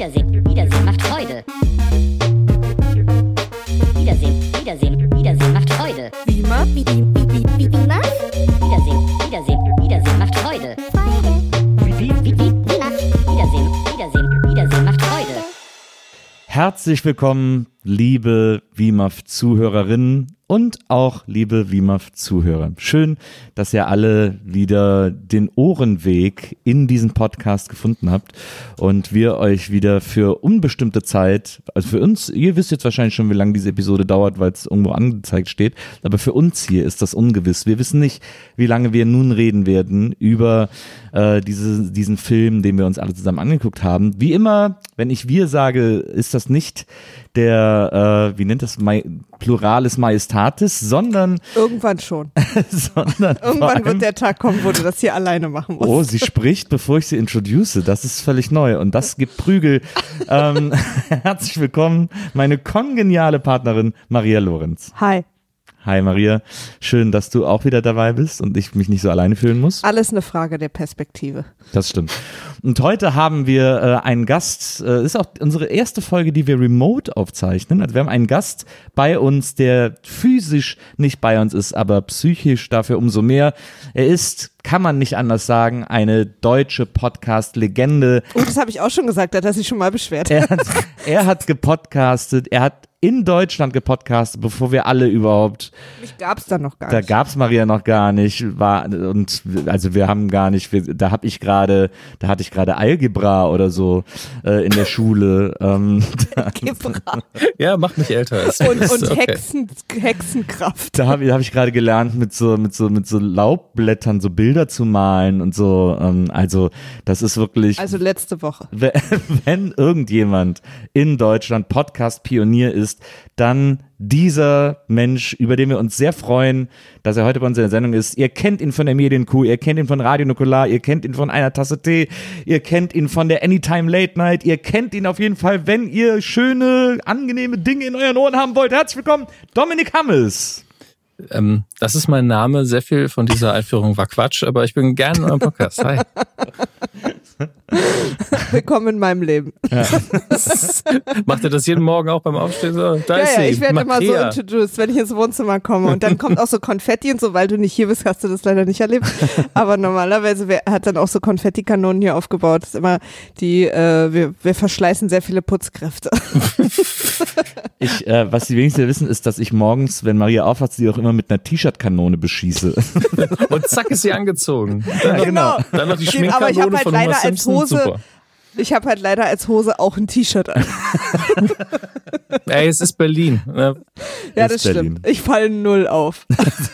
Wiedersehen macht Freude. Wiedersehen macht Freude. Wie macht? Wiedersehen macht Freude. Wiedersehen macht Freude. Herzlich willkommen, liebe WIMAF-Zuhörerinnen und auch liebe WIMAF-Zuhörer. Schön, dass ihr alle wieder den Ohrenweg in diesen Podcast gefunden habt und wir euch wieder für unbestimmte Zeit, also für uns, ihr wisst jetzt wahrscheinlich schon, wie lange diese Episode dauert, weil es irgendwo angezeigt steht, aber für uns hier ist das ungewiss. Wir wissen nicht, wie lange wir nun reden werden über diesen Film, den wir uns alle zusammen angeguckt haben. Wie immer, wenn ich wir sage, ist das nicht der, wie nennt das, Pluralis Majestatis, sondern Irgendwann schon. Irgendwann wird der Tag kommen, wo du das hier alleine machen musst. Oh, sie spricht, bevor ich sie introduce. Das ist völlig neu und das gibt Prügel. Herzlich willkommen, meine kongeniale Partnerin Maria Lorenz. Hi. Hi Maria, schön, dass du auch wieder dabei bist und ich mich nicht so alleine fühlen muss. Alles eine Frage der Perspektive. Das stimmt. Und heute haben wir einen Gast, ist auch unsere erste Folge, die wir remote aufzeichnen. Also wir haben einen Gast bei uns, der physisch nicht bei uns ist, aber psychisch dafür umso mehr. Er ist, kann man nicht anders sagen, eine deutsche Podcast-Legende. Und das habe ich auch schon gesagt, hat er sich schon mal beschwert. Er hat gepodcastet, er hat in Deutschland gepodcastet, bevor wir alle überhaupt. Mich gab's da noch gar nicht. Da nicht. gab's Maria noch gar nicht. Wir haben gar nicht, da hatte ich gerade Algebra oder so in der Schule. Algebra. Ja, macht mich älter. Und okay. Hexenkraft. Da hab ich gerade gelernt, mit so Laubblättern so Bilder zu malen und so. Also das ist wirklich. Also letzte Woche. Wenn irgendjemand in Deutschland Podcast-Pionier ist, dann dieser Mensch, über den wir uns sehr freuen, dass er heute bei uns in der Sendung ist. Ihr kennt ihn von der Medienkuh, ihr kennt ihn von Radio Nukular, ihr kennt ihn von einer Tasse Tee, ihr kennt ihn von der Anytime Late Night, ihr kennt ihn auf jeden Fall, wenn ihr schöne, angenehme Dinge in euren Ohren haben wollt. Herzlich willkommen, Dominik Hammes. Das ist mein Name, sehr viel von dieser Einführung war Quatsch, aber ich bin gerne in eurem Podcast. Hi. Willkommen in meinem Leben. Ja. Macht ihr das jeden Morgen auch beim Aufstehen so? Da ist sie. Ich werde immer so introduced, wenn ich ins Wohnzimmer komme und dann kommt auch so Konfetti und so, weil du nicht hier bist, hast du das leider nicht erlebt, aber normalerweise hat dann auch so Konfettikanonen hier aufgebaut. Das ist immer wir verschleißen sehr viele Putzkräfte. Was die wenigsten wissen, ist, dass ich morgens, wenn Maria aufwacht, sie auch immer mit einer T-Shirt-Kanone beschieße. Und zack ist sie angezogen. Genau. Dann noch die Schminkkanone von Homer Simpson. Super. Ich habe halt leider als Hose auch ein T-Shirt an. Ey, es ist Berlin. Ne? Ja, das stimmt. Ich falle 0 auf.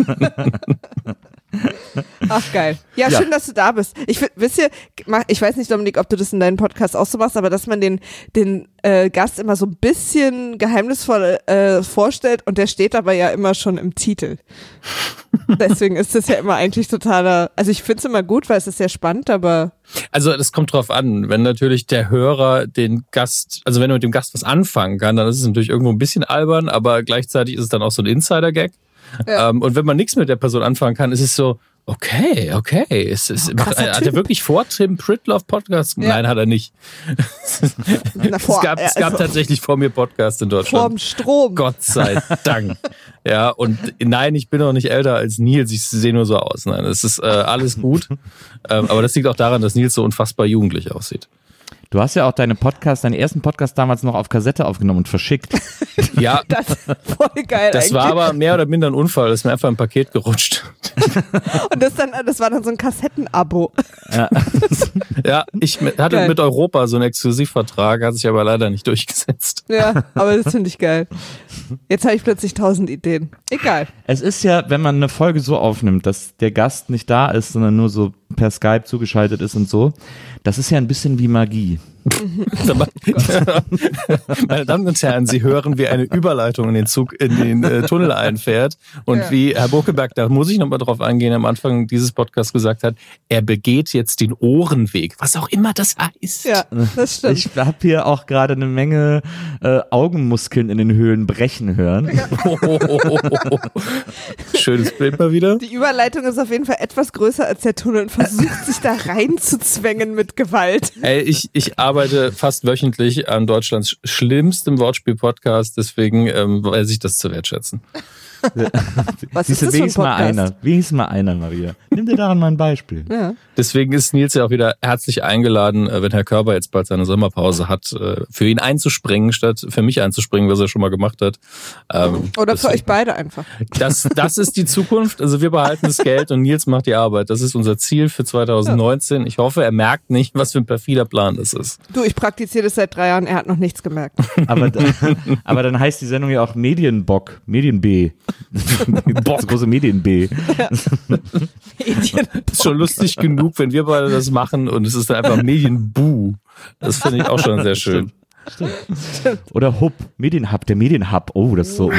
Ach, geil. Ja, schön, dass du da bist. Ich weiß nicht, Dominik, ob du das in deinem Podcast auch so machst, aber dass man den Gast immer so ein bisschen geheimnisvoll vorstellt und der steht aber ja immer schon im Titel. Deswegen ist das ja immer eigentlich totaler, also ich finde es immer gut, weil es ist sehr spannend, aber... Also das kommt drauf an, wenn natürlich der Hörer den Gast, also wenn er mit dem Gast was anfangen kann, dann ist es natürlich irgendwo ein bisschen albern, aber gleichzeitig ist es dann auch so ein Insider-Gag. Ja. Und wenn man nichts mit der Person anfangen kann, ist es so, okay. Hat er wirklich vor, Tim Pritloff Podcast? Ja. Nein, hat er nicht. Es gab tatsächlich vor mir Podcasts in Deutschland. Vorm Strom. Gott sei Dank. Ja, und nein, ich bin auch nicht älter als Nils, ich sehe nur so aus. Nein, es ist alles gut. Aber das liegt auch daran, dass Nils so unfassbar jugendlich aussieht. Du hast ja auch deinen ersten Podcast damals noch auf Kassette aufgenommen und verschickt. Ja, das ist voll geil. Das war aber mehr oder minder ein Unfall, das ist mir einfach ein Paket gerutscht. Und das war dann so ein Kassettenabo. Ja, ich hatte mit Europa so einen Exklusivvertrag, hat sich aber leider nicht durchgesetzt. Ja, aber das finde ich geil. Jetzt habe ich plötzlich 1000 Ideen. Egal. Es ist ja, wenn man eine Folge so aufnimmt, dass der Gast nicht da ist, sondern nur so per Skype zugeschaltet ist und so, das ist ja ein bisschen wie Magie. Meine Damen und Herren, Sie hören, wie eine Überleitung in den Tunnel einfährt und wie Herr Bokeberg, da muss ich nochmal drauf eingehen, am Anfang dieses Podcasts gesagt hat, er begeht jetzt den Ohrenweg, was auch immer das heißt. Ja, das stimmt. Ich habe hier auch gerade eine Menge Augenmuskeln in den Höhlen brechen hören. Ja. Schönes Bild mal wieder. Die Überleitung ist auf jeden Fall etwas größer als der Tunnel und versucht sich da reinzuzwängen mit Gewalt. Ey, ich arbeite arbeite fast wöchentlich an Deutschlands schlimmstem Wortspiel-Podcast, deswegen weiß ich das zu wertschätzen. Was ist das für ein Podcast? Wenigstens mal einer, Maria. Nimm dir daran mal ein Beispiel. Ja. Deswegen ist Nils ja auch wieder herzlich eingeladen, wenn Herr Körber jetzt bald seine Sommerpause hat, für ihn einzuspringen, statt für mich einzuspringen, was er schon mal gemacht hat. Oder für euch beide einfach. Das ist die Zukunft. Also wir behalten das Geld und Nils macht die Arbeit. Das ist unser Ziel für 2019. Ich hoffe, er merkt nicht, was für ein perfider Plan das ist. Du, ich praktiziere das seit 3 Jahren, er hat noch nichts gemerkt. Aber dann heißt die Sendung ja auch Medienbock, Medien-B. Das große Medien-B. Ist schon lustig genug, wenn wir beide das machen und es ist dann einfach Medienbu. Das finde ich auch schon sehr schön. Stimmt. Oder Hub, Medienhub, der Medienhub. Oh, das ist so,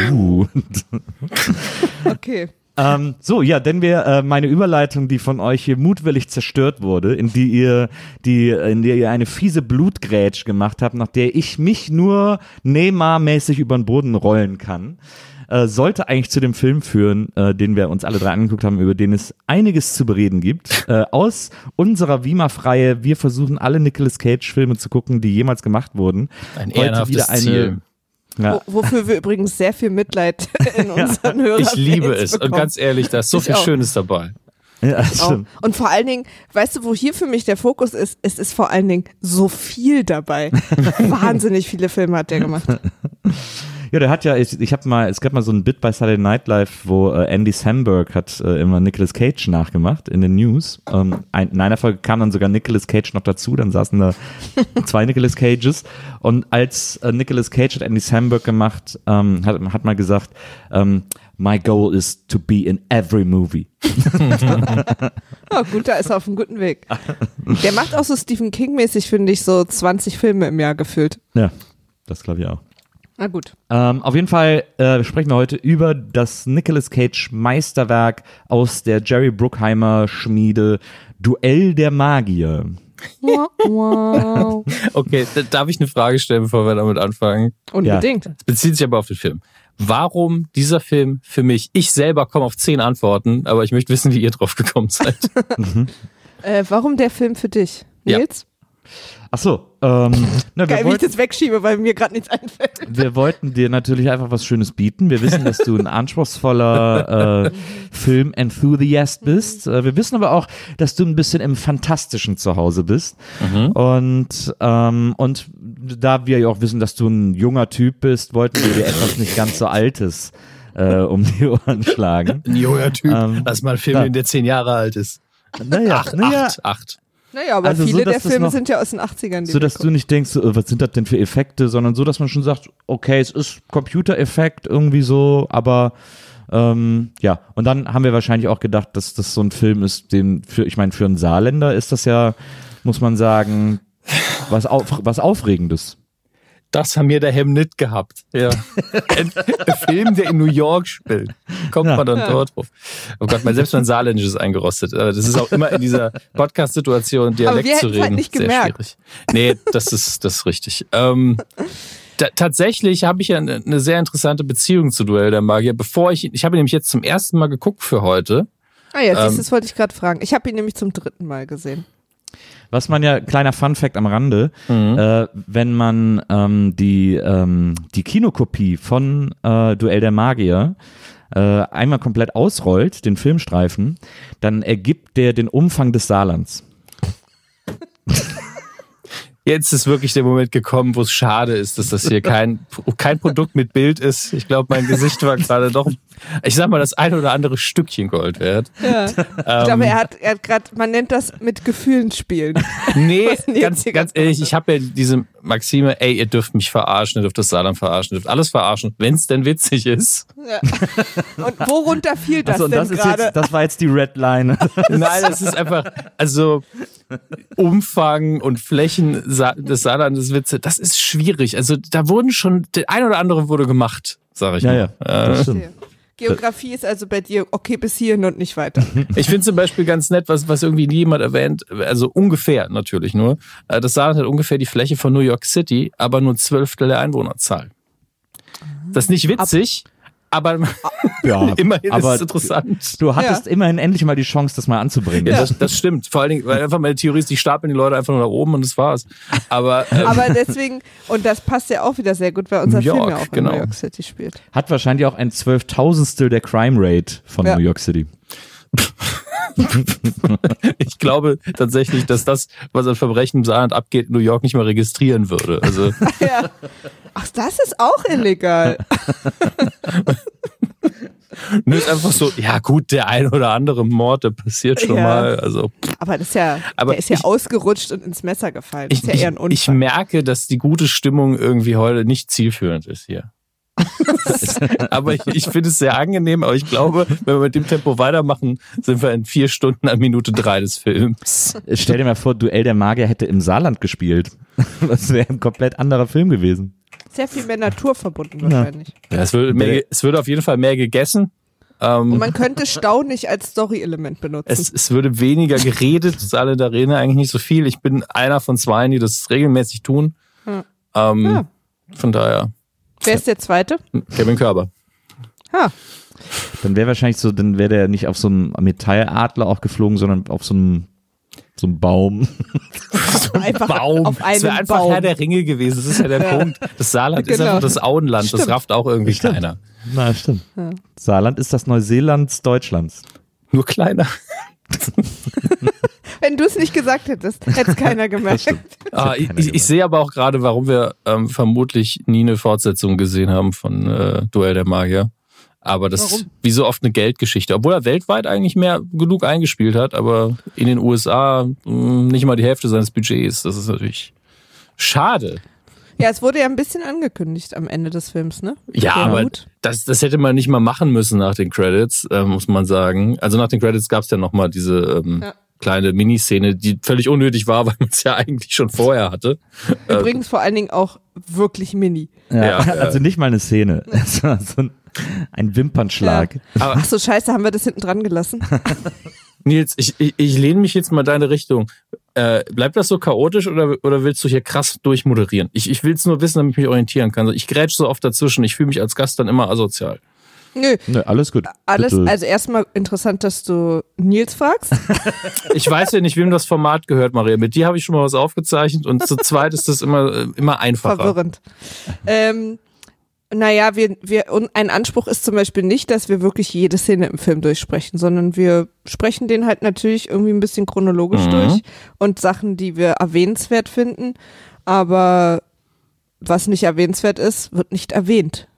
Okay. So, ja, denn meine Überleitung, die von euch hier mutwillig zerstört wurde, in der ihr eine fiese Blutgrätsch gemacht habt, nach der ich mich nur Neymar-mäßig über den Boden rollen kann, sollte eigentlich zu dem Film führen, den wir uns alle 3 angeguckt haben, über den es einiges zu bereden gibt. Aus unserer WIMAF-Reihe, wir versuchen alle Nicolas Cage-Filme zu gucken, die jemals gemacht wurden. Ein ehrenhaftes Ziel. Ja. Wofür wir übrigens sehr viel Mitleid in unseren Hörern Ich liebe es. bekommen. Und ganz ehrlich, da ist so viel Schönes dabei. Ja, stimmt. Und vor allen Dingen, weißt du, wo hier für mich der Fokus ist? Es ist vor allen Dingen so viel dabei. Wahnsinnig viele Filme hat der gemacht. Ja, der hat ja, es gab mal so ein Bit bei Saturday Night Live, wo Andy Samberg hat immer Nicolas Cage nachgemacht in den News. In einer Folge kam dann sogar Nicolas Cage noch dazu, dann saßen da 2 Nicolas Cages. Und als Nicolas Cage hat Andy Samberg gemacht, hat mal gesagt, my goal is to be in every movie. Oh, gut, da ist er auf einem guten Weg. Der macht auch so Stephen King-mäßig, finde ich, so 20 Filme im Jahr gefühlt. Ja, das glaube ich auch. Na gut. Auf jeden Fall sprechen wir heute über das Nicolas Cage Meisterwerk aus der Jerry Bruckheimer Schmiede, Duell der Magier. Wow. Okay, darf ich eine Frage stellen, bevor wir damit anfangen? Unbedingt. Das bezieht sich aber auf den Film. Warum dieser Film für mich? Ich selber komme auf 10 Antworten, aber ich möchte wissen, wie ihr drauf gekommen seid. Warum der Film für dich? Nils? Ach so. Geil, wie ich das wegschiebe, weil mir gerade nichts einfällt. Wir wollten dir natürlich einfach was Schönes bieten. Wir wissen, dass du ein anspruchsvoller Film-Enthusiast bist. Wir wissen aber auch, dass du ein bisschen im Fantastischen zu Hause bist. Und da wir ja auch wissen, dass du ein junger Typ bist, wollten wir dir etwas nicht ganz so Altes um die Ohren schlagen. Ein junger Typ. Lass mal einen Film nehmen, der 10 Jahre alt ist. Naja, 8. Naja, aber Also viele so, der Filme sind ja aus den 80ern. So, dass du nicht denkst, was sind das denn für Effekte, sondern so, dass man schon sagt, okay, es ist Computereffekt irgendwie so, aber ja. Und dann haben wir wahrscheinlich auch gedacht, dass das so ein Film ist, für einen Saarländer ist das ja, muss man sagen, was Aufregendes. Das haben wir daheim nicht gehabt. Ja. Ein Film, der in New York spielt. Kommt man dann dort drauf. Oh Gott, selbst mein Saarländisch ist eingerostet. Das ist auch immer in dieser Podcast-Situation, Dialekt zu reden. Halt nicht sehr schwierig. Nee, das ist richtig. Tatsächlich habe ich ja eine sehr interessante Beziehung zu Duell der Magier. Ich habe ihn nämlich jetzt zum ersten Mal geguckt für heute. Ah ja, das wollte ich gerade fragen. Ich habe ihn nämlich zum 3. Mal gesehen. Was man ja, kleiner Funfact am Rande, wenn man die Kinokopie von Duell der Magier einmal komplett ausrollt, den Filmstreifen, dann ergibt der den Umfang des Saarlands. Jetzt ist wirklich der Moment gekommen, wo es schade ist, dass das hier kein Produkt mit Bild ist. Ich glaube, mein Gesicht war gerade doch, ich sag mal, das ein oder andere Stückchen Gold wert. Ja. Ich glaube, er hat gerade, man nennt das mit Gefühlen spielen. Nee, ganz ehrlich, ich habe ja diese Maxime, ihr dürft mich verarschen, ihr dürft das Saarland verarschen, ihr dürft alles verarschen, wenn es denn witzig ist. Ja. Und worunter fiel das denn gerade? Das war jetzt die Red Line. Nein, das ist einfach, also Umfang und Flächen des Saarlandes Witze, das ist schwierig. Also da wurden schon, der ein oder andere wurde gemacht, sag ich mal. Das stimmt. Geografie ist also bei dir okay bis hierhin und nicht weiter. Ich finde zum Beispiel ganz nett, was irgendwie nie jemand erwähnt, also ungefähr natürlich nur, das Saarland hat ungefähr die Fläche von New York City, aber nur 1/12 der Einwohnerzahl. Das ist nicht witzig, Aber Ja, immerhin aber ist es interessant. Du hattest immerhin endlich mal die Chance, das mal anzubringen. Ja, das stimmt. Vor allen Dingen, weil einfach meine Theorie ist, die stapeln die Leute einfach nur nach oben und das war's. Aber deswegen, und das passt ja auch wieder sehr gut, weil unser New York, Film ja auch in genau. New York City spielt. Hat wahrscheinlich auch ein 12.000stel der Crime Rate von New York City. ich glaube tatsächlich, dass das, was an Verbrechen im Saarland abgeht, in New York nicht mal registrieren würde. Also Ja. Ach, das ist auch illegal. nur ist einfach so, ja gut, der ein oder andere Mord, der passiert schon mal. Also, Aber das ist ja, Aber der ist ja ich- ausgerutscht und ins Messer gefallen. Das ist ja eher ein Unfall. ich merke, dass die gute Stimmung irgendwie heute nicht zielführend ist hier. Aber ich finde es sehr angenehm, aber ich glaube, wenn wir mit dem Tempo weitermachen, sind wir in 4 Stunden an Minute 3 des Films. Stell dir mal vor, Duell der Magier hätte im Saarland gespielt. Das wäre ein komplett anderer Film gewesen. Sehr viel mehr naturverbunden wahrscheinlich. Ja, es würde auf jeden Fall mehr gegessen. Und man könnte Stau nicht als Story-Element benutzen. Es würde weniger geredet, Saarländer reden eigentlich nicht so viel. Ich bin einer von 2, die das regelmäßig tun. Ja. Von daher, Wer ist der Zweite? Kevin Körber. Ha. Dann wäre wahrscheinlich so, dann wäre der nicht auf so einem Metalladler auch geflogen, sondern auf so einem Baum. Einfach Baum. auf Es einen wäre einfach Baum. Herr der Ringe gewesen. Das ist ja der Punkt. Das Saarland ist Genau. einfach das Auenland. Das Stimmt. rafft auch irgendwie keiner. Na, stimmt. Saarland ist das Neuseeland Deutschlands. Nur kleiner. Wenn du es nicht gesagt hättest, hätte es keiner gemerkt. Ich sehe aber auch gerade, warum wir vermutlich nie eine Fortsetzung gesehen haben von Duell der Magier. Aber das ist wie so oft eine Geldgeschichte. Obwohl er weltweit eigentlich mehr genug eingespielt hat, aber in den USA nicht mal die Hälfte seines Budgets. Das ist natürlich schade. Ja, es wurde ja ein bisschen angekündigt am Ende des Films, ne? Ja, Sehr aber gut. das hätte man nicht mal machen müssen nach den Credits, muss man sagen. Also nach den Credits gab es ja nochmal diese kleine Miniszene, die völlig unnötig war, weil man es ja eigentlich schon vorher hatte. Übrigens vor allen Dingen auch wirklich mini. Ja, Ja. also nicht mal eine Szene. Das war so ein Wimpernschlag. Aber Ach so, scheiße, haben wir das hinten dran gelassen? Nils, ich lehne mich jetzt mal deine Richtung. Bleibt das so chaotisch oder willst du hier krass durchmoderieren? Ich will es nur wissen, damit ich mich orientieren kann. Ich grätsch so oft dazwischen, ich fühle mich als Gast dann immer asozial. Nö. Ne, alles gut. Alles, Bitte. also erstmal interessant, dass du Nils fragst. Ich weiß ja nicht, wem das Format gehört, Maria. Mit dir habe ich schon mal was aufgezeichnet und zu zweit ist das immer einfacher. Verwirrend. Naja, ein Anspruch ist zum Beispiel nicht, dass wir wirklich jede Szene im Film durchsprechen, sondern wir sprechen den halt natürlich irgendwie ein bisschen chronologisch durch und Sachen, die wir erwähnenswert finden, aber was nicht erwähnenswert ist, wird nicht erwähnt.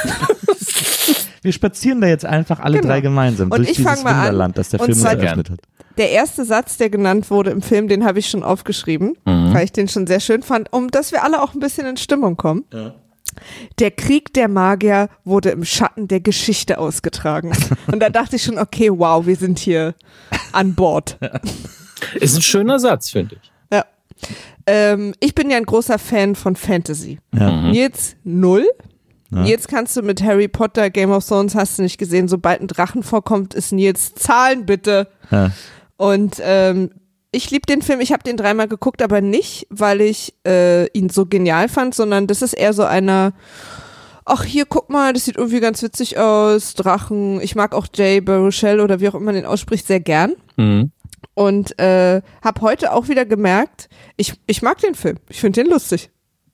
Wir spazieren da jetzt einfach alle Genau. drei gemeinsam Und durch ich dieses fang mal an. Wunderland, das der Und Film uns zwar eröffnet hat. Der erste Satz, der genannt wurde im Film, den habe ich schon aufgeschrieben, weil ich den schon sehr schön fand, dass wir alle auch ein bisschen in Stimmung kommen. Ja. Der Krieg der Magier wurde im Schatten der Geschichte ausgetragen. Und da dachte ich schon, okay, wow, wir sind hier an Bord. Ist ein schöner Satz, finde ich. Ja. Ich bin ja ein großer Fan von Fantasy. Ja. Nils 0. Ja. Nils kannst du mit Harry Potter, Game of Thrones, hast du nicht gesehen, sobald ein Drachen vorkommt, ist Nils Zahlen bitte. Ja. Und ich liebe den Film, ich habe den 3-mal geguckt, aber nicht, weil ich ihn so genial fand, sondern das ist eher so einer, ach hier, guck mal, das sieht irgendwie ganz witzig aus, Drachen, ich mag auch Jay Baruchel oder wie auch immer man den ausspricht, sehr gern. Mhm. Und habe heute auch wieder gemerkt, ich mag den Film, ich finde den lustig.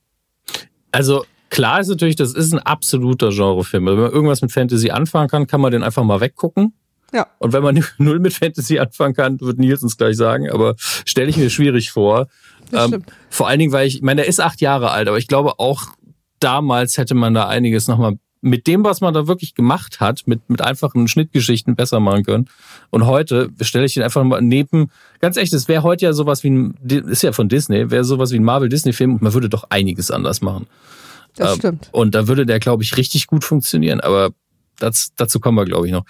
Also klar ist natürlich, das ist ein absoluter Genrefilm. Wenn man irgendwas mit Fantasy anfangen kann, kann man den einfach mal weggucken. Ja. Und wenn man null mit Fantasy anfangen kann, wird Nils uns gleich sagen, aber stelle ich mir schwierig vor. Das stimmt. Vor allen Dingen, weil ich meine, der ist 8 Jahre alt, aber ich glaube auch damals hätte man da einiges nochmal mit dem, was man da wirklich gemacht hat, mit einfachen Schnittgeschichten besser machen können. Und heute stelle ich den einfach mal neben, ganz echt, es wäre heute ja sowas wie ist ja von Disney, wäre sowas wie ein Marvel-Disney-Film und man würde doch einiges anders machen. Das stimmt. Und da würde der, glaube ich, richtig gut funktionieren, aber dazu kommen wir, glaube ich, noch.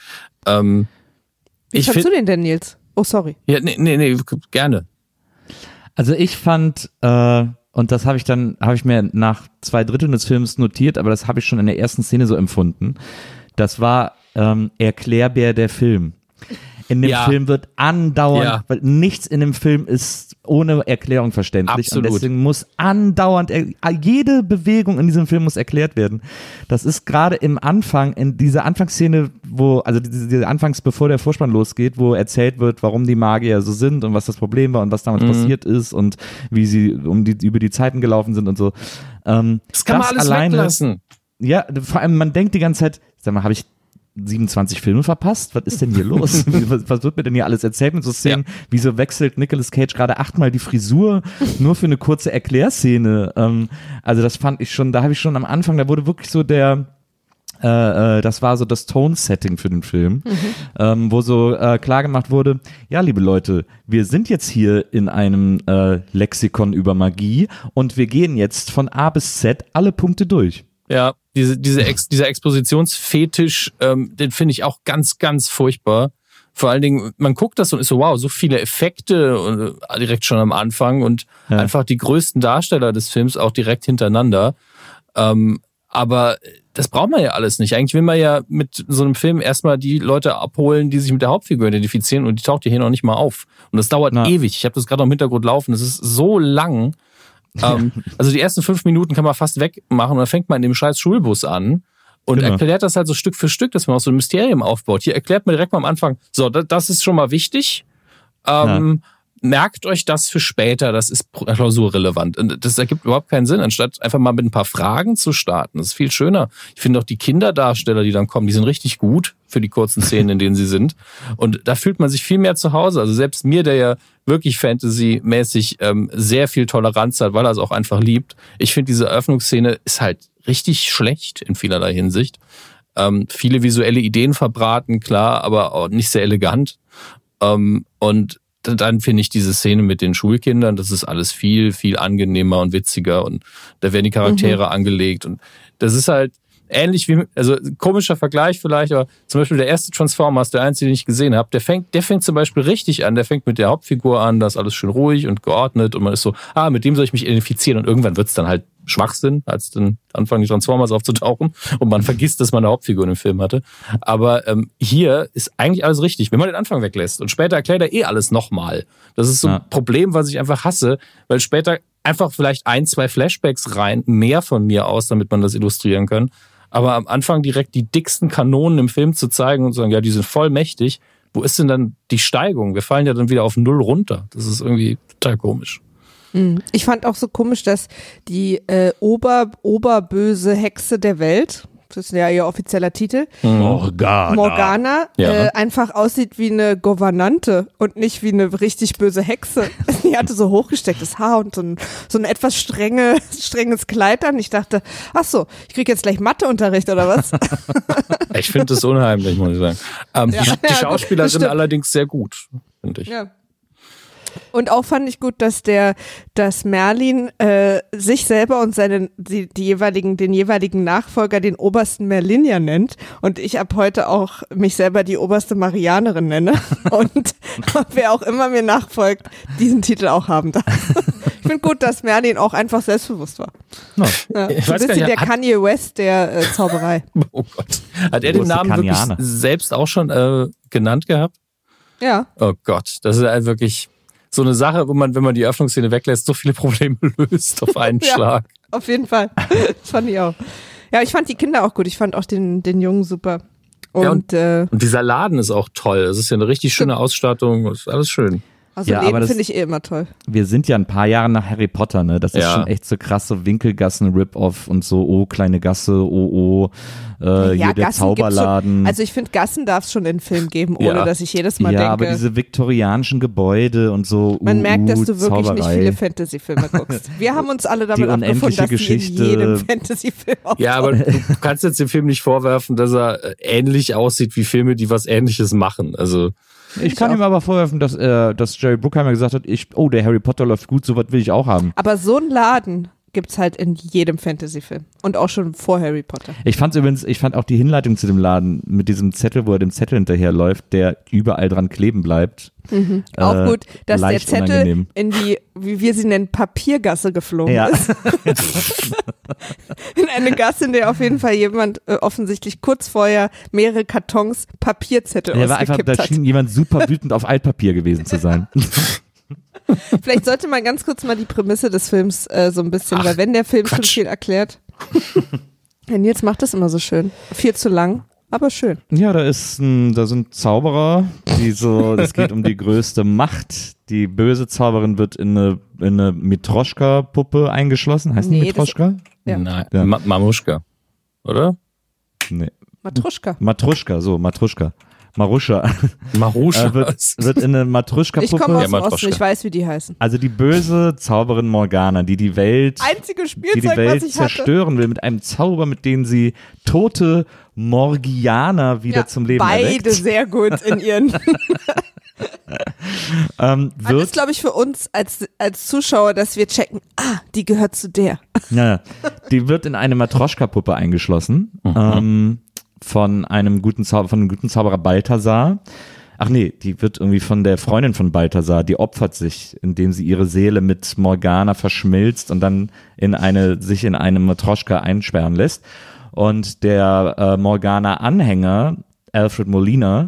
Wie fandst du den denn, Nils? Oh, sorry. Ja, nee, gerne. Also ich fand, und das habe ich mir nach 2/3 des Films notiert, aber das habe ich schon in der ersten Szene so empfunden. Das war Erklärbär der Film. in dem Film wird andauernd, weil nichts in dem Film ist ohne Erklärung verständlich. Absolut. Und deswegen muss andauernd, jede Bewegung in diesem Film muss erklärt werden. Das ist gerade im Anfang, in dieser Anfangsszene, also diese Anfangs, bevor der Vorspann losgeht, wo erzählt wird, warum die Magier so sind und was das Problem war und was damals passiert ist und wie sie über die Zeiten gelaufen sind und so. Das kann man alles weglassen. Ja, vor allem, man denkt die ganze Zeit, sag mal, habe ich 27 Filme verpasst? Was ist denn hier los? Was wird mir denn hier alles erzählt mit so Szenen? Ja. Wieso wechselt Nicolas Cage gerade 8-mal die Frisur nur für eine kurze Erklärszene? Also das fand ich schon, da habe ich schon am Anfang, da wurde wirklich so das war so das Tone-Setting für den Film, wo so klar gemacht wurde, ja, liebe Leute, wir sind jetzt hier in einem Lexikon über Magie und wir gehen jetzt von A bis Z alle Punkte durch. Ja, dieser Expositionsfetisch, den finde ich auch ganz, ganz furchtbar. Vor allen Dingen, man guckt das und ist so, wow, so viele Effekte direkt schon am Anfang und einfach die größten Darsteller des Films auch direkt hintereinander. Aber das braucht man ja alles nicht. Eigentlich will man ja mit so einem Film erstmal die Leute abholen, die sich mit der Hauptfigur identifizieren und die taucht hier noch nicht mal auf. Und das dauert ewig. Ich habe das gerade noch im Hintergrund laufen. Das ist so lang. Also die ersten 5 Minuten kann man fast wegmachen und dann fängt man in dem scheiß Schulbus an und erklärt das halt so Stück für Stück, dass man auch so ein Mysterium aufbaut. Hier erklärt man direkt mal am Anfang, so, das ist schon mal wichtig. Merkt euch das für später, das ist klausurrelevant. Und das ergibt überhaupt keinen Sinn, anstatt einfach mal mit ein paar Fragen zu starten. Das ist viel schöner. Ich finde auch die Kinderdarsteller, die dann kommen, die sind richtig gut für die kurzen Szenen, in denen sie sind. Und da fühlt man sich viel mehr zu Hause. Also selbst mir, der ja wirklich Fantasy-mäßig sehr viel Toleranz hat, weil er es auch einfach liebt. Ich finde, diese Eröffnungsszene ist halt richtig schlecht in vielerlei Hinsicht. Viele visuelle Ideen verbraten, klar, aber auch nicht sehr elegant. Und dann finde ich diese Szene mit den Schulkindern, das ist alles viel, viel angenehmer und witziger und da werden die Charaktere angelegt und das ist halt ähnlich wie, also komischer Vergleich vielleicht, aber zum Beispiel der erste Transformers, der einzige, den ich gesehen habe, der fängt zum Beispiel richtig an, der fängt mit der Hauptfigur an, da ist alles schön ruhig und geordnet und man ist so, mit dem soll ich mich identifizieren und irgendwann wird es dann halt Schwachsinn, als dann anfangen die Transformers aufzutauchen und man vergisst, dass man eine Hauptfigur in dem Film hatte. Aber hier ist eigentlich alles richtig, wenn man den Anfang weglässt und später erklärt er alles nochmal. Das ist so ein Problem, was ich einfach hasse, weil später einfach vielleicht 1-2 Flashbacks rein, mehr von mir aus, damit man das illustrieren kann. Aber am Anfang direkt die dicksten Kanonen im Film zu zeigen und zu sagen, ja, die sind voll mächtig. Wo ist denn dann die Steigung? Wir fallen ja dann wieder auf 0 runter. Das ist irgendwie total komisch. Ich fand auch so komisch, dass die oberböse Hexe der Welt, das ist ja ihr offizieller Titel, Morgana einfach aussieht wie eine Gouvernante und nicht wie eine richtig böse Hexe. Die hatte so hochgestecktes Haar und so ein etwas strenges Kleid an. Ich dachte, ach so, ich kriege jetzt gleich Matheunterricht oder was? Ich finde das unheimlich, muss ich sagen. Die Schauspieler sind allerdings sehr gut, finde ich. Ja. Und auch fand ich gut, dass Merlin sich selber und den jeweiligen Nachfolger den obersten Merlinier nennt und ich ab heute auch mich selber die oberste Marianerin nenne und wer auch immer mir nachfolgt, diesen Titel auch haben darf. Ich finde gut, dass Merlin auch einfach selbstbewusst war. No. Ja, ein bisschen der Kanye West der Zauberei. Oh Gott. Hat er den Namen wirklich selbst auch schon genannt gehabt? Ja. Oh Gott, das ist halt wirklich so eine Sache, wo man, wenn man die Öffnungsszene weglässt, so viele Probleme löst auf einen Schlag. Auf jeden Fall. Das fand ich auch. Ja, ich fand die Kinder auch gut. Ich fand auch den Jungen super. Und dieser Laden ist auch toll. Es ist ja eine richtig schöne Ausstattung. Das ist alles schön. Also Leben finde ich immer toll. Wir sind ja ein paar Jahre nach Harry Potter, ne? Das ist schon echt so krass, so Winkelgassen-Rip-Off und so, kleine Gasse, hier der Zauberladen. Also ich finde, Gassen darf es schon in Film geben, ohne dass ich jedes Mal denke. Ja, aber diese viktorianischen Gebäude und so, man merkt, dass du wirklich Zauberei. nicht viele Fantasy-Filme guckst. Wir haben uns alle damit abgefunden, dass Geschichte. die in jedem Fantasy-Film auftauchen. Ja, aber du kannst jetzt dem Film nicht vorwerfen, dass er ähnlich aussieht wie Filme, die was Ähnliches machen. Also ich kann ihm aber vorwerfen, dass Jerry Bruckheimer gesagt hat, der Harry Potter läuft gut, so was will ich auch haben. Aber so ein Laden, gibt's halt in jedem Fantasy-Film. Und auch schon vor Harry Potter. Ich fand auch die Hinleitung zu dem Laden mit diesem Zettel, wo er dem Zettel hinterherläuft, der überall dran kleben bleibt. Auch gut, dass der Zettel unangenehm. in die, wie wir sie nennen, Papiergasse geflogen ist. In eine Gasse, in der auf jeden Fall jemand offensichtlich kurz vorher mehrere Kartons Papierzettel ausgekippt Da hat. schien jemand super wütend auf Altpapier gewesen zu sein. Vielleicht sollte man ganz kurz mal die Prämisse des Films so ein bisschen, weil wenn der Film schon viel erklärt. Ja, Nils macht das immer so schön. Viel zu lang, aber schön. Ja, da sind Zauberer, es geht um die größte Macht. Die böse Zauberin wird in eine Matroschka-Puppe eingeschlossen. Heißt die Matroschka? Ja. Nein, Ja. Mamuschka, oder? Nee. Matruschka. Maruschka. Maruscha. Wird in eine Matruschka-Puppe. Ich komme aus Ja, dem Matroschka. Osten, ich weiß, wie die heißen. Also die böse Zauberin Morgana, die Welt Einzige Spielzeug, die Welt was ich hatte. zerstören will mit einem Zauber, mit dem sie tote Morgianer wieder zum Leben erweckt. Beide sehr gut in ihren. Das Wird, ist, glaube ich, für uns als Zuschauer, dass wir checken, die gehört zu der. ja, die wird in eine Matroschka-Puppe eingeschlossen. Von einem guten Zauberer Balthasar. Ach nee, die wird irgendwie von der Freundin von Balthasar, die opfert sich, indem sie ihre Seele mit Morgana verschmilzt und dann sich in eine Matroschka einsperren lässt. Und der Morgana-Anhänger, Alfred Molina,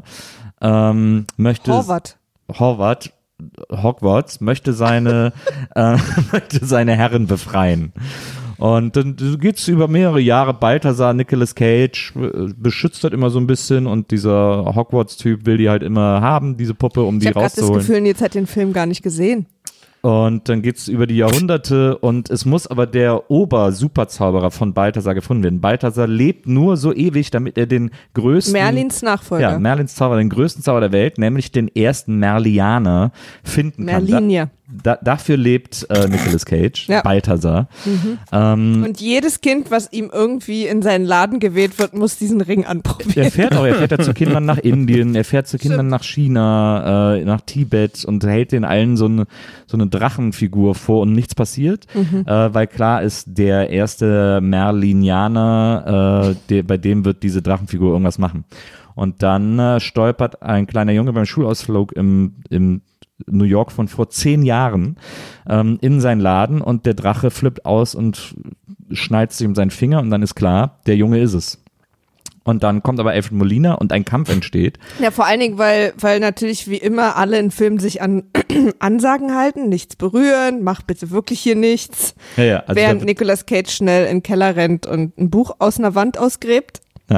Hogwarts möchte seine Herren befreien. Und dann geht's über mehrere Jahre. Balthasar, Nicolas Cage beschützt halt immer so ein bisschen und dieser Hogwarts-Typ will die halt immer haben, diese Puppe, um die Ich habe gerade das rauszuholen. Gefühl, Nils hat den Film gar nicht gesehen. Und dann geht's über die Jahrhunderte und es muss aber der Ober-Superzauberer von Balthasar gefunden werden. Balthasar lebt nur so ewig, damit er den größten... Merlins Nachfolger. Ja, Merlins Zauber, den größten Zauber der Welt, nämlich den ersten Merlianer finden kann. Merlinier. Dafür lebt Nicolas Cage, Ja. Balthasar. Und jedes Kind, was ihm irgendwie in seinen Laden gewählt wird, muss diesen Ring anprobieren. Er fährt ja zu Kindern nach Indien, er fährt zu Kindern nach China, nach Tibet und hält den allen so eine Drachenfigur vor und nichts passiert, weil klar ist, der erste Merlinianer, bei dem wird diese Drachenfigur irgendwas machen. Und dann stolpert ein kleiner Junge beim Schulausflug im New York von vor 10 Jahren in seinen Laden und der Drache flippt aus und schneidet sich um seinen Finger und dann ist klar, der Junge ist es. Und dann kommt aber Alfred Molina und ein Kampf entsteht. Ja, vor allen Dingen, weil natürlich wie immer alle in Filmen sich an Ansagen halten, nichts berühren, mach bitte wirklich hier nichts. Ja, also während Nicolas Cage schnell in den Keller rennt und ein Buch aus einer Wand ausgräbt.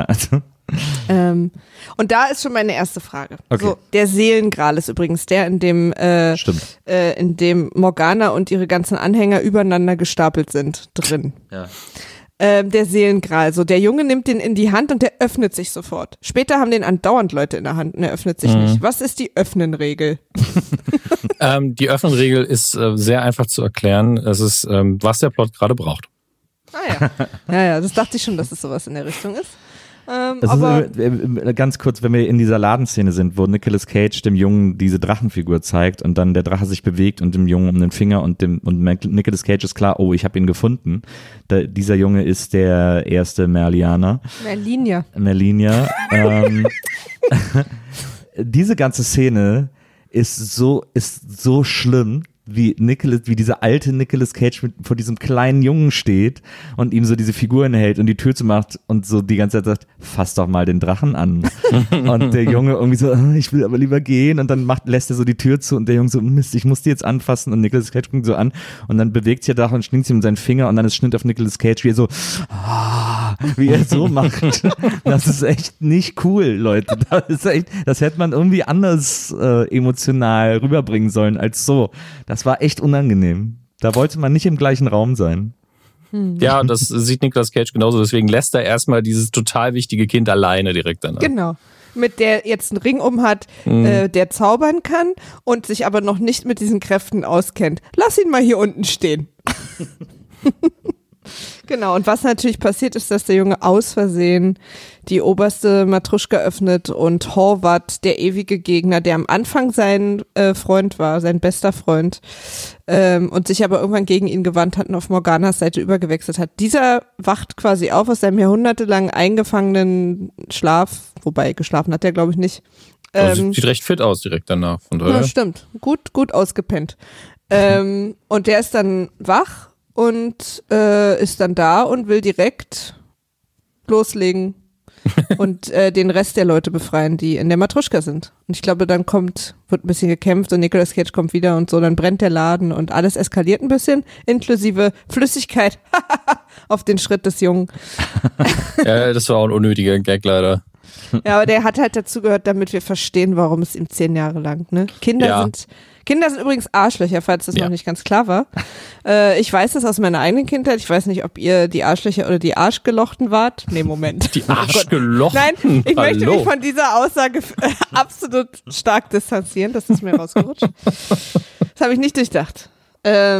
Und da ist schon meine erste Frage. Okay. So, der Seelengral ist übrigens der, in dem Morgana und ihre ganzen Anhänger übereinander gestapelt sind, drin. Ja. Der Seelengral. So, der Junge nimmt den in die Hand und der öffnet sich sofort. Später haben den andauernd Leute in der Hand und er öffnet sich nicht. Was ist die Öffnen-Regel? Die Öffnen-Regel ist sehr einfach zu erklären. Es ist, was der Plot gerade braucht. Ja, das dachte ich schon, dass es sowas in der Richtung ist. Aber ganz kurz, wenn wir in dieser Ladenszene sind, wo Nicolas Cage dem Jungen diese Drachenfigur zeigt und dann der Drache sich bewegt und dem Jungen um den Finger und Nicolas Cage ist klar, oh, ich habe ihn gefunden. Dieser Junge ist der erste Merlinier. Diese ganze Szene ist so schlimm, wie dieser alte Nicolas Cage vor diesem kleinen Jungen steht und ihm so diese Figuren hält und die Tür zumacht und so die ganze Zeit sagt, fass doch mal den Drachen an. Und der Junge irgendwie so, ich will aber lieber gehen und dann lässt er so die Tür zu und der Junge so, Mist, ich muss die jetzt anfassen und Nicolas Cage guckt so an und dann bewegt sich der Drache und schlingt ihm seinen Finger und dann ist Schnitt auf Nicolas Cage, wie er so macht. Das ist echt nicht cool, Leute. Das hätte man irgendwie anders emotional rüberbringen sollen als so. Das war echt unangenehm. Da wollte man nicht im gleichen Raum sein. Ja, das sieht Nicolas Cage genauso. Deswegen lässt er erstmal dieses total wichtige Kind alleine direkt danach. Genau. Mit der jetzt einen Ring hat, der zaubern kann und sich aber noch nicht mit diesen Kräften auskennt. Lass ihn mal hier unten stehen. Genau, und was natürlich passiert ist, dass der Junge aus Versehen die oberste Matruschka öffnet und Horvath, der ewige Gegner, der am Anfang sein Freund war, sein bester Freund, und sich aber irgendwann gegen ihn gewandt hat und auf Morganas Seite übergewechselt hat. Dieser wacht quasi auf aus seinem jahrhundertelang eingefangenen Schlaf, wobei geschlafen hat er, glaube ich, nicht. Sieht recht fit aus direkt danach. Von daher. Ja, stimmt. Gut ausgepennt. Und der ist dann wach und ist dann da und will direkt loslegen und den Rest der Leute befreien, die in der Matruschka sind. Und ich glaube, dann wird ein bisschen gekämpft und Nicolas Cage kommt wieder und so, dann brennt der Laden und alles eskaliert ein bisschen, inklusive Flüssigkeit auf den Schritt des Jungen. Ja, das war auch ein unnötiger Gag leider. Ja, aber der hat halt dazu gehört, damit wir verstehen, warum es ihm 10 Jahre lang, ne? Kinder sind übrigens Arschlöcher, falls das noch nicht ganz klar war. Ich weiß das aus meiner eigenen Kindheit. Ich weiß nicht, ob ihr die Arschlöcher oder die Arschgelochten wart. Nee, Moment. Die Arschgelochten? Nein, ich möchte mich von dieser Aussage absolut stark distanzieren. Das ist mir rausgerutscht. Das habe ich nicht durchdacht. Ja,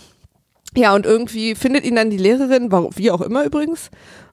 und irgendwie findet ihn dann die Lehrerin, wie auch immer übrigens,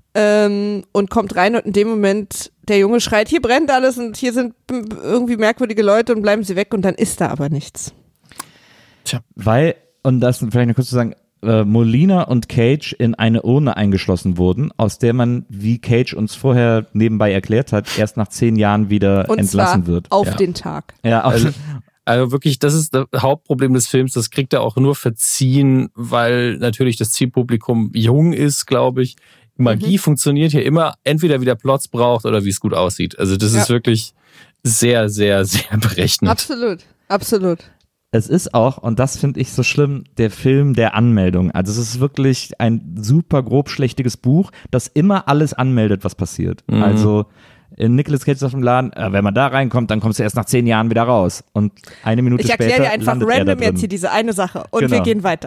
und kommt rein und in dem Moment der Junge schreit, hier brennt alles und hier sind irgendwie merkwürdige Leute und bleiben sie weg und dann ist da aber nichts. Tja. Weil, und das vielleicht noch kurz zu sagen, Molina und Cage in eine Urne eingeschlossen wurden, aus der man, wie Cage uns vorher nebenbei erklärt hat, erst nach 10 Jahren wieder und entlassen wird. Auf den Tag. Ja, also wirklich, das ist das Hauptproblem des Films, das kriegt er auch nur verziehen, weil natürlich das Zielpublikum jung ist, glaube ich. Magie funktioniert hier immer, entweder wie der Plot braucht oder wie es gut aussieht. Also das ist wirklich sehr, sehr, sehr berechnet. Absolut. Es ist auch, und das finde ich so schlimm, der Film der Anmeldung. Also es ist wirklich ein super grobschlächtiges Buch, das immer alles anmeldet, was passiert. Mhm. Also in Nicolas Cage auf dem Laden, wenn man da reinkommt, dann kommst du erst nach 10 Jahren wieder raus. Und eine Minute später Ich erkläre dir einfach random jetzt hier diese eine Sache und wir gehen weiter.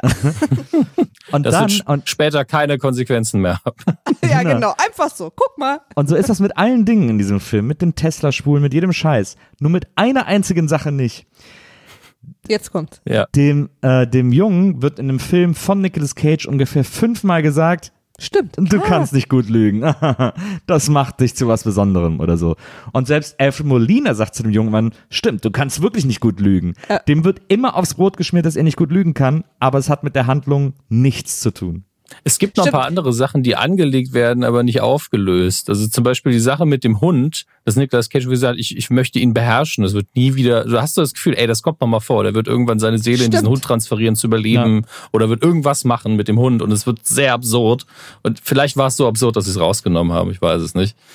Und das dann wird später keine Konsequenzen mehr haben. Ja, genau. Einfach so. Guck mal. Und so ist das mit allen Dingen in diesem Film. Mit den Tesla-Spulen, mit jedem Scheiß. Nur mit einer einzigen Sache nicht. Jetzt kommt. Ja. Dem Jungen wird in dem Film von Nicolas Cage ungefähr 5-mal gesagt, stimmt. Du kannst nicht gut lügen. Das macht dich zu was Besonderem oder so. Und selbst Alfred Molina sagt zu dem jungen Mann, stimmt, du kannst wirklich nicht gut lügen. Dem wird immer aufs Brot geschmiert, dass er nicht gut lügen kann, aber es hat mit der Handlung nichts zu tun. Es gibt noch ein paar andere Sachen, die angelegt werden, aber nicht aufgelöst. Also zum Beispiel die Sache mit dem Hund, dass Nicolas Cage gesagt hat, ich möchte ihn beherrschen. Das wird nie wieder, du hast das Gefühl, das kommt noch mal vor. Der wird irgendwann seine Seele in diesen Hund transferieren, zu überleben. Ja. Oder wird irgendwas machen mit dem Hund und es wird sehr absurd. Und vielleicht war es so absurd, dass sie es rausgenommen haben. Ich weiß es nicht.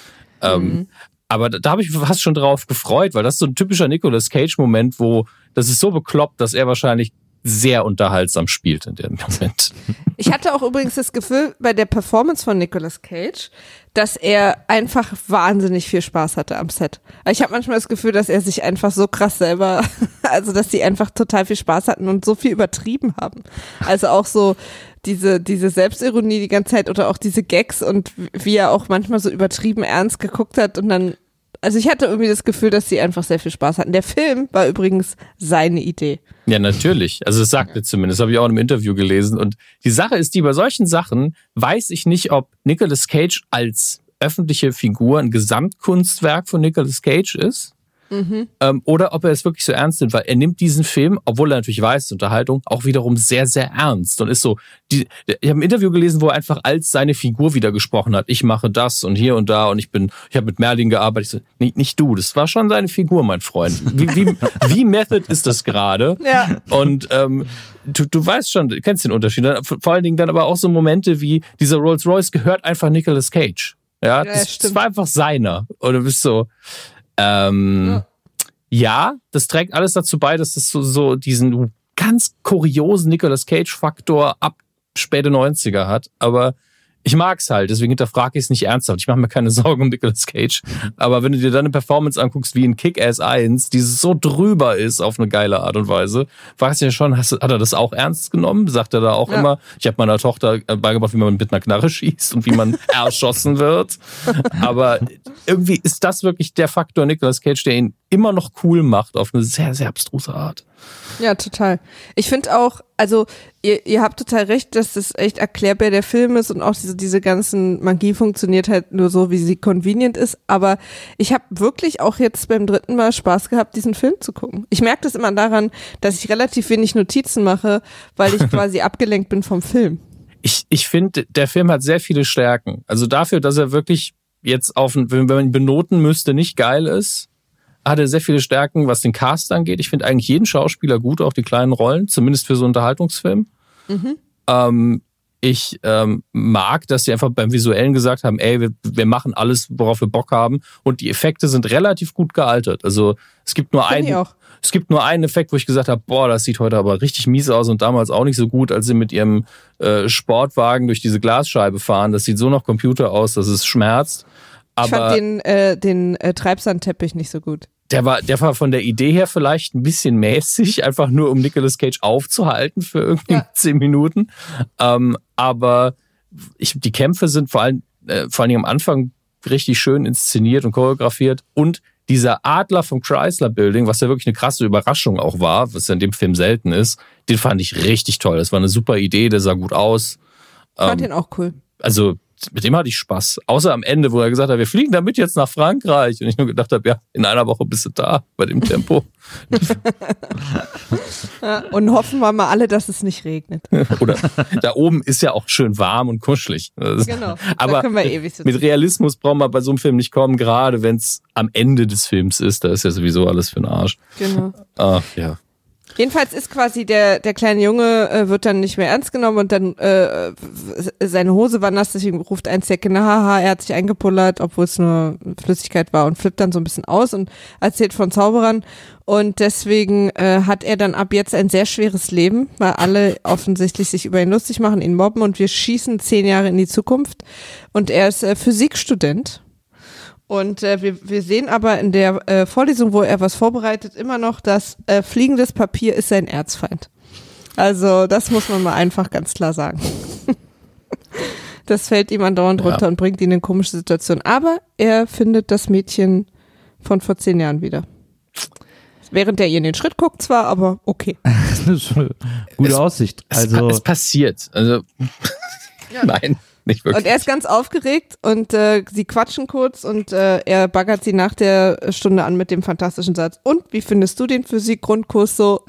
Aber da habe ich fast schon drauf gefreut, weil das ist so ein typischer Nicolas Cage-Moment, wo das ist so bekloppt, dass er wahrscheinlich sehr unterhaltsam spielt in dem Moment. Ich hatte auch übrigens das Gefühl bei der Performance von Nicolas Cage, dass er einfach wahnsinnig viel Spaß hatte am Set. Ich habe manchmal das Gefühl, dass er sich einfach so krass selber, also dass die einfach total viel Spaß hatten und so viel übertrieben haben. Also auch so diese Selbstironie die ganze Zeit oder auch diese Gags und wie er auch manchmal so übertrieben ernst geguckt hat und dann, also ich hatte irgendwie das Gefühl, dass sie einfach sehr viel Spaß hatten. Der Film war übrigens seine Idee. Ja, natürlich. Also das sagt er zumindest. Das habe ich auch in einem Interview gelesen. Und die Sache ist die, bei solchen Sachen weiß ich nicht, ob Nicolas Cage als öffentliche Figur ein Gesamtkunstwerk von Nicolas Cage ist. Oder ob er es wirklich so ernst nimmt, weil er nimmt diesen Film, obwohl er natürlich weiß, Unterhaltung, auch wiederum sehr, sehr ernst und ist so, ich habe ein Interview gelesen, wo er einfach als seine Figur wieder gesprochen hat, ich mache das und hier und da und ich habe mit Merlin gearbeitet. Ich so, nicht du, das war schon seine Figur, mein Freund. Wie Method ist das gerade? Ja. Und du weißt schon, du kennst den Unterschied. Vor allen Dingen dann aber auch so Momente wie, dieser Rolls Royce gehört einfach Nicolas Cage. Ja, das war einfach seiner. Und du bist so, ja, das trägt alles dazu bei, dass es so diesen ganz kuriosen Nicolas Cage-Faktor ab späte 90er hat. Aber ich mag's halt, deswegen hinterfrage ich es nicht ernsthaft. Ich mache mir keine Sorgen um Nicolas Cage. Aber wenn du dir dann eine Performance anguckst, wie in Kick-Ass 1, die so drüber ist auf eine geile Art und Weise, fragst du ja schon, hat er das auch ernst genommen? Sagt er da auch immer, ich habe meiner Tochter beigebracht, wie man mit einer Knarre schießt und wie man erschossen wird. Aber irgendwie ist das wirklich der Faktor Nicolas Cage, der ihn immer noch cool macht auf eine sehr, sehr abstruse Art. Ja, total. Ich finde auch, also ihr habt total recht, dass das echt erklärbar der Film ist und auch diese ganzen Magie funktioniert halt nur so, wie sie convenient ist. Aber ich habe wirklich auch jetzt beim 3. Mal Spaß gehabt, diesen Film zu gucken. Ich merke das immer daran, dass ich relativ wenig Notizen mache, weil ich quasi abgelenkt bin vom Film. Ich finde, der Film hat sehr viele Stärken. Also dafür, dass er wirklich jetzt wenn man ihn benoten müsste, nicht geil ist, hat er sehr viele Stärken, was den Cast angeht. Ich finde eigentlich jeden Schauspieler gut, auch die kleinen Rollen, zumindest für so einen Unterhaltungsfilm. Ich mag, dass sie einfach beim Visuellen gesagt haben, ey, wir machen alles, worauf wir Bock haben. Und die Effekte sind relativ gut gealtert. Also es gibt nur einen Effekt, wo ich gesagt habe, boah, das sieht heute aber richtig mies aus und damals auch nicht so gut, als sie mit ihrem Sportwagen durch diese Glasscheibe fahren. Das sieht so nach Computer aus, dass es schmerzt. Aber ich fand den Treibsandteppich nicht so gut. Der war von der Idee her vielleicht ein bisschen mäßig, einfach nur um Nicolas Cage aufzuhalten für irgendwie 10 Minuten. Aber die Kämpfe sind vor allen Dingen am Anfang richtig schön inszeniert und choreografiert. Und dieser Adler vom Chrysler Building, was ja wirklich eine krasse Überraschung auch war, was ja in dem Film selten ist, den fand ich richtig toll. Das war eine super Idee, der sah gut aus. Ich fand den auch cool. Also mit dem hatte ich Spaß. Außer am Ende, wo er gesagt hat, wir fliegen damit jetzt nach Frankreich. Und ich nur gedacht habe, ja, in einer Woche bist du da, bei dem Tempo. Ja, und hoffen wir mal alle, dass es nicht regnet. Oder da oben ist ja auch schön warm und kuschelig. Genau, aber da können wir ewig sitzen. Mit Realismus brauchen wir bei so einem Film nicht kommen, gerade wenn es am Ende des Films ist. Da ist ja sowieso alles für den Arsch. Genau. Ja. Jedenfalls ist quasi der kleine Junge wird dann nicht mehr ernst genommen und dann seine Hose war nass, deswegen ruft ein Säcke, haha, er hat sich eingepullert, obwohl es nur Flüssigkeit war und flippt dann so ein bisschen aus und erzählt von Zauberern und deswegen hat er dann ab jetzt ein sehr schweres Leben, weil alle offensichtlich sich über ihn lustig machen, ihn mobben und wir schießen 10 Jahre in die Zukunft und er ist Physikstudent. Und wir sehen aber in der Vorlesung, wo er was vorbereitet, immer noch, dass fliegendes Papier ist sein Erzfeind. Also das muss man mal einfach ganz klar sagen. Das fällt ihm andauernd runter und bringt ihn in eine komische Situation. Aber er findet das Mädchen von vor 10 Jahren wieder. Während er ihr in den Schritt guckt zwar, aber okay. Das ist eine gute Aussicht. Es passiert. Also nein. Nicht wirklich. Und er ist ganz aufgeregt und sie quatschen kurz und er baggert sie nach der Stunde an mit dem fantastischen Satz. Und wie findest du den Physik-Grundkurs so?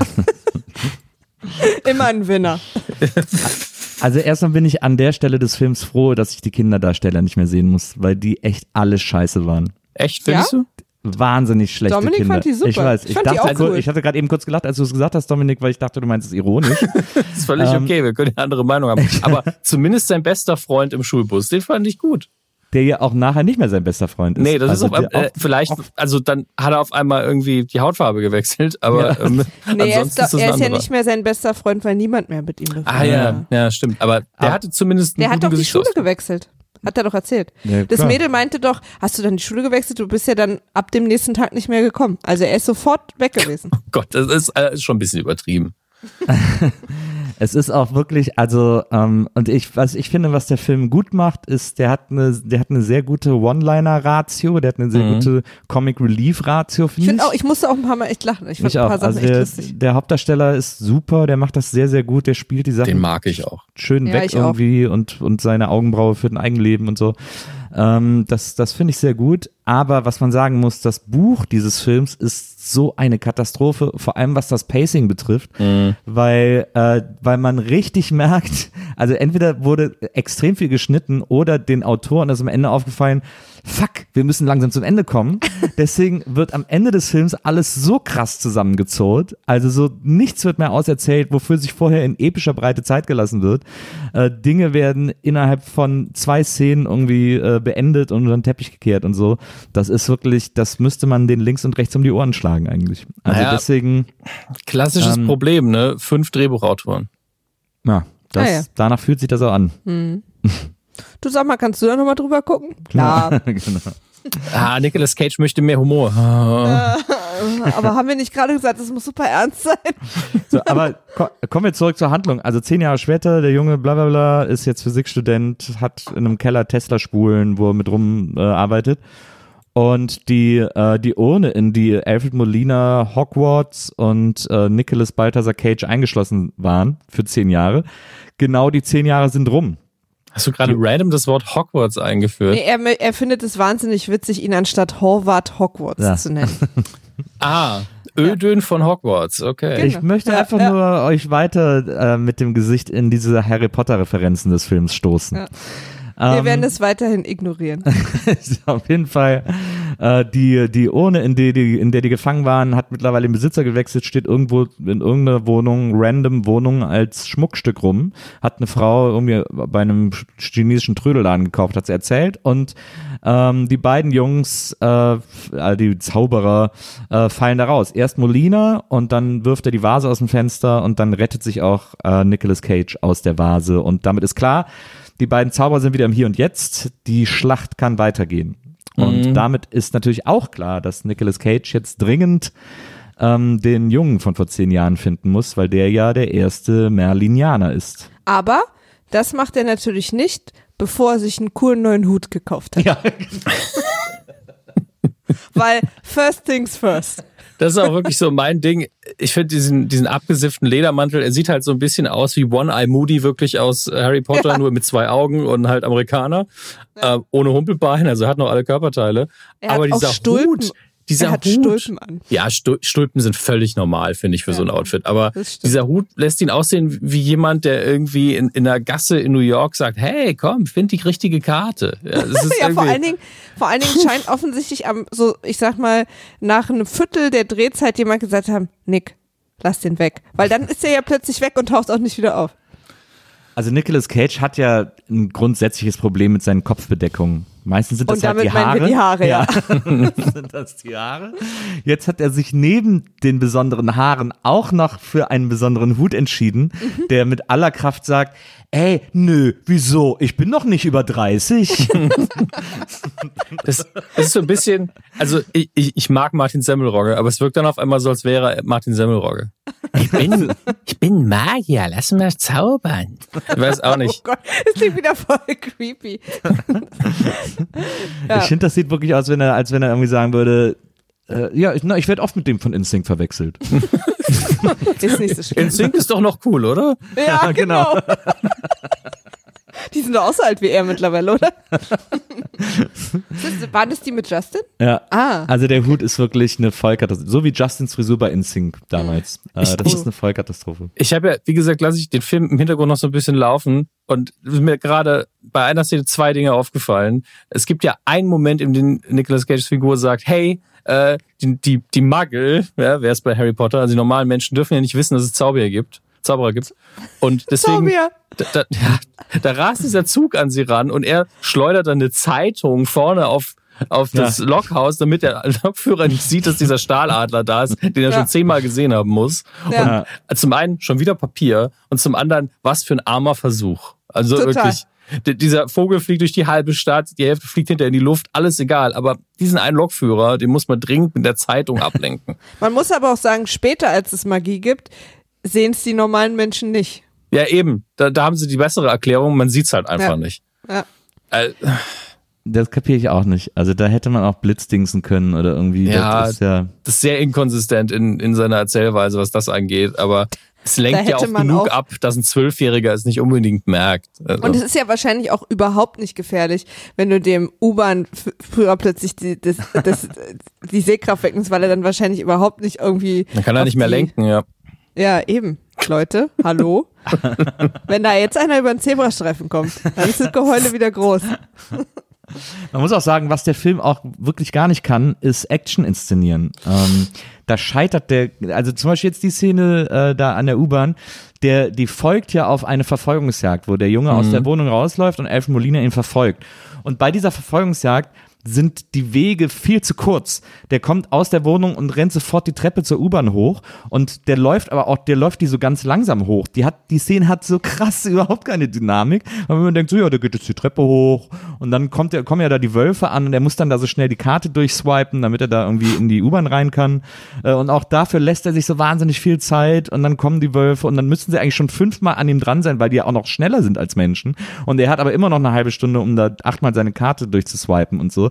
Immer ein Winner. Also erstmal bin ich an der Stelle des Films froh, dass ich die Kinderdarsteller nicht mehr sehen muss, weil die echt alle scheiße waren. Echt, findest du? Wahnsinnig schlechte Dominik Kinder. fand die super. Ich weiß. Ich fand die auch cool. Ich hatte gerade eben kurz gelacht, als du es gesagt hast, Dominik, weil ich dachte, du meinst es ironisch. Das ist völlig okay, wir können eine andere Meinung haben. Aber zumindest sein bester Freund im Schulbus, den fand ich gut. Der ja auch nachher nicht mehr sein bester Freund ist. Nee, das also ist vielleicht, also dann hat er auf einmal irgendwie die Hautfarbe gewechselt, aber nee, ansonsten er ist ja nicht mehr sein bester Freund, weil niemand mehr mit ihm befreundet. Ja, stimmt. Aber der hatte zumindest einen Der hat guten doch die Schule Gesichtsausdruck. gewechselt. Hat er doch erzählt. Ja, das klar. Mädel meinte doch, hast du dann die Schule gewechselt? Du bist ja dann ab dem nächsten Tag nicht mehr gekommen. Also er ist sofort weg gewesen. Oh Gott, das ist schon ein bisschen übertrieben. Es ist auch wirklich, also und ich finde, was der Film gut macht, ist, der hat eine sehr gute One-Liner-Ratio, der hat eine sehr gute Comic-Relief-Ratio, finde ich. Ich musste auch ein paar Mal echt lachen. Ich fand ein paar Sachen echt lustig. Der Hauptdarsteller ist super, der macht das sehr, sehr gut, der spielt die Sachen Den mag ich auch. schön Ja, weg ich auch. irgendwie und seine Augenbraue für ein Eigenleben und so. Das finde ich sehr gut. Aber was man sagen muss, das Buch dieses Films ist so eine Katastrophe, vor allem was das Pacing betrifft, weil man richtig merkt, also entweder wurde extrem viel geschnitten oder den Autoren ist am Ende aufgefallen, fuck, wir müssen langsam zum Ende kommen. Deswegen wird am Ende des Films alles so krass zusammengezurrt, also so nichts wird mehr auserzählt, wofür sich vorher in epischer Breite Zeit gelassen wird. Dinge werden innerhalb von 2 Szenen irgendwie beendet und unter den Teppich gekehrt und so. Das ist wirklich, das müsste man den links und rechts um die Ohren schlagen eigentlich. Also deswegen. Klassisches Problem, ne? 5 Drehbuchautoren. Ja, danach fühlt sich das auch an. Du sag mal, kannst du da nochmal drüber gucken? Klar. Genau. Nicolas Cage möchte mehr Humor. Aber haben wir nicht gerade gesagt, das muss super ernst sein? So, aber kommen wir zurück zur Handlung. Also 10 Jahre später, der Junge blablabla ist jetzt Physikstudent, hat in einem Keller Tesla-Spulen, wo er mit rum arbeitet. und die Urne, in die Alfred Molina, Hogwarts und Nicholas Balthazar Cage eingeschlossen waren für 10 Jahre. Genau die 10 Jahre sind rum. Hast du gerade random das Wort Hogwarts eingeführt? Nee, er findet es wahnsinnig witzig, ihn anstatt Horvath Hogwarts zu nennen. Ödön von Hogwarts, okay. Genau. Ich möchte einfach nur euch weiter mit dem Gesicht in diese Harry Potter-Referenzen des Films stoßen. Ja. Wir werden es weiterhin ignorieren. Auf jeden Fall. Die Urne, in der die gefangen waren, hat mittlerweile den Besitzer gewechselt, steht irgendwo in irgendeiner Wohnung, random Wohnung als Schmuckstück rum. Hat eine Frau irgendwie bei einem chinesischen Trödelladen gekauft, hat sie erzählt. Und die beiden Jungs, die Zauberer, fallen da raus. Erst Molina und dann wirft er die Vase aus dem Fenster und dann rettet sich auch Nicolas Cage aus der Vase. Und damit ist klar, die beiden Zauberer sind wieder im Hier und Jetzt. Die Schlacht kann weitergehen. Und damit ist natürlich auch klar, dass Nicolas Cage jetzt dringend den Jungen von vor 10 Jahren finden muss, weil der ja der erste Merlinianer ist. Aber das macht er natürlich nicht, bevor er sich einen coolen neuen Hut gekauft hat. Ja. Weil first things first. Das ist auch wirklich so mein Ding. Ich finde diesen abgesifften Ledermantel, er sieht halt so ein bisschen aus wie One-Eye Moody wirklich aus Harry Potter, nur mit 2 Augen und halt Amerikaner. Ohne Humpelbein, also er hat noch alle Körperteile. Aber hat dieser auch Stulpen. Hut, dieser Hut, Stulpen an. Ja, Stulpen sind völlig normal, finde ich, für so ein Outfit. Aber dieser Hut lässt ihn aussehen wie jemand, der irgendwie in einer Gasse in New York sagt, hey, komm, find die richtige Karte. Ja, das ist vor allen Dingen scheint offensichtlich ich sag mal, nach einem Viertel der Drehzeit jemand gesagt haben, Nick, lass den weg. Weil dann ist er ja plötzlich weg und taucht auch nicht wieder auf. Also Nicolas Cage hat ja ein grundsätzliches Problem mit seinen Kopfbedeckungen. Meistens sind das halt die Haare. Und damit meinen wir die Haare, ja. Sind das die Haare? Jetzt hat er sich neben den besonderen Haaren auch noch für einen besonderen Hut entschieden, der mit aller Kraft sagt, ey, nö, wieso? Ich bin noch nicht über 30. Das ist so ein bisschen, also ich mag Martin Semmelrogge, aber es wirkt dann auf einmal so, als wäre er Martin Semmelrogge. Ich bin Magier, lass mal zaubern. Ich weiß auch nicht. Oh Gott, das klingt wieder voll creepy. Ich finde, das sieht wirklich aus, als wenn er irgendwie sagen würde, ich werde oft mit dem von Instinct verwechselt. Ist nicht so schlimm. Instinct ist doch noch cool, oder? Ja, genau. Die sind doch auch so alt wie er mittlerweile, oder? Waren das die mit Justin? Ja. Also der Hut ist wirklich eine Vollkatastrophe. So wie Justins Frisur bei Instinct damals. Das ist eine Vollkatastrophe. Ich habe ja, wie gesagt, lasse ich den Film im Hintergrund noch so ein bisschen laufen und mir gerade bei einer Szene 2 Dinge aufgefallen. Es gibt ja einen Moment, in dem Nicolas Cages Figur sagt, hey, die Muggle, ja, wer ist bei Harry Potter, also die normalen Menschen dürfen ja nicht wissen, dass es Zauberer gibt. Und deswegen, da rast dieser Zug an sie ran und er schleudert dann eine Zeitung vorne auf das Lokhaus, damit der Lokführer nicht sieht, dass dieser Stahladler da ist, den er schon 10-mal gesehen haben muss. Ja. Und zum einen schon wieder Papier und zum anderen, was für ein armer Versuch. Also wirklich, dieser Vogel fliegt durch die halbe Stadt, die Hälfte fliegt hinterher in die Luft, alles egal. Aber diesen einen Lokführer, den muss man dringend mit der Zeitung ablenken. Man muss aber auch sagen, später, als es Magie gibt, sehen es die normalen Menschen nicht. Ja, eben. Da haben sie die bessere Erklärung. Man sieht es halt einfach nicht. Ja. Das kapiere ich auch nicht. Also da hätte man auch blitzdingsen können oder irgendwie. Ja, das ist sehr inkonsistent in seiner Erzählweise, was das angeht. Aber es lenkt ja auch genug ab, dass ein 12-Jähriger es nicht unbedingt merkt. Also. Und es ist ja wahrscheinlich auch überhaupt nicht gefährlich, wenn du dem U-Bahn-Führer plötzlich die Sehkraft wegnimmst, weil er dann wahrscheinlich überhaupt nicht irgendwie... Dann kann er nicht mehr lenken, ja. Ja, eben. Leute, hallo? Wenn da jetzt einer über den Zebrastreifen kommt, dann ist das Geheule wieder groß. Man muss auch sagen, was der Film auch wirklich gar nicht kann, ist Action inszenieren. Da scheitert also zum Beispiel jetzt die Szene da an der U-Bahn, die folgt ja auf eine Verfolgungsjagd, wo der Junge aus der Wohnung rausläuft und Alfred Molina ihn verfolgt. Und bei dieser Verfolgungsjagd sind die Wege viel zu kurz. Der kommt aus der Wohnung und rennt sofort die Treppe zur U-Bahn hoch und der läuft die so ganz langsam hoch. Die Szene hat so krass überhaupt keine Dynamik, weil man denkt so, ja, der geht jetzt die Treppe hoch und dann kommen ja da die Wölfe an und er muss dann da so schnell die Karte durchswipen, damit er da irgendwie in die U-Bahn rein kann und auch dafür lässt er sich so wahnsinnig viel Zeit und dann kommen die Wölfe und dann müssen sie eigentlich schon 5-mal an ihm dran sein, weil die ja auch noch schneller sind als Menschen und er hat aber immer noch eine halbe Stunde, um da 8-mal seine Karte durchzuswipen und so.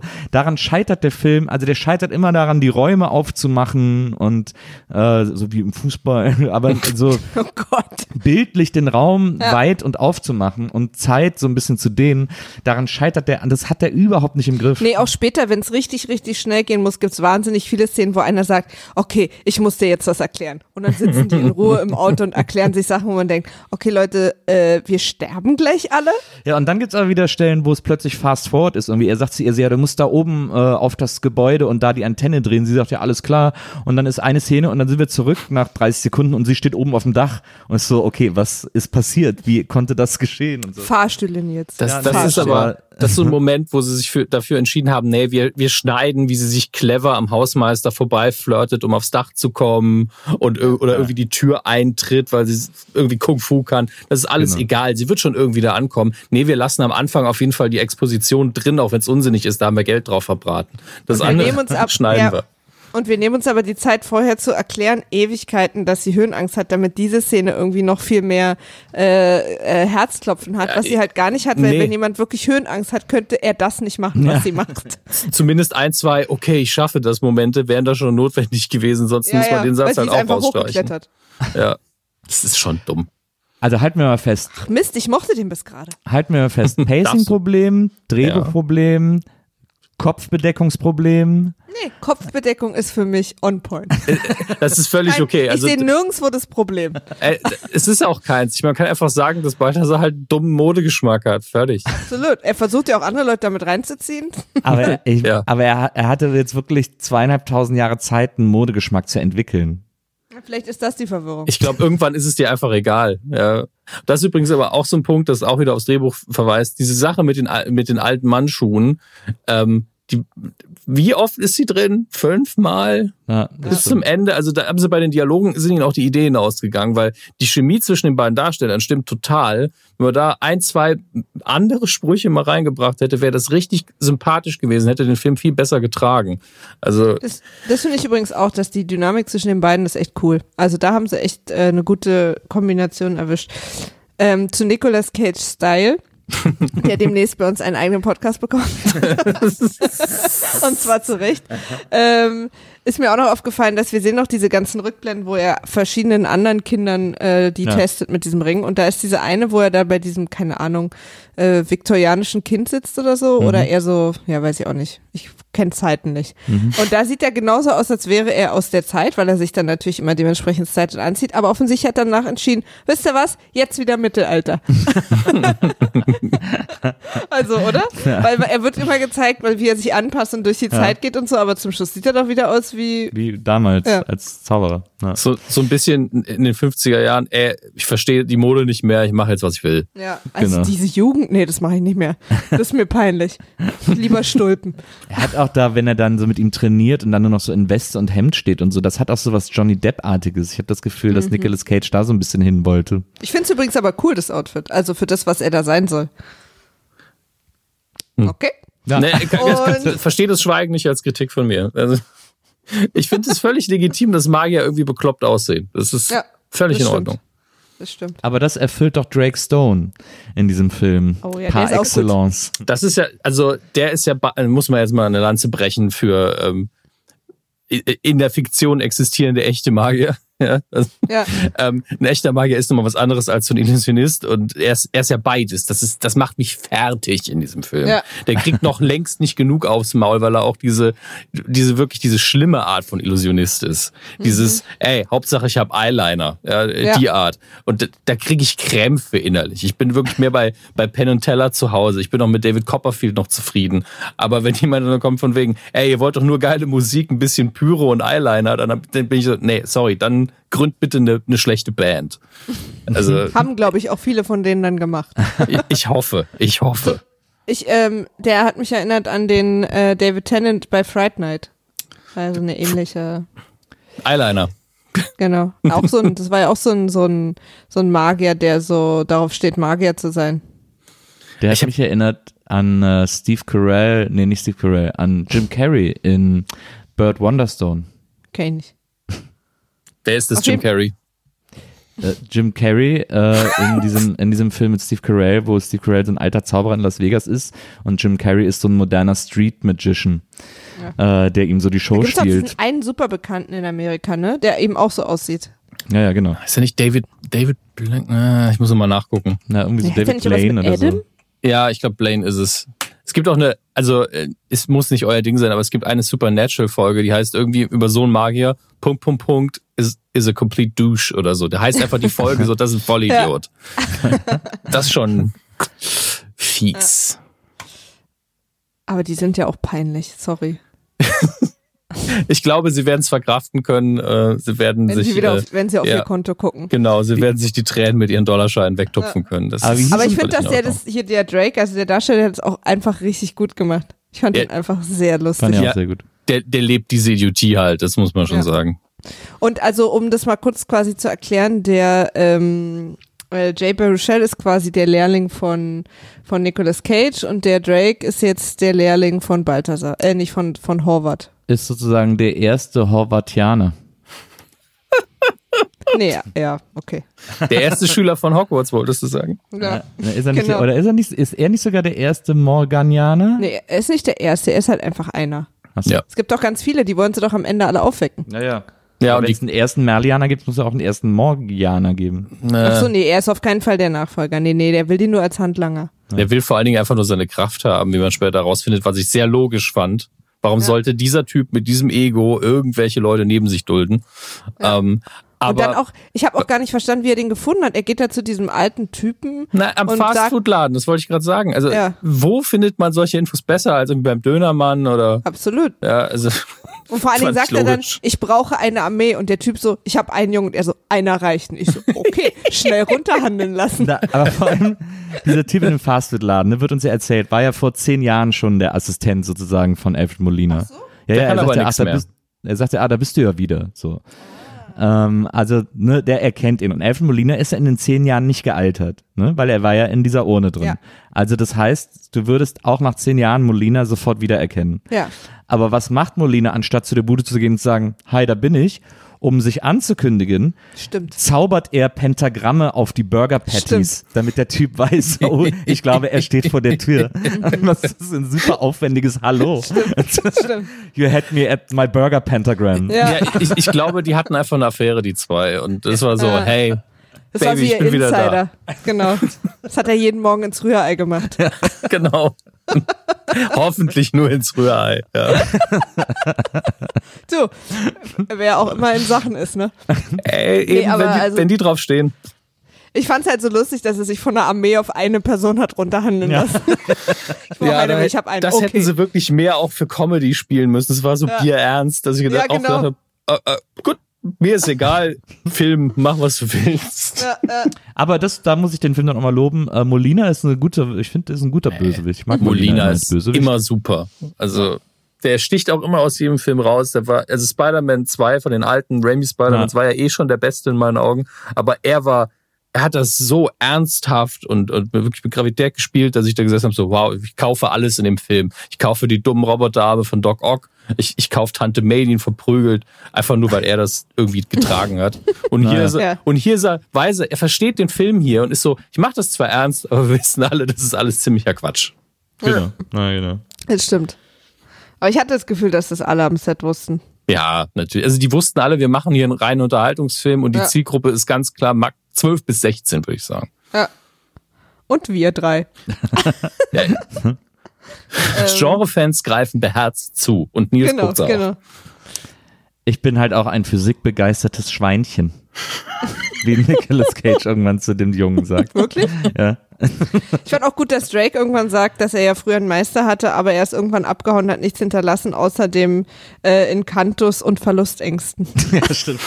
daran scheitert der Film, also der scheitert immer daran, die Räume aufzumachen und so wie im Fußball, aber so Oh Gott. bildlich den Raum weit und aufzumachen und Zeit so ein bisschen zu dehnen, daran scheitert der, das hat der überhaupt nicht im Griff. Nee, auch später, wenn es richtig, richtig schnell gehen muss, gibt's wahnsinnig viele Szenen, wo einer sagt, okay, ich muss dir jetzt was erklären. Und dann sitzen die in Ruhe im Auto und erklären sich Sachen, wo man denkt, okay Leute, wir sterben gleich alle. Ja, und dann gibt's aber wieder Stellen, wo es plötzlich fast forward ist. Irgendwie, er sagt zu ihr, ja, du musst da oben auf das Gebäude und da die Antenne drehen. Sie sagt, ja, alles klar. Und dann ist eine Szene und dann sind wir zurück nach 30 Sekunden und sie steht oben auf dem Dach und ist so, okay, was ist passiert? Wie konnte das geschehen? Und so. Fahrstühle jetzt. Das Ja, ist aber das ist so ein Moment, wo sie sich dafür entschieden haben, nee, wir schneiden, wie sie sich clever am Hausmeister vorbeiflirtet, um aufs Dach zu kommen und oder irgendwie die Tür eintritt, weil sie irgendwie Kung Fu kann. Das ist alles egal. Sie wird schon irgendwie da ankommen. Nee, wir lassen am Anfang auf jeden Fall die Exposition drin, auch wenn es unsinnig ist, da haben wir Geld drauf verbraten. Das andere schneiden wir. Und wir nehmen uns aber die Zeit vorher zu erklären, Ewigkeiten, dass sie Höhenangst hat, damit diese Szene irgendwie noch viel mehr Herzklopfen hat, was sie halt gar nicht hat, weil wenn jemand wirklich Höhenangst hat, könnte er das nicht machen, was sie macht. Zumindest 1, 2, okay, ich schaffe das Momente, wären da schon notwendig gewesen, sonst muss man den Satz halt auch rausstreichen. Ja, das ist schon dumm. Also halten wir mal fest. Ach Mist, ich mochte den bis gerade. Halten wir mal fest. Pacing-Problem, Drehbuchproblem, Kopfbedeckungsproblem. Nee, Kopfbedeckung ist für mich on point. Das ist völlig okay. Also, ich sehe nirgendwo das Problem. Es ist auch keins. Man kann einfach sagen, dass Balthasar halt einen dummen Modegeschmack hat. Fertig. Absolut. Er versucht ja auch andere Leute damit reinzuziehen. Aber, er hatte jetzt wirklich 2500 Jahre Zeit, einen Modegeschmack zu entwickeln. Vielleicht ist das die Verwirrung. Ich glaube, irgendwann ist es dir einfach egal. Ja. Das ist übrigens aber auch so ein Punkt, das auch wieder aufs Drehbuch verweist. Diese Sache mit den alten Mannschuhen, wie oft ist sie drin? 5 Mal? Ja, bis zum Ende. Also da haben sie bei den Dialogen, sind ihnen auch die Ideen ausgegangen, weil die Chemie zwischen den beiden Darstellern stimmt total. Wenn man da 1, 2 andere Sprüche mal reingebracht hätte, wäre das richtig sympathisch gewesen, hätte den Film viel besser getragen. Also das finde ich übrigens auch, dass die Dynamik zwischen den beiden ist echt cool. Also da haben sie echt eine gute Kombination erwischt. Zu Nicolas Cage Style, der demnächst bei uns einen eigenen Podcast bekommt. Und zwar zu Recht. Ist mir auch noch aufgefallen, dass wir sehen noch diese ganzen Rückblenden, wo er verschiedenen anderen Kindern testet mit diesem Ring. Und da ist diese eine, wo er da bei diesem, keine Ahnung, viktorianischen Kind sitzt oder so. Oder eher so, ja, weiß ich auch nicht. Ich kenne Zeiten nicht. Und da sieht er genauso aus, als wäre er aus der Zeit, weil er sich dann natürlich immer dementsprechend Zeit anzieht. Aber offensichtlich hat er danach entschieden, wisst ihr was? Jetzt wieder Mittelalter. Also, oder? Ja. Weil er wird immer gezeigt, wie er sich anpasst und durch die Zeit geht und so, aber zum Schluss sieht er doch wieder aus wie damals als Zauberer. Ja. So ein bisschen in den 50er Jahren, ich verstehe die Mode nicht mehr, ich mache jetzt, was ich will. Ja, also diese Jugend, nee, das mache ich nicht mehr. Das ist mir peinlich. Lieber stulpen. Er hat auch da, wenn er dann so mit ihm trainiert und dann nur noch so in Weste und Hemd steht und so, das hat auch so was Johnny Depp-artiges. Ich habe das Gefühl, dass Nicolas Cage da so ein bisschen hin wollte. Ich finde es übrigens aber cool, das Outfit. Also für das, was er da sein soll. Okay. Ja. Nee, ich verstehe das Schweigen nicht als Kritik von mir. Also, ich finde es völlig legitim, dass Magier irgendwie bekloppt aussehen. Das ist völlig in Ordnung. Das stimmt. Aber das erfüllt doch Drake Stone in diesem Film. Oh ja, par excellence. Das ist ja, also der ist ja, muss man jetzt mal eine Lanze brechen für in der Fiktion existierende echte Magier. Ja, ein echter Magier ist nochmal was anderes als so ein Illusionist und er ist ja beides. Das macht mich fertig in diesem Film. Ja. Der kriegt noch längst nicht genug aufs Maul, weil er auch diese schlimme Art von Illusionist ist. Dieses, Hauptsache ich habe Eyeliner, die Art. Und da kriege ich Krämpfe innerlich. Ich bin wirklich mehr bei Penn und Teller zu Hause. Ich bin auch mit David Copperfield noch zufrieden. Aber wenn jemand dann kommt von wegen, ihr wollt doch nur geile Musik, ein bisschen Pyro und Eyeliner, dann bin ich so, nee, sorry, dann gründ bitte eine schlechte Band. Also haben, glaube ich, auch viele von denen dann gemacht. Ich hoffe. Der hat mich erinnert an den David Tennant bei Fright Night. Also eine ähnliche Eyeliner. Genau. Auch das war ja auch so ein Magier, der so darauf steht, Magier zu sein. Der hat mich erinnert an an Jim Carrey in Burt Wonderstone. Kenn ich nicht. Wer ist das, Jim Carrey? Jim Carrey in diesem Film mit Steve Carell, wo Steve Carell so ein alter Zauberer in Las Vegas ist und Jim Carrey ist so ein moderner Street Magician, der ihm so die Show spielt. stiehlt. Es gibt einen Superbekannten in Amerika, ne, der eben auch so aussieht. Ja, genau. Ist ja nicht David Blaine? Ich muss mal nachgucken. Na, irgendwie so Heißt der David nicht was Blaine mit oder Adam? so. Ja, ich glaube, Blaine ist es. Es gibt auch es muss nicht euer Ding sein, aber es gibt eine Supernatural-Folge, die heißt irgendwie über so einen Magier, .. is a complete douche oder so. Der heißt einfach die Folge so, das ist ein Vollidiot. Das ist schon fies. Aber die sind ja auch peinlich, sorry. Ich glaube, sie werden es verkraften können. Sie werden wenn sie auf ihr Konto gucken. Genau, sie werden sich die Tränen mit ihren Dollarscheinen wegtupfen können. Aber ich finde, dass der Drake, also der Darsteller, hat es auch einfach richtig gut gemacht. Ich fand ihn einfach sehr lustig. Fand ich auch sehr gut. Der lebt diese Idiotie halt, das muss man schon sagen. Und also, um das mal kurz quasi zu erklären, der Jay Baruchel ist quasi der Lehrling von Nicolas Cage und der Drake ist jetzt der Lehrling von Balthasar, nicht von Horvath. Ist sozusagen der erste Horvathianer. Nee, ja, okay. Der erste Schüler von Hogwarts, wolltest du sagen? Ja. Ist er nicht, genau. Oder ist er nicht sogar der erste Morganianer? Nee, er ist nicht der erste, er ist halt einfach einer. Achso. Ja. Es gibt doch ganz viele, die wollen sie doch am Ende alle aufwecken. Ja. Ja, wenn es einen ersten Merlianer gibt, muss es auch einen ersten Morgianer geben. Achso, nee, er ist auf keinen Fall der Nachfolger. Nee, der will die nur als Handlanger. Der will vor allen Dingen einfach nur seine Kraft haben, wie man später herausfindet, was ich sehr logisch fand. Warum sollte dieser Typ mit diesem Ego irgendwelche Leute neben sich dulden? Ja. Aber und dann auch, ich habe auch gar nicht verstanden, wie er den gefunden hat. Er geht da zu diesem alten Typen. Am Fastfood-Laden, das wollte ich gerade sagen. Also, wo findet man solche Infos besser als irgendwie beim Dönermann oder? Absolut. Ja, also. Und vor allen Dingen sagt er dann, ich brauche eine Armee. Und der Typ so, ich habe einen Jungen. Und er so, einer reicht. Und ich so, okay, schnell runterhandeln lassen. Aber vor allem, dieser Typ in dem Fastfood-Laden, ne, wird uns ja erzählt, war ja vor 10 Jahren schon der Assistent sozusagen von Alfred Molina. Ach so? Ja, der kann aber nichts mehr. Er sagte, da bist du ja wieder. So. Also, ne, der erkennt ihn. Und Alfred Molina ist ja in den 10 Jahren nicht gealtert, ne, weil er war ja in dieser Urne drin. Ja. Also, das heißt, du würdest auch nach 10 Jahren Molina sofort wiedererkennen. Ja. Aber was macht Molina, anstatt zu der Bude zu gehen und zu sagen, hi, da bin ich? Um sich anzukündigen, zaubert er Pentagramme auf die Burger Patties, damit der Typ weiß, oh, ich glaube, er steht vor der Tür. Das ist ein super aufwendiges Hallo. Stimmt. You had me at my Burger Pentagram. Ja, ich glaube, die hatten einfach eine Affäre, die zwei. Und das war so, hey, das Baby, war wie ich bin ihr Insider. Wieder da. Genau. Das hat er jeden Morgen ins Rührei gemacht. Ja, genau. Hoffentlich nur ins Rührei. Ja. Du, wer auch immer in Sachen ist, ne? Eben, wenn die drauf stehen. Ich fand's halt so lustig, dass er sich von der Armee auf eine Person hat runterhandeln lassen. Ich habe einen. Das okay. Hätten sie wirklich mehr auch für Comedy spielen müssen. Das war so bierernst, dass ich gedacht habe, gut, mir ist egal, Film, mach was du willst. Aber da muss ich den Film dann auch mal loben. Molina ist ein guter Bösewicht. Ich mag Molina ist immer super. Also der sticht auch immer aus jedem Film raus. Also Spider-Man 2 von den alten Raimi Spider-Mans war ja eh schon der Beste in meinen Augen. Aber er hat das so ernsthaft und wirklich mit Gravität gespielt, dass ich da gesessen habe, so wow, ich kaufe alles in dem Film. Ich kaufe die dummen Roboterarme von Doc Ock. Ich kaufe Tante May, die ihn verprügelt, einfach nur, weil er das irgendwie getragen hat. Und hier weiß er versteht den Film hier und ist so, ich mache das zwar ernst, aber wir wissen alle, das ist alles ziemlicher Quatsch. Genau. Ja, genau. Das stimmt. Aber ich hatte das Gefühl, dass das alle am Set wussten. Ja, natürlich. Also die wussten alle, wir machen hier einen reinen Unterhaltungsfilm und die Zielgruppe ist ganz klar 12 bis 16, würde ich sagen. Ja. Und wir 3. Ja. Genre-Fans greifen beherzt zu und Nils guckt's auch. Genau. Ich bin halt auch ein physikbegeistertes Schweinchen. Wie Nicolas Cage irgendwann zu dem Jungen sagt. Wirklich? Ja. Ich fand auch gut, dass Drake irgendwann sagt, dass er ja früher einen Meister hatte, aber er ist irgendwann abgehauen und hat nichts hinterlassen, außer dem Inkantus und Verlustängsten. Ja, stimmt.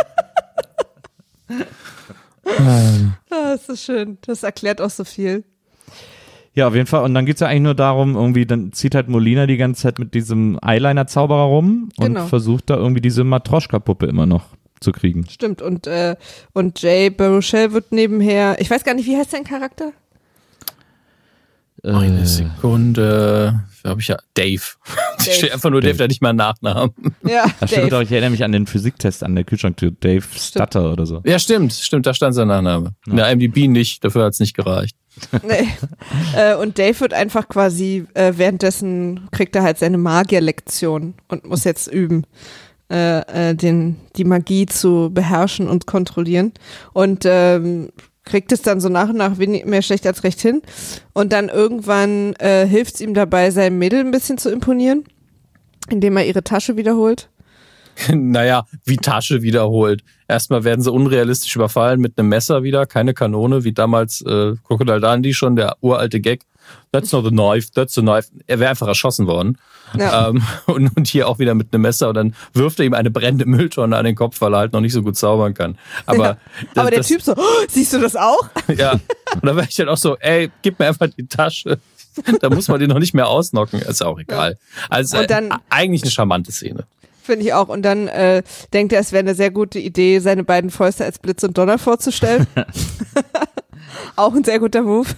Das ist schön. Das erklärt auch so viel. Ja, auf jeden Fall. Und dann geht's ja eigentlich nur darum, irgendwie, dann zieht halt Molina die ganze Zeit mit diesem Eyeliner-Zauberer rum und versucht da irgendwie diese Matroschka-Puppe immer noch zu kriegen. Stimmt. Und Jay Baruchel wird nebenher, ich weiß gar nicht, wie heißt sein Charakter? Eine Sekunde, glaube ich ja, Dave. Da steht einfach nur Dave, der nicht mal einen Nachnamen. Ja, Das stimmt doch, ich erinnere mich an den Physiktest an der Kühlschranktür. Dave Stutter oder so. Ja, stimmt, da stand sein Nachname. In der IMDb nicht, dafür hat es nicht gereicht. Nee. Und Dave wird einfach quasi, währenddessen kriegt er halt seine Magierlektion und muss jetzt üben, die Magie zu beherrschen und kontrollieren. Und kriegt es dann so nach und nach mehr schlecht als recht hin. Und dann irgendwann hilft es ihm dabei, seinem Mädel ein bisschen zu imponieren, indem er ihre Tasche wiederholt. Naja, wie Tasche wiederholt. Erstmal werden sie unrealistisch überfallen mit einem Messer wieder, keine Kanone, wie damals Crocodile Dundee schon, der uralte Gag. That's not a knife, that's a knife. Er wäre einfach erschossen worden. Ja. Und hier auch wieder mit einem Messer und dann wirft er ihm eine brennende Mülltonne an den Kopf, weil er halt noch nicht so gut zaubern kann. Aber, aber der Typ so, oh, siehst du das auch? Ja, und da wäre ich halt auch so, ey, gib mir einfach die Tasche. Da muss man den noch nicht mehr ausnocken, ist auch egal. Also und dann, eigentlich eine charmante Szene. Finde ich auch. Und dann denkt er, es wäre eine sehr gute Idee, seine beiden Fäuste als Blitz und Donner vorzustellen. Auch ein sehr guter Move.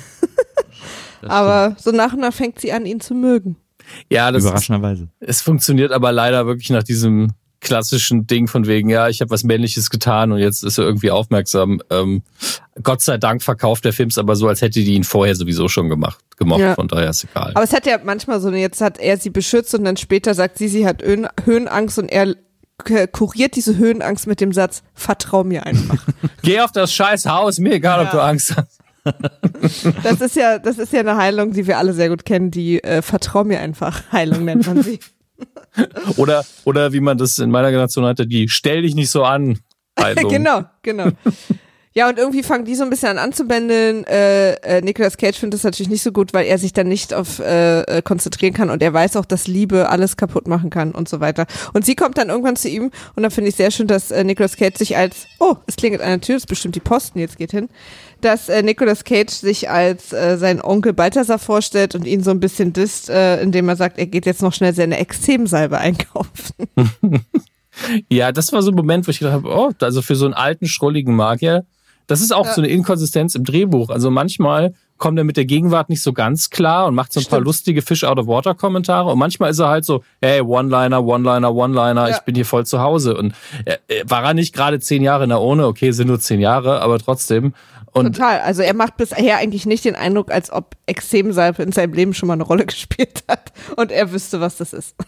Aber so nach und nach fängt sie an, ihn zu mögen. Ja, das überraschenderweise. Es funktioniert aber leider wirklich nach diesem klassischen Ding von wegen, ja, ich habe was Männliches getan und jetzt ist er irgendwie aufmerksam. Gott sei Dank verkauft der Film es aber so, als hätte die ihn vorher sowieso schon gemocht. Ja. Von daher ist egal. Aber es hat ja manchmal so, jetzt hat er sie beschützt und dann später sagt sie hat Höhenangst und er kuriert diese Höhenangst mit dem Satz, vertrau mir einfach. Geh auf das scheiß Haus, mir egal, ob du Angst hast. Das ist ja eine Heilung, die wir alle sehr gut kennen, die vertrau mir einfach Heilung nennt man sie. Oder wie man das in meiner Generation hatte, die stell dich nicht so an Heilung. Genau. Ja, und irgendwie fangen die so ein bisschen an anzubändeln. Nicolas Cage findet das natürlich nicht so gut, weil er sich dann nicht auf konzentrieren kann und er weiß auch, dass Liebe alles kaputt machen kann und so weiter. Und sie kommt dann irgendwann zu ihm und dann finde ich sehr schön, dass Nicolas Cage sich als, es klingelt an der Tür, das ist bestimmt die Posten, jetzt geht hin, dass Nicolas Cage sich als seinen Onkel Balthasar vorstellt und ihn so ein bisschen disst, indem er sagt, er geht jetzt noch schnell seine Extremsalbe einkaufen. Ja, das war so ein Moment, wo ich gedacht habe, also für so einen alten, schrulligen Magier, das ist auch so eine Inkonsistenz im Drehbuch. Also manchmal kommt er mit der Gegenwart nicht so ganz klar und macht so ein paar lustige Fish-out-of-water-Kommentare. Und manchmal ist er halt so, hey, One-Liner, ich bin hier voll zu Hause. Und war er nicht gerade 10 Jahre in der Urne? Okay, sind nur 10 Jahre, aber trotzdem. Und total. Also er macht bisher eigentlich nicht den Eindruck, als ob Extremsalbe in seinem Leben schon mal eine Rolle gespielt hat. Und er wüsste, was das ist.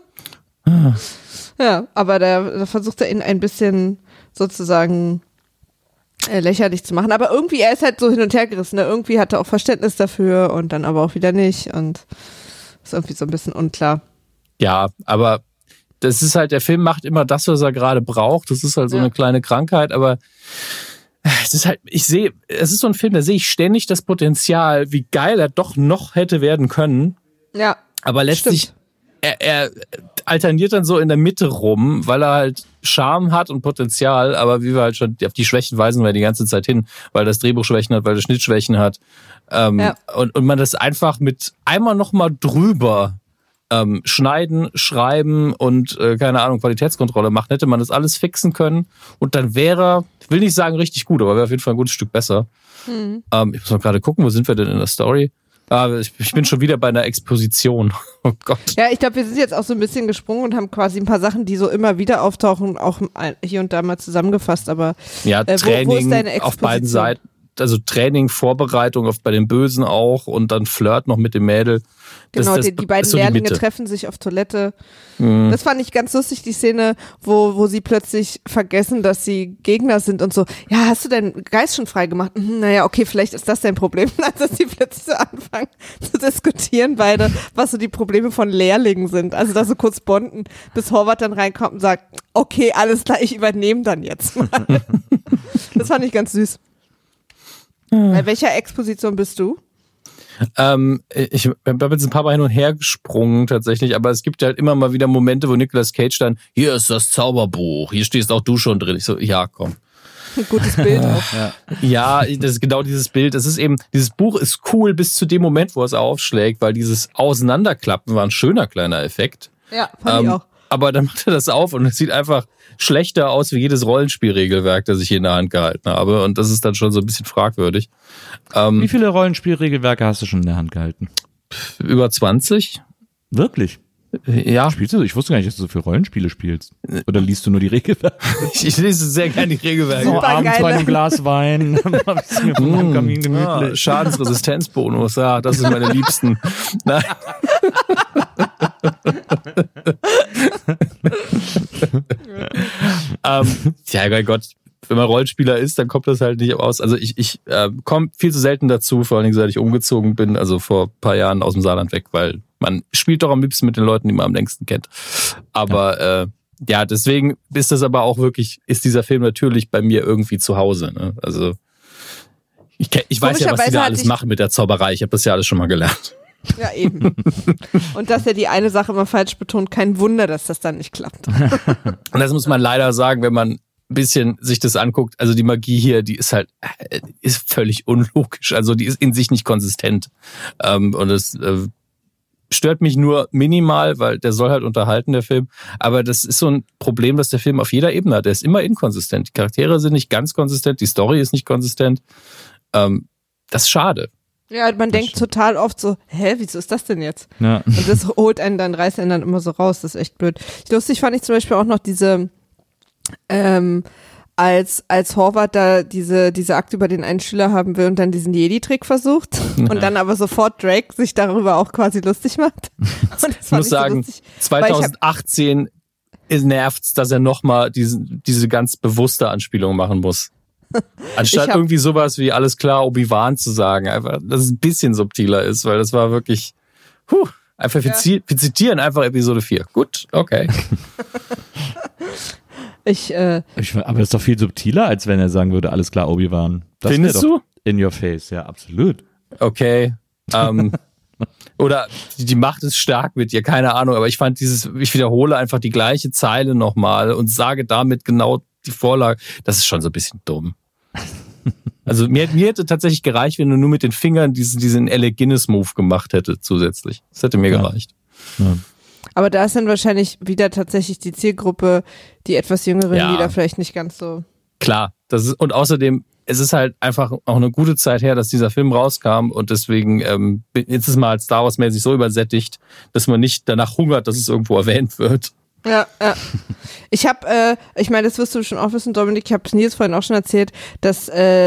Ja, aber da versucht er ihn ein bisschen sozusagen lächerlich zu machen. Aber irgendwie, er ist halt so hin und her gerissen. Ne? Irgendwie hat er auch Verständnis dafür und dann aber auch wieder nicht. Und ist irgendwie so ein bisschen unklar. Ja, aber das ist halt, der Film macht immer das, was er gerade braucht. Das ist halt so eine kleine Krankheit, aber es ist halt, es ist so ein Film, da sehe ich ständig das Potenzial, wie geil er doch noch hätte werden können. Ja. Aber letztlich, er alterniert dann so in der Mitte rum, weil er halt Charme hat und Potenzial, aber wie wir halt schon auf die Schwächen weisen wir die ganze Zeit hin, weil das Drehbuch Schwächen hat, weil das Schnitt Schwächen hat. Und man das einfach mit einmal nochmal drüber schneiden, schreiben und keine Ahnung, Qualitätskontrolle machen, hätte man das alles fixen können und dann wäre, ich will nicht sagen richtig gut, aber wäre auf jeden Fall ein gutes Stück besser. Ich muss mal gerade gucken, wo sind wir denn in der Story? Ich bin schon wieder bei einer Exposition. Oh Gott. Ja, ich glaube, wir sind jetzt auch so ein bisschen gesprungen und haben quasi ein paar Sachen, die so immer wieder auftauchen, auch hier und da mal zusammengefasst. Aber ja, Training wo ist deine Exposition? Auf beiden Seiten. Also Training, Vorbereitung, oft bei den Bösen auch und dann Flirt noch mit dem Mädel. Genau, die beiden Lehrlinge treffen sich auf Toilette. Das fand ich ganz lustig, die Szene, wo sie plötzlich vergessen, dass sie Gegner sind und so, ja, hast du deinen Geist schon frei gemacht? Naja, okay, vielleicht ist das dein Problem. Dass sie plötzlich so anfangen zu diskutieren beide, was so die Probleme von Lehrlingen sind. Also da so kurz bonden, bis Horvath dann reinkommt und sagt, okay, alles klar, ich übernehme dann jetzt mal. Das fand ich ganz süß. Bei welcher Exposition bist du? Ich habe jetzt ein paar Mal hin und her gesprungen tatsächlich, aber es gibt halt immer mal wieder Momente, wo Nicolas Cage dann, hier ist das Zauberbuch, hier stehst auch du schon drin. Ich so, ja, komm. Ein gutes Bild auch. Ja, das ist genau dieses Bild. Das ist eben, dieses Buch ist cool bis zu dem Moment, wo es aufschlägt, weil dieses Auseinanderklappen war ein schöner kleiner Effekt. Ja, fand ich auch. Aber dann macht er das auf und es sieht einfach schlechter aus wie jedes Rollenspielregelwerk, das ich hier in der Hand gehalten habe. Und das ist dann schon so ein bisschen fragwürdig. Wie viele Rollenspielregelwerke hast du schon in der Hand gehalten? Über 20. Wirklich? Ja. Spielst du? Ich wusste gar nicht, dass du so viele Rollenspiele spielst. Oder liest du nur die Regelwerke? Ich lese sehr gerne die Regelwerke. So, abends geil, bei ne? einem Glas Wein. Hab ich mir von meinem Kamin gemütlich. Schadensresistenzbonus, ja, das sind meine Liebsten. Nein. Ja, mein Gott, wenn man Rollenspieler ist, dann kommt das halt nicht aus. Also ich komme viel zu selten dazu, vor allen Dingen seit ich umgezogen bin, also vor ein paar Jahren aus dem Saarland weg, weil man spielt doch am liebsten mit den Leuten, die man am längsten kennt. Aber ja, deswegen ist das aber auch wirklich, ist dieser Film natürlich bei mir irgendwie zu Hause. Ne? Also ich weiß ja, was die da alles machen mit der Zauberei. Ich habe das ja alles schon mal gelernt. Ja, eben. Und dass er die eine Sache immer falsch betont, kein Wunder, dass das dann nicht klappt. Und das muss man leider sagen, wenn man ein bisschen sich das anguckt. Also die Magie hier, die ist halt, ist völlig unlogisch. Also die ist in sich nicht konsistent. Und es stört mich nur minimal, weil der soll halt unterhalten, der Film. Aber das ist so ein Problem, das der Film auf jeder Ebene hat. Der ist immer inkonsistent. Die Charaktere sind nicht ganz konsistent, die Story ist nicht konsistent. Das ist schade. Ja, man denkt total oft so, wieso ist das denn jetzt? Ja. Und das holt einen dann, reißt einen dann immer so raus, das ist echt blöd. Lustig fand ich zum Beispiel auch noch diese, als Horvath da diese Akte über den einen Schüler haben will und dann diesen Jedi-Trick versucht und dann aber sofort Drake sich darüber auch quasi lustig macht. Und ich muss sagen, so lustig, 2018 nervt's, dass er nochmal diese ganz bewusste Anspielung machen muss. Anstatt irgendwie sowas wie alles klar Obi-Wan zu sagen, einfach, dass es ein bisschen subtiler ist, weil das war wirklich, einfach wir zitieren einfach Episode 4. Gut, okay. Aber das ist doch viel subtiler, als wenn er sagen würde, alles klar Obi-Wan. Das findest du? In your face, ja, absolut. Okay. Oder die Macht ist stark mit dir, keine Ahnung, aber ich fand ich wiederhole einfach die gleiche Zeile nochmal und sage damit genau die Vorlage, das ist schon so ein bisschen dumm. Also mir hätte tatsächlich gereicht, wenn du nur mit den Fingern diesen Alec Guinness-Move gemacht hätte zusätzlich. Das hätte mir gereicht. Ja. Aber da ist dann wahrscheinlich wieder tatsächlich die Zielgruppe, die etwas Jüngeren, die da vielleicht nicht ganz so... Klar, und außerdem, es ist halt einfach auch eine gute Zeit her, dass dieser Film rauskam und deswegen jetzt ist mal als Star Wars-mäßig so übersättigt, dass man nicht danach hungert, dass es irgendwo erwähnt wird. Ja. Ich meine, das wirst du schon auch wissen, Dominik, ich habe es Nils vorhin auch schon erzählt, dass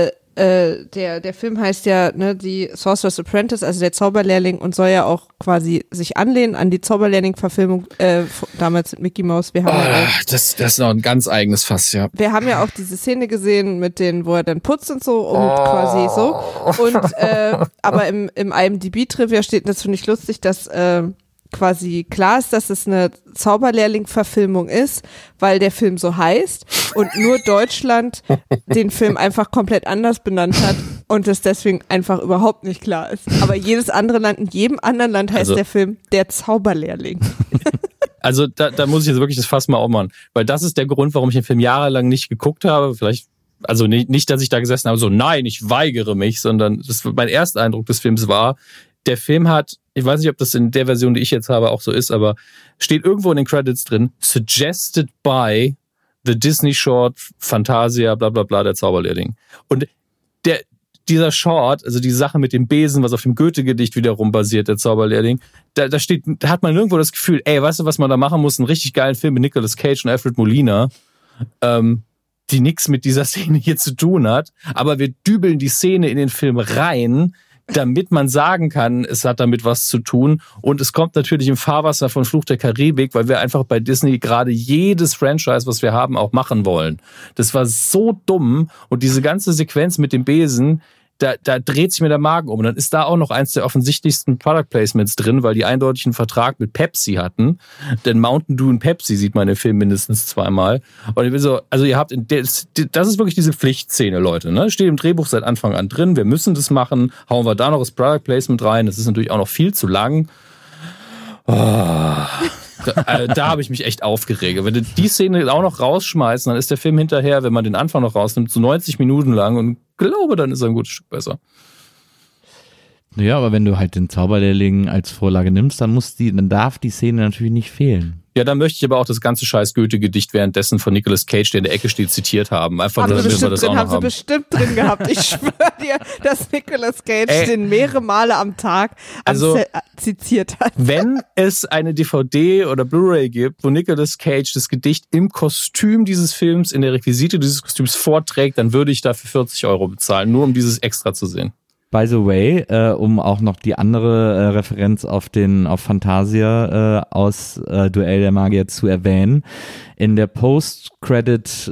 der Film heißt ja, ne, die Sorcerer's Apprentice, also der Zauberlehrling, und soll ja auch quasi sich anlehnen an die Zauberlehrling-Verfilmung damals mit Mickey Mouse. Wir haben das ist noch ein ganz eigenes Fass, ja. Wir haben ja auch diese Szene gesehen mit wo er dann putzt und so und quasi so. Und aber im IMDb-Trivia steht, das finde ich lustig, dass quasi klar ist, dass es eine Zauberlehrling-Verfilmung ist, weil der Film so heißt und nur Deutschland den Film einfach komplett anders benannt hat und es deswegen einfach überhaupt nicht klar ist. Aber jedes andere Land, in jedem anderen Land heißt der Film Der Zauberlehrling. Also da muss ich jetzt wirklich das Fass mal aufmachen, weil das ist der Grund, warum ich den Film jahrelang nicht geguckt habe. Vielleicht, also nicht, dass ich da gesessen habe, so nein, ich weigere mich, sondern mein erster Eindruck des Films war, der Film hat, ich weiß nicht, ob das in der Version, die ich jetzt habe, auch so ist, aber steht irgendwo in den Credits drin, suggested by the Disney Short Fantasia, bla bla bla, der Zauberlehrling. Und dieser Short, also die Sache mit dem Besen, was auf dem Goethe-Gedicht wiederum basiert, der Zauberlehrling, da hat man irgendwo das Gefühl, weißt du, was man da machen muss? Einen richtig geilen Film mit Nicolas Cage und Alfred Molina, die nichts mit dieser Szene hier zu tun hat, aber wir dübeln die Szene in den Film rein, damit man sagen kann, es hat damit was zu tun. Und es kommt natürlich im Fahrwasser von Fluch der Karibik, weil wir einfach bei Disney gerade jedes Franchise, was wir haben, auch machen wollen. Das war so dumm. Und diese ganze Sequenz mit dem Besen, da dreht sich mir der Magen um. Und dann ist da auch noch eins der offensichtlichsten Product Placements drin, weil die eindeutig einen Vertrag mit Pepsi hatten. Denn Mountain Dew und Pepsi sieht man im Film mindestens zweimal. Und ich bin so, also ihr habt, das ist wirklich diese Pflichtszene, Leute. Ne? Steht im Drehbuch seit Anfang an drin. Wir müssen das machen. Hauen wir da noch das Product Placement rein. Das ist natürlich auch noch viel zu lang. Da habe ich mich echt aufgeregt. Wenn du die Szene auch noch rausschmeißt, dann ist der Film hinterher, wenn man den Anfang noch rausnimmt, so 90 Minuten lang und glaube, dann ist er ein gutes Stück besser. Ja, aber wenn du halt den Zauberlehrling als Vorlage nimmst, dann darf die Szene natürlich nicht fehlen. Ja, dann möchte ich aber auch das ganze scheiß Goethe-Gedicht währenddessen von Nicolas Cage, der in der Ecke steht, zitiert haben. Einfach nur, damit wir das auch noch haben. Haben sie bestimmt drin gehabt. Ich schwöre dir, dass Nicolas Cage den mehrere Male am Tag zitiert hat. Wenn es eine DVD oder Blu-ray gibt, wo Nicolas Cage das Gedicht im Kostüm dieses Films, in der Requisite dieses Kostüms vorträgt, dann würde ich dafür 40 € bezahlen, nur um dieses extra zu sehen. By the way, um auch noch die andere Referenz auf Fantasia aus Duell der Magier zu erwähnen. In der Post-Credit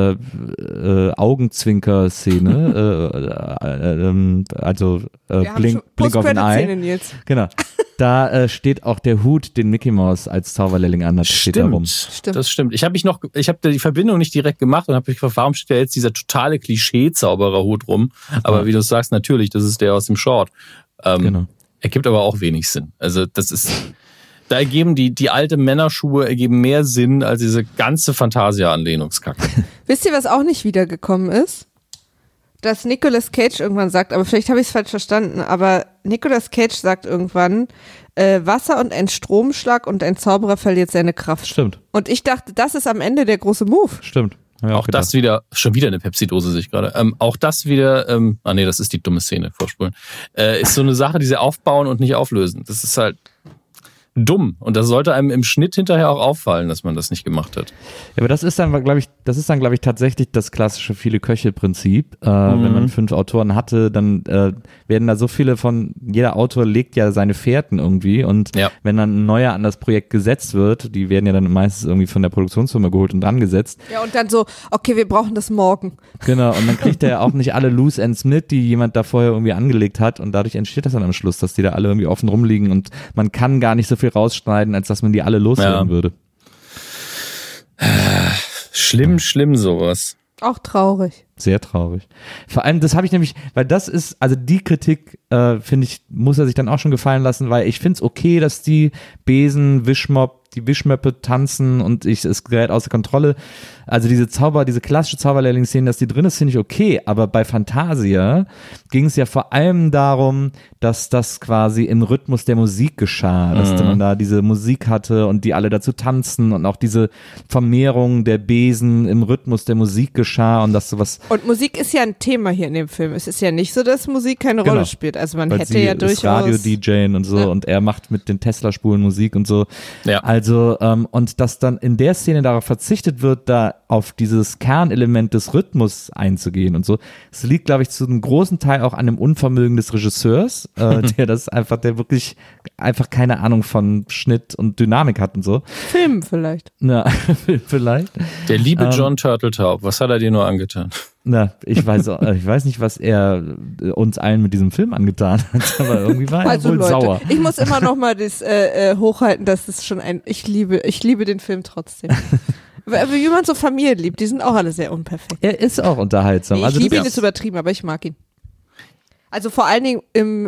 Augenzwinker-Szene, Blink of an Eye. Genau. Da steht auch der Hut, den Mickey Mouse als Zauberlehrling anhat, steht da rum. Stimmt. Das stimmt. Ich habe die Verbindung nicht direkt gemacht und habe mich gefragt, warum steht da jetzt dieser totale Klischee-Zaubererhut rum? Aber wie du sagst, natürlich, das ist der aus dem Short. Genau. Ergibt aber auch wenig Sinn. Also das ist, da ergeben die alte Männerschuhe ergeben mehr Sinn als diese ganze Fantasia-Anlehnungskacke. Wisst ihr, was auch nicht wiedergekommen ist? Dass Nicolas Cage irgendwann sagt, aber vielleicht habe ich es falsch verstanden, aber Nicolas Cage sagt irgendwann, Wasser und ein Stromschlag und ein Zauberer verliert seine Kraft. Stimmt. Und ich dachte, das ist am Ende der große Move. Stimmt. Auch das wieder, schon wieder eine Pepsi-Dose sehe ich gerade. Auch das wieder, das ist die dumme Szene, vorspulen. Ist so eine Sache, die sie aufbauen und nicht auflösen. Das ist halt dumm. Und das sollte einem im Schnitt hinterher auch auffallen, dass man das nicht gemacht hat. Ja, aber das ist dann, glaube ich, tatsächlich das klassische Viele-Köche-Prinzip. Wenn man 5 Autoren hatte, dann werden da so viele jeder Autor legt ja seine Fährten irgendwie und wenn dann ein neuer an das Projekt gesetzt wird, die werden ja dann meistens irgendwie von der Produktionsfirma geholt und dran gesetzt. Ja, und dann so, okay, wir brauchen das morgen. Genau, und dann kriegt er ja auch nicht alle Loose Ends mit, die jemand da vorher irgendwie angelegt hat und dadurch entsteht das dann am Schluss, dass die da alle irgendwie offen rumliegen und man kann gar nicht so viel rausschneiden, als dass man die alle loswerden würde. Schlimm sowas. Auch traurig. Sehr traurig. Vor allem, das habe ich nämlich, weil das ist, also die Kritik, finde ich, muss er sich dann auch schon gefallen lassen, weil ich finde es okay, dass die Besen, die Wischmöppe tanzen und es gerät außer Kontrolle. Also diese klassische Zauberlehrling-Szene, dass die drin ist, finde ich okay, aber bei Fantasia ging es ja vor allem darum, dass das quasi im Rhythmus der Musik geschah, dass man da diese Musik hatte und die alle dazu tanzen und auch diese Vermehrung der Besen im Rhythmus der Musik geschah und dass sowas. Und Musik ist ja ein Thema hier in dem Film. Es ist ja nicht so, dass Musik keine Rolle spielt. Also man hätte ja durchaus Radio-DJen und so und er macht mit den Tesla-Spulen Musik und so. Ja. Also und dass dann in der Szene darauf verzichtet wird, da auf dieses Kernelement des Rhythmus einzugehen und so. Es liegt, glaube ich, zu einem großen Teil auch an dem Unvermögen des Regisseurs, der wirklich einfach keine Ahnung von Schnitt und Dynamik hat und so. Film vielleicht. Na, vielleicht. Der liebe John Turteltaub, was hat er dir nur angetan? Na, ich weiß nicht, was er uns allen mit diesem Film angetan hat, aber irgendwie war er wohl Leute, sauer. Ich muss immer noch mal das hochhalten, dass es schon ich liebe den Film trotzdem. Wie man so Familie liebt, die sind auch alle sehr unperfekt. Er ist auch unterhaltsam. Ich liebe ihn, ist übertrieben, aber ich mag ihn. Also vor allen Dingen in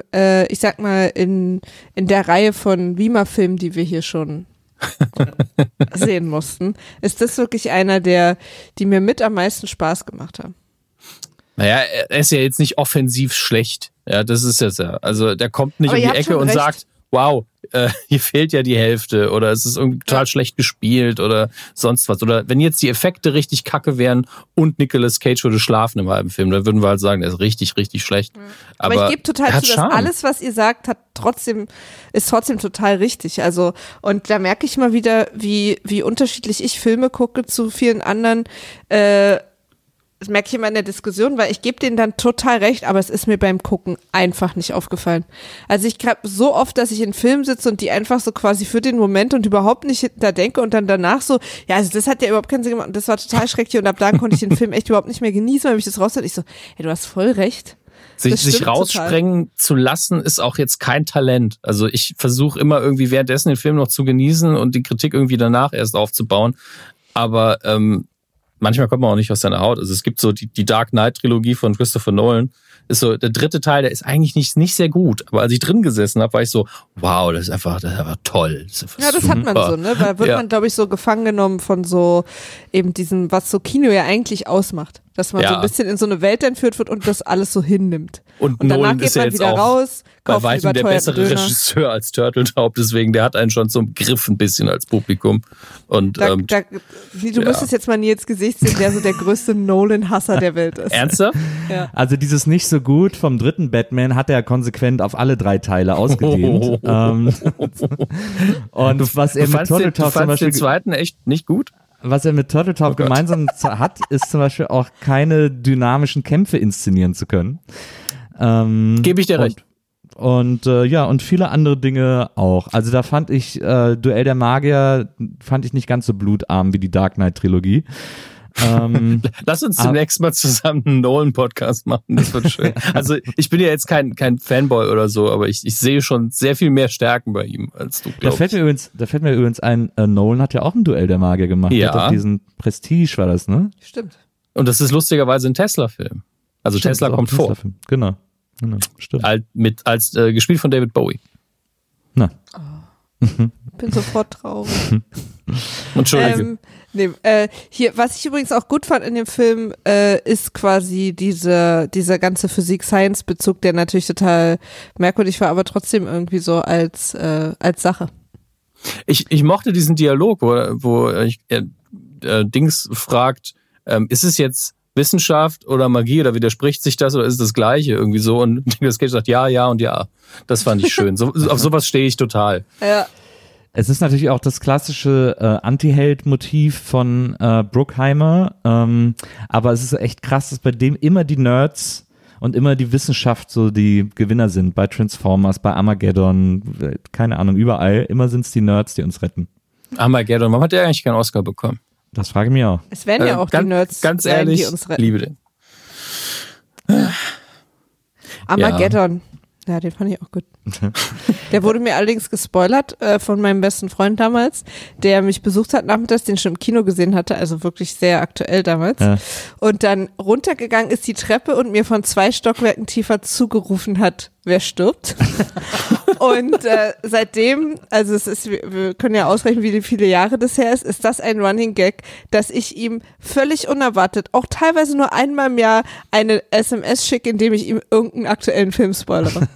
der Reihe von Wima-Filmen, die wir hier schon sehen mussten, ist das wirklich einer die mir mit am meisten Spaß gemacht haben. Naja, er ist ja jetzt nicht offensiv schlecht. Ja, das ist es ja. Also der kommt nicht aber um die Ecke und sagt, wow, hier fehlt ja die Hälfte oder es ist irgendwie total schlecht gespielt oder sonst was. Oder wenn jetzt die Effekte richtig kacke wären und Nicolas Cage würde schlafen im halben Film, dann würden wir halt sagen, der ist richtig, richtig schlecht. Aber ich gebe total zu, dass alles, was ihr sagt, ist trotzdem total richtig. Also, und da merke ich mal wieder, wie unterschiedlich ich Filme gucke zu vielen anderen, das merke ich immer in der Diskussion, weil ich gebe denen dann total recht, aber es ist mir beim Gucken einfach nicht aufgefallen. Also ich habe so oft, dass ich in Filmen sitze und die einfach so quasi für den Moment und überhaupt nicht da denke und dann danach so, ja, also das hat ja überhaupt keinen Sinn gemacht und das war total schrecklich und ab da konnte ich den Film echt überhaupt nicht mehr genießen, weil mich das raushört. Ich so, hey, du hast voll recht. Sich raussprengen zu lassen, ist auch jetzt kein Talent. Also ich versuche immer irgendwie währenddessen den Film noch zu genießen und die Kritik irgendwie danach erst aufzubauen. Aber manchmal kommt man auch nicht aus seiner Haut. Also es gibt so die Dark Knight-Trilogie von Christopher Nolan. Ist so der dritte Teil, der ist eigentlich nicht sehr gut. Aber als ich drin gesessen habe, war ich so, wow, das ist einfach toll. Das ist ja, das super. Hat man so, ne? Da wird man, glaube ich, so gefangen genommen von so eben diesem, was so Kino ja eigentlich ausmacht. Dass man so ein bisschen in so eine Welt entführt wird und das alles so hinnimmt. Und danach Nolan geht ist ja man jetzt wieder auch raus, bei kauft weitem der bessere Döner. Regisseur als Turteltaub, deswegen der hat einen schon zum Griff ein bisschen als Publikum. Und Du müsstest jetzt mal Nils Gesicht sehen, der so der größte Nolan-Hasser der Welt ist. ernsthaft? Ja. Also dieses nicht so gut vom dritten Batman hat er konsequent auf alle 3 Teile ausgedehnt. Und was er mit Turteltaub zum Beispiel... den zweiten echt nicht gut? Was er mit Turteltaub gemeinsam hat, ist zum Beispiel auch keine dynamischen Kämpfe inszenieren zu können. Gebe ich dir recht. Und viele andere Dinge auch. Also da fand ich Duell der Magier nicht ganz so blutarm wie die Dark Knight Trilogie. Lass uns demnächst mal zusammen einen Nolan-Podcast machen, das wird schön. Also ich bin ja jetzt kein Fanboy oder so, aber ich sehe schon sehr viel mehr Stärken bei ihm, als du glaubst. Da fällt mir übrigens ein, Nolan hat ja auch ein Duell der Magier gemacht. Ja. Hat doch diesen Prestige war das, ne? Stimmt. Und das ist lustigerweise ein Tesla-Film. Also Stimmt, Tesla ist auch kommt ein vor. Tesla-Film. Genau, stimmt. Als gespielt von David Bowie. Na. Bin sofort traurig. Entschuldige. Hier, was ich übrigens auch gut fand in dem Film, ist quasi dieser ganze Physik-Science-Bezug, der natürlich total merkwürdig war, aber trotzdem irgendwie so als Sache. Ich mochte diesen Dialog, wo Dings fragt, ist es jetzt Wissenschaft oder Magie oder widerspricht sich das oder ist es das Gleiche irgendwie so? Und Nicolas Cage sagt ja und ja. Das fand ich schön. Auf sowas stehe ich total. Ja. Es ist natürlich auch das klassische Anti-Held-Motiv von Bruckheimer, aber es ist echt krass, dass bei dem immer die Nerds und immer die Wissenschaft so die Gewinner sind. Bei Transformers, bei Armageddon, keine Ahnung, überall. Immer sind es die Nerds, die uns retten. Armageddon, warum hat der eigentlich keinen Oscar bekommen? Das frage ich mich auch. Es werden ja auch die Nerds ganz sein, ehrlich, die uns retten. liebe den. Armageddon. Ja, den fand ich auch gut. Der wurde mir allerdings gespoilert von meinem besten Freund damals, der mich besucht hat nachmittags, den ich schon im Kino gesehen hatte, also wirklich sehr aktuell damals. Ja. Und dann runtergegangen ist die Treppe und mir von 2 Stockwerken tiefer zugerufen hat, wer stirbt. Und seitdem, also wir können ja ausrechnen, wie viele Jahre das her ist das ein Running Gag, dass ich ihm völlig unerwartet, auch teilweise nur einmal im Jahr, eine SMS schicke, indem ich ihm irgendeinen aktuellen Film spoilere.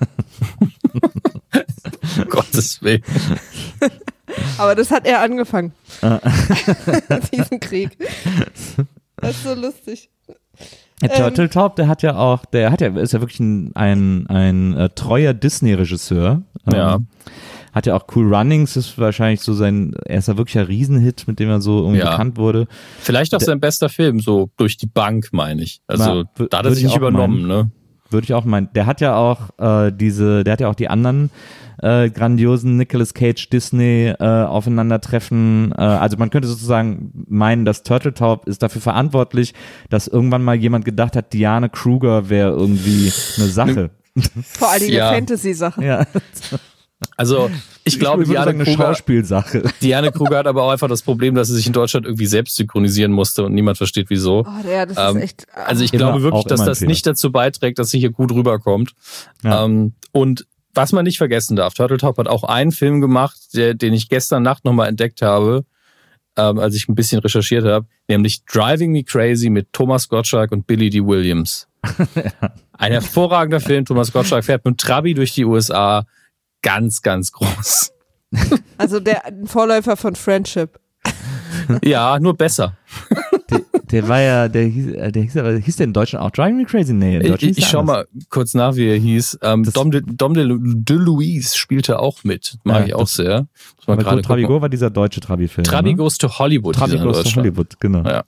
Um Gottes Willen. Aber das hat er angefangen. Diesen Krieg. Das ist so lustig. Turteltaub, ist ja wirklich ein treuer Disney-Regisseur. Ja. Hat ja auch Cool Runnings, ist wahrscheinlich so sein erster wirklicher Riesenhit, mit dem er so irgendwie bekannt wurde. Vielleicht auch sein bester Film, so durch die Bank, meine ich. Also da hat er sich nicht übernommen, ne? Würde ich auch meinen. Der hat ja auch die anderen grandiosen Nicolas Cage Disney Aufeinandertreffen. Also man könnte sozusagen meinen, dass Turteltaub ist dafür verantwortlich, dass irgendwann mal jemand gedacht hat, Diane Kruger wäre irgendwie eine Sache. Vor allem eine Fantasy-Sache. Ja. Also ich glaube, Diane Kruger, Schauspielsache. Diane Kruger hat aber auch einfach das Problem, dass sie sich in Deutschland irgendwie selbst synchronisieren musste und niemand versteht, wieso. Oh, ja, das ist echt. Also ich glaube wirklich, dass das nicht dazu beiträgt, dass sie hier gut rüberkommt. Ja. Und was man nicht vergessen darf, Turteltaub hat auch einen Film gemacht, den ich gestern Nacht nochmal entdeckt habe, als ich ein bisschen recherchiert habe, nämlich Driving Me Crazy mit Thomas Gottschalk und Billy Dee Williams. Ja. Ein hervorragender Film. Thomas Gottschalk fährt mit Trabi durch die USA. Ganz, ganz groß. Also der Vorläufer von Friendship. Ja, nur besser. Der war ja, hieß der in Deutschland auch Driving Me Crazy? Nee, in Deutschland ich schau mal kurz nach, wie er hieß. Dom DeLuise spielte auch mit. Mag ich auch sehr. Trabigo war dieser deutsche Trabi-Film. Trabi Goes to Hollywood. Trabi Goes to Hollywood, genau. Ja.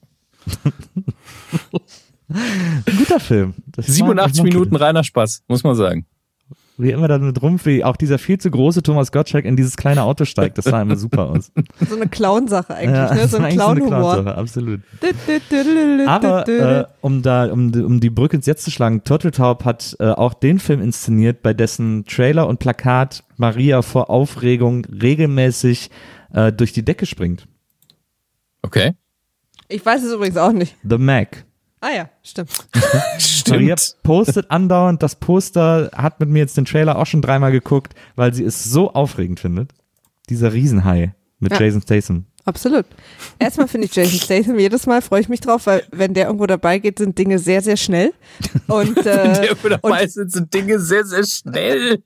Ein guter Film. 87 Minuten reiner Spaß, muss man sagen. Wie immer damit wie auch dieser viel zu große Thomas Gottschalk in dieses kleine Auto steigt, das sah immer super aus. So eine Clown-Sache eigentlich, ne? So ein Clown-Humor. So absolut. Aber um die Brücke ins Jetzt zu schlagen, Turteltaub hat auch den Film inszeniert, bei dessen Trailer und Plakat Maria vor Aufregung regelmäßig durch die Decke springt. Okay. Ich weiß es übrigens auch nicht. The Mac. Ah ja, stimmt. Maria postet andauernd, das Poster hat mit mir jetzt den Trailer auch schon 3-mal geguckt, weil sie es so aufregend findet. Dieser Riesenhai mit Jason Statham. Absolut. Erstmal finde ich Jason Statham, jedes Mal freue ich mich drauf, weil wenn der irgendwo dabei geht, sind Dinge sehr, sehr schnell. Und, wenn der irgendwo dabei sind Dinge sehr, sehr schnell.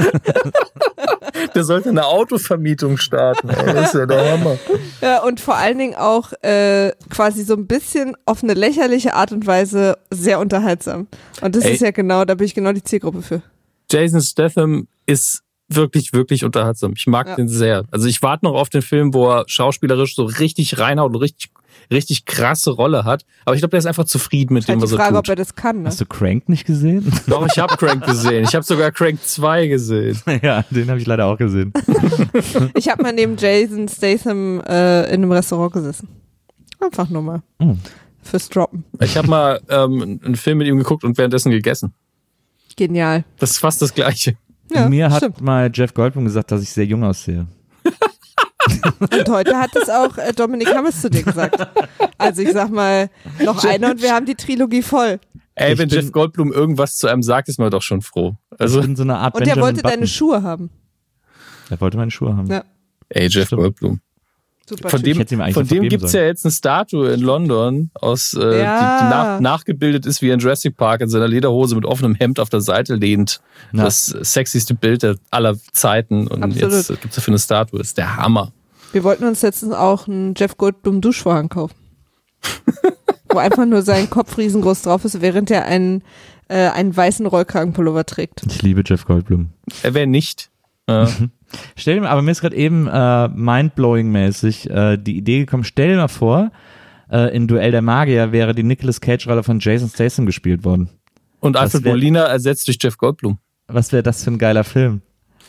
Der sollte eine Autovermietung starten. Ey. Das ist ja der Hammer. Ja, und vor allen Dingen auch quasi so ein bisschen auf eine lächerliche Art und Weise sehr unterhaltsam. Und das ist ja genau, da bin ich genau die Zielgruppe für. Jason Statham ist wirklich, wirklich unterhaltsam. Ich mag den sehr. Also ich warte noch auf den Film, wo er schauspielerisch so richtig reinhaut und richtig krasse Rolle hat. Aber ich glaube, der ist einfach zufrieden mit dem, was er tut. Die Frage, ob er das kann. Ne? Hast du Crank nicht gesehen? Doch, ich habe Crank gesehen. Ich habe sogar Crank 2 gesehen. Ja, den habe ich leider auch gesehen. Ich habe mal neben Jason Statham in einem Restaurant gesessen. Einfach nur mal. Fürs Droppen. Ich habe mal einen Film mit ihm geguckt und währenddessen gegessen. Genial. Das ist fast das Gleiche. Ja, Mir stimmt. hat mal Jeff Goldblum gesagt, dass ich sehr jung aussehe. Und heute hat es auch Dominik Hammes zu dir gesagt. Also ich sag mal, noch einer und wir haben die Trilogie voll. Ey, wenn Jeff Goldblum irgendwas zu einem sagt, ist man doch schon froh. Also, ich bin so eine Art und Benjamin er wollte Button. deine Schuhe haben. Er wollte meine Schuhe haben. Ja. ey, Jeff Goldblum. Super Von Typ. dem gibt's ja jetzt eine Statue in London, die nachgebildet ist, wie er in Jurassic Park in seiner Lederhose mit offenem Hemd auf der Seite lehnt. Ja. Das sexyste Bild aller Zeiten. Und Absolut. Jetzt gibt's dafür eine Statue. Das ist der Hammer. Wir wollten uns letztens auch einen Jeff Goldblum Duschvorhang kaufen. Wo einfach nur sein Kopf riesengroß drauf ist, während er einen weißen Rollkragenpullover trägt. Ich liebe Jeff Goldblum. Er wäre nicht. Stell dir mal, aber mir ist gerade eben mindblowing-mäßig die Idee gekommen, stell dir mal vor, in Duell der Magier wäre die Nicolas Cage-Rolle von Jason Statham gespielt worden. Und Alfred Molina ersetzt durch Jeff Goldblum. Was wäre das für ein geiler Film?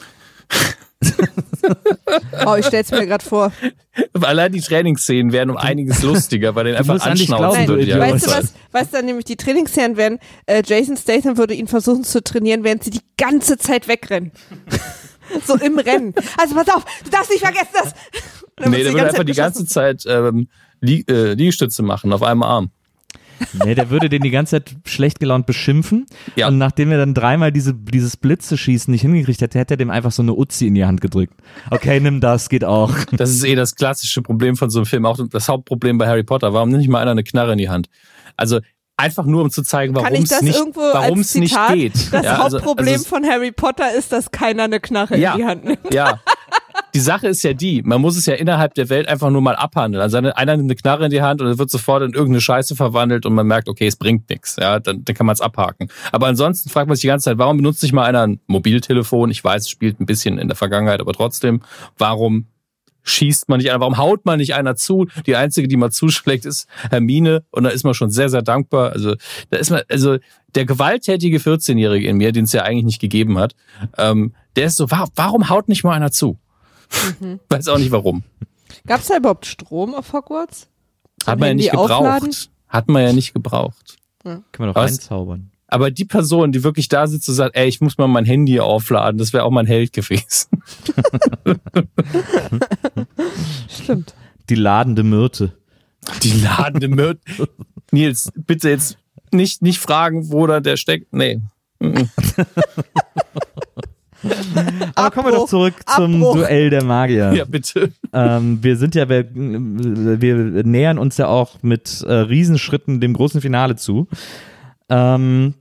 Oh, ich stell's mir gerade vor. Allein die Trainingsszenen wären um einiges lustiger, weil den einfach musst an dich anschnauzen glauben, wird. du Idiot. Weißt du was dann nämlich die Trainingsszenen werden? Jason Statham würde ihn versuchen zu trainieren, während sie die ganze Zeit wegrennen. So im Rennen. Also pass auf, du darfst nicht vergessen das. Nee, der würde einfach die ganze Zeit Liegestütze machen auf einem Arm. Nee, der würde den die ganze Zeit schlecht gelaunt beschimpfen. Ja. Und nachdem er dann dreimal dieses Blitzeschießen nicht hingekriegt hätte, hätte er dem einfach so eine Uzi in die Hand gedrückt. Okay, nimm das, geht auch. Das ist das klassische Problem von so einem Film. Auch das Hauptproblem bei Harry Potter. Warum nimmt nicht mal einer eine Knarre in die Hand? Also einfach nur, um zu zeigen, warum es nicht geht. Das ja, Hauptproblem von Harry Potter ist, dass keiner eine Knarre in die Hand nimmt. Ja. Die Sache ist ja man muss es ja innerhalb der Welt einfach nur mal abhandeln. Also einer nimmt eine Knarre in die Hand und es wird sofort in irgendeine Scheiße verwandelt und man merkt, okay, es bringt nichts. Ja, dann kann man es abhaken. Aber ansonsten fragt man sich die ganze Zeit, warum benutzt nicht mal einer ein Mobiltelefon? Ich weiß, es spielt ein bisschen in der Vergangenheit, aber trotzdem, warum schießt man nicht einer? Warum haut man nicht einer zu? Die einzige, die mal zuschlägt, ist Hermine und da ist man schon sehr, sehr dankbar. Also der gewalttätige 14-Jährige in mir, den es ja eigentlich nicht gegeben hat, der ist so, warum haut nicht mal einer zu? Weiß auch nicht warum. Gab es da überhaupt Strom auf Hogwarts? Hat man ja nicht gebraucht. Hat man ja nicht gebraucht. Ja. Können wir doch reinzaubern. Aber die Person, die wirklich da sitzt und sagt, ey, ich muss mal mein Handy aufladen, das wäre auch mein Held gewesen. Stimmt. Die ladende Myrte. Die ladende Myrte. Nils, bitte jetzt nicht fragen, wo da der steckt. Nee. Aber kommen wir doch zurück zum Duell der Magier. Ja, bitte. Wir nähern uns ja auch mit Riesenschritten dem großen Finale zu. Wo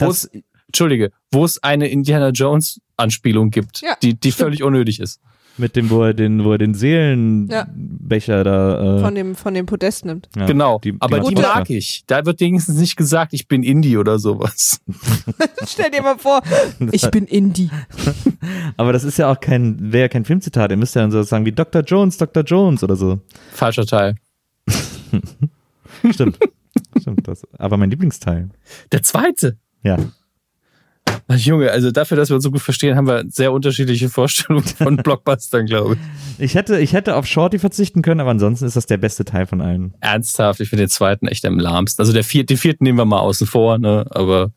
es eine Indiana Jones Anspielung gibt, die völlig unnötig ist. Mit dem, wo er den Seelenbecher da von dem Podest nimmt. Ja, genau, aber die mag ich. Da wird wenigstens nicht gesagt, ich bin Indie oder sowas. Stell dir mal vor, ich bin Indie. Aber das ist ja auch wäre ja kein Filmzitat. Ihr müsst ja dann so sagen wie Dr. Jones oder so. Falscher Teil. Stimmt, das. Aber mein Lieblingsteil. Der zweite? Ja. Ach, Junge, also dafür, dass wir uns so gut verstehen, haben wir sehr unterschiedliche Vorstellungen von Blockbustern, glaube ich. Ich hätte auf Shorty verzichten können, aber ansonsten ist das der beste Teil von allen. Ernsthaft, ich finde den zweiten echt am lahmsten. Also den vierten nehmen wir mal außen vor, ne? Aber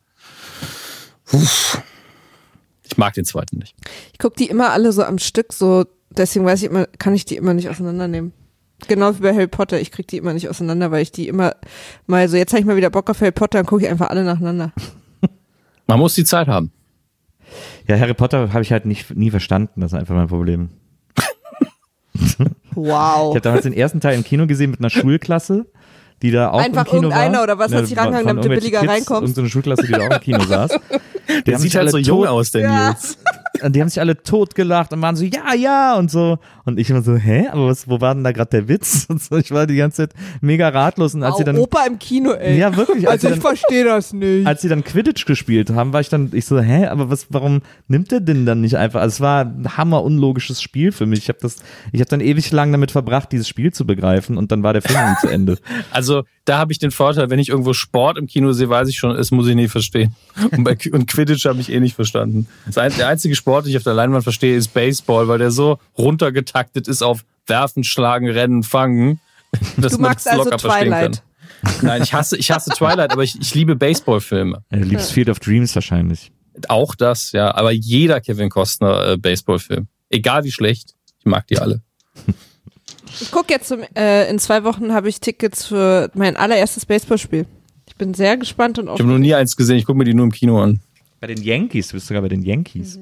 ich mag den zweiten nicht. Ich gucke die immer alle so am Stück, so deswegen kann ich die immer nicht auseinandernehmen. Genau wie bei Harry Potter, ich kriege die immer nicht auseinander, weil ich die immer mal so, jetzt habe ich mal wieder Bock auf Harry Potter, dann gucke ich einfach alle nacheinander. Man muss die Zeit haben. Ja, Harry Potter habe ich halt nie verstanden, das ist einfach mein Problem. Wow. Ich habe damals den ersten Teil im Kino gesehen mit einer Schulklasse, die da auch Einfach im Kino irgendeiner war. oder was hat sich rangehangen, damit du billiger reinkommst? Irgend so eine Schulklasse, die da auch im Kino saß. Der sieht halt so jung aus, der Nils. Die haben sich alle totgelacht und waren so, ja und so. Und ich immer so, aber wo war denn da gerade der Witz? Und so, ich war die ganze Zeit mega ratlos. Und als sie dann, Opa im Kino, ey. Ja, wirklich. Also ich verstehe das nicht. Als sie dann Quidditch gespielt haben, war ich so, aber warum nimmt der denn dann nicht einfach? Also es war ein hammer unlogisches Spiel für mich. Ich habe dann ewig lang damit verbracht, dieses Spiel zu begreifen und dann war der Film zu Ende. Also da habe ich den Vorteil, wenn ich irgendwo Sport im Kino sehe, weiß ich schon, es muss ich nie verstehen. Und Quidditch habe ich nicht verstanden. Der einzige Sport, den ich auf der Leinwand verstehe, ist Baseball, weil der so runtergetaktet ist auf Werfen, Schlagen, Rennen, Fangen, dass du man magst das locker also verstehen Twilight. kann. Nein, ich hasse Twilight, aber ich liebe Baseballfilme. Du liebst Field of Dreams wahrscheinlich. Auch das, ja. Aber jeder Kevin Costner Baseballfilm. Egal wie schlecht, ich mag die alle. Ich gucke jetzt, in 2 Wochen habe ich Tickets für mein allererstes Baseballspiel. Ich bin sehr gespannt und Ich habe noch nie eins gesehen, ich gucke mir die nur im Kino an. Bei den Yankees, du bist sogar bei den Yankees.